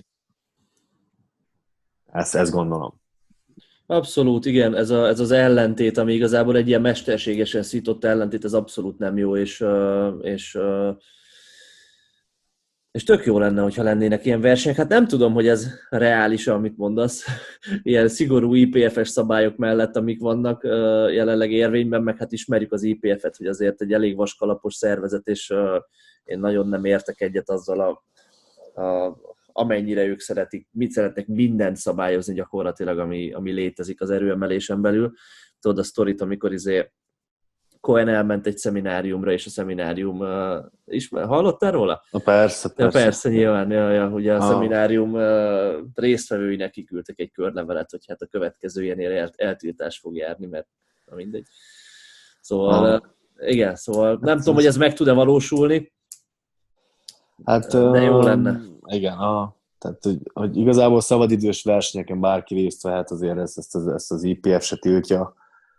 Ezt, ezt gondolom. Abszolút, igen, ez, a, ez az ellentét, ami igazából egy ilyen mesterségesen szított ellentét, ez abszolút nem jó, és, és, és tök jó lenne, hogyha lennének ilyen versenyek. Hát nem tudom, hogy ez reális, amit mondasz, ilyen szigorú i pé ef-es szabályok mellett, amik vannak jelenleg érvényben, meg hát ismerjük az i pé ef-et, hogy azért egy elég vaskalapos szervezet, és én nagyon nem értek egyet azzal a, a amennyire ők szeretik, mit szeretnek mindent szabályozni gyakorlatilag, ami, ami létezik az erőemelésen belül. Tudod a sztorit, amikor izé Cohen elment egy szemináriumra, és a szeminárium, uh, ismer, hallottál róla? Na persze, persze. Ja, persze, nyilván, ja, ja, ugye a ah. szeminárium uh, résztvevőinek kiküldtek egy körlevelet, hogy hát a következő ilyenél el, eltiltás fog járni, mert na mindegy. Szóval, ah. uh, igen, szóval nem hát tudom, hogy ez meg tud-e valósulni, hát, de jó lenne. Um, igen, ah. Tehát, hogy, hogy igazából szabadidős versenyeken bárki részt vehet, azért ezt, ezt, az, ezt az i pé ef se tiltja.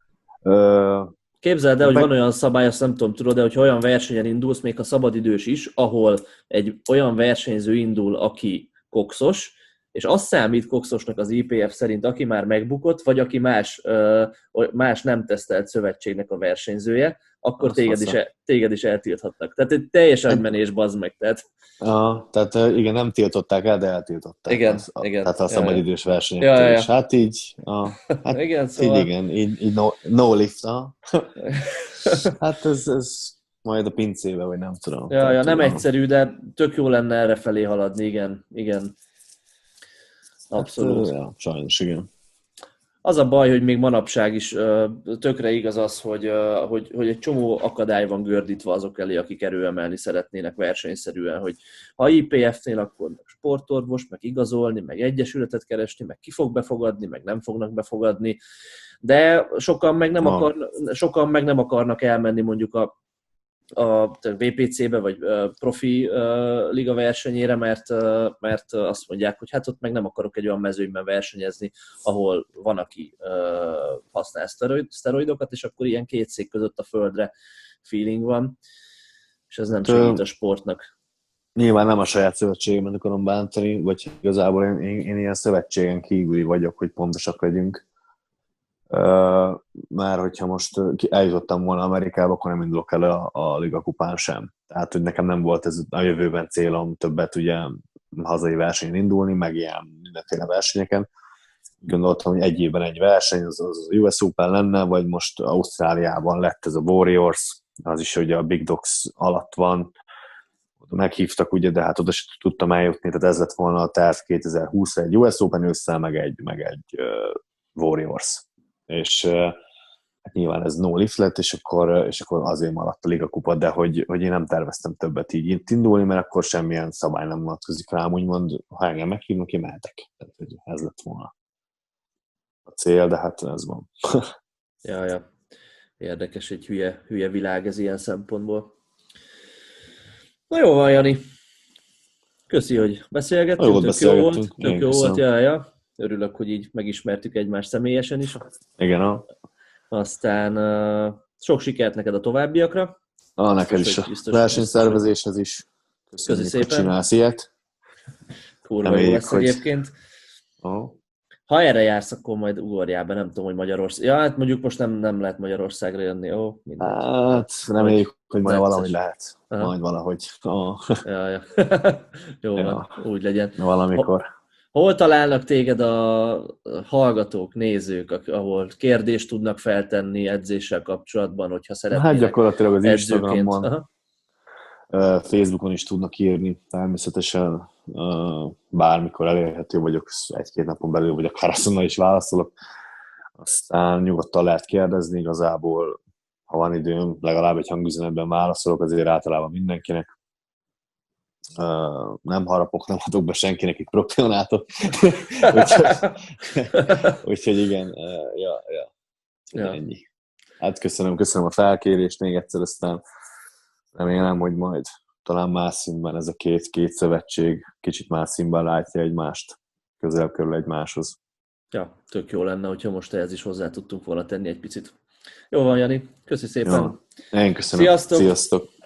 Uh, Képzeld el, hogy van olyan szabály, azt nem tudom, tudod, de hogyha olyan versenyen indulsz, még a szabadidős is, ahol egy olyan versenyző indul, aki kokszos, és azt számít kokszosnak az i pé ef szerint, aki már megbukott, vagy aki más, más nem tesztelt szövetségnek a versenyzője, akkor téged is, el, téged is eltilthatnak. Tehát egy teljes agymenés, bazd meg. Tehát... Ah, tehát igen, nem tiltották el, de eltiltották. Igen, az, igen. Tehát a szabadidős ja, versenyektől ja, ja. is. Hát így, ah, hát igen, szóval... így igen, így, így no, no lift. Ah. Hát ez, ez majd a pincébe, vagy nem tudom. Ja, ja, nem tudom. egyszerű, de tök jó lenne erre felé haladni, igen, igen. Abszolút. Hát, ja, sajnos, igen. Az a baj, hogy még manapság is tökre igaz az, hogy, hogy, hogy egy csomó akadály van gördítve azok elé, akik erőemelni szeretnének versenyszerűen, hogy ha i pé ef-nél, akkor meg sportorvos, meg igazolni, meg egyesületet keresni, meg ki fog befogadni, meg nem fognak befogadni, de sokan meg nem, akar, sokan meg nem akarnak elmenni mondjuk a a vé pé cé-be, vagy profi liga versenyére, mert, mert azt mondják, hogy hát ott meg nem akarok egy olyan mezőnyben versenyezni, ahol van, aki használ szteroidokat, és akkor ilyen két szék között a földre feeling van, és ez nem segít a sportnak. Nyilván nem a saját szövetségemet akarom bántani, vagy igazából én, én, én ilyen szövetségen kívüli vagyok, hogy pontosak legyünk. Uh, már hogyha most eljutottam volna Amerikába, akkor nem indulok el a, a Liga kupán sem. Tehát, hogy nekem nem volt ez a jövőben célom többet ugye hazai versenyen indulni, meg ilyen mindenféle versenyeken. Gondoltam, hogy egy évben egy verseny, az, az a u es Open lenne, vagy most Ausztráliában lett ez a Warriors, az is ugye a Big Dogs alatt van. Oda meghívtak ugye, de hát oda sem tudtam eljutni, tehát ez lett volna a terv kétezer-húszra egy u es Open ősszel, meg egy, meg egy uh, Warriors. És uh, hát nyilván ez no lift lett, és akkor, és akkor azért maradt a Liga kupa, de hogy, hogy én nem terveztem többet így itt indulni, mert akkor semmilyen szabály nem vonatkozik rám, úgymond, ha engem meghívnak, én mehetek. Tehát, hogy ez lett volna a cél, de hát ez van. Ja, ja. Érdekes, egy hülye, hülye világ ez ilyen szempontból. Na jó van, Jani. Köszi, hogy beszélgettünk. Jó, tök jó volt. Tök Én jó köszönöm. volt, ja, ja. Örülök, hogy így megismertük egymást személyesen is. Igen, a... Aztán uh, sok sikert neked a továbbiakra. Ah, neked is a versenyszervezéshez is. Köszönjük, Köszi szépen. hogy csinálsz ilyet. Kurva jó lesz hogy... egyébként. Oh. Ha erre jársz, akkor majd ugorjál be, nem tudom, hogy Magyarország. Ja, hát mondjuk most nem, nem lehet Magyarországra jönni. Ó, mindegy. Hát, reméljük, hogy majd Necces. valahogy lehet. Aha. Majd valahogy. Oh. Ja, ja. Jó ja. van, úgy legyen. Valamikor. Hol találnak téged a hallgatók, nézők, ahol kérdést tudnak feltenni edzéssel kapcsolatban, hogyha szeretnének? Hát gyakorlatilag az edzőként. Instagramon, Aha. Facebookon is tudnak írni, természetesen bármikor elérhető vagyok, egy-két napon belül, vagy akár azonnal is válaszolok. Aztán nyugodtan lehet kérdezni, igazából, ha van időm, legalább egy hangüzenetben válaszolok, azért általában mindenkinek. Uh, nem harapok, nem adok be senkinek egy propionátot. úgyhogy, úgyhogy igen, uh, ja, ja. ja. Ennyi. Hát köszönöm, köszönöm a felkérést még egyszer, aztán remélem, hogy majd talán más színben ez a két, két szövetség kicsit más színben látja egymást, közel körül egymáshoz. Ja, tök jó lenne, hogyha most ehhez is hozzá tudtunk volna tenni egy picit. Jó van, Jani, köszi szépen. Jó. Én köszönöm. Sziasztok! Sziasztok.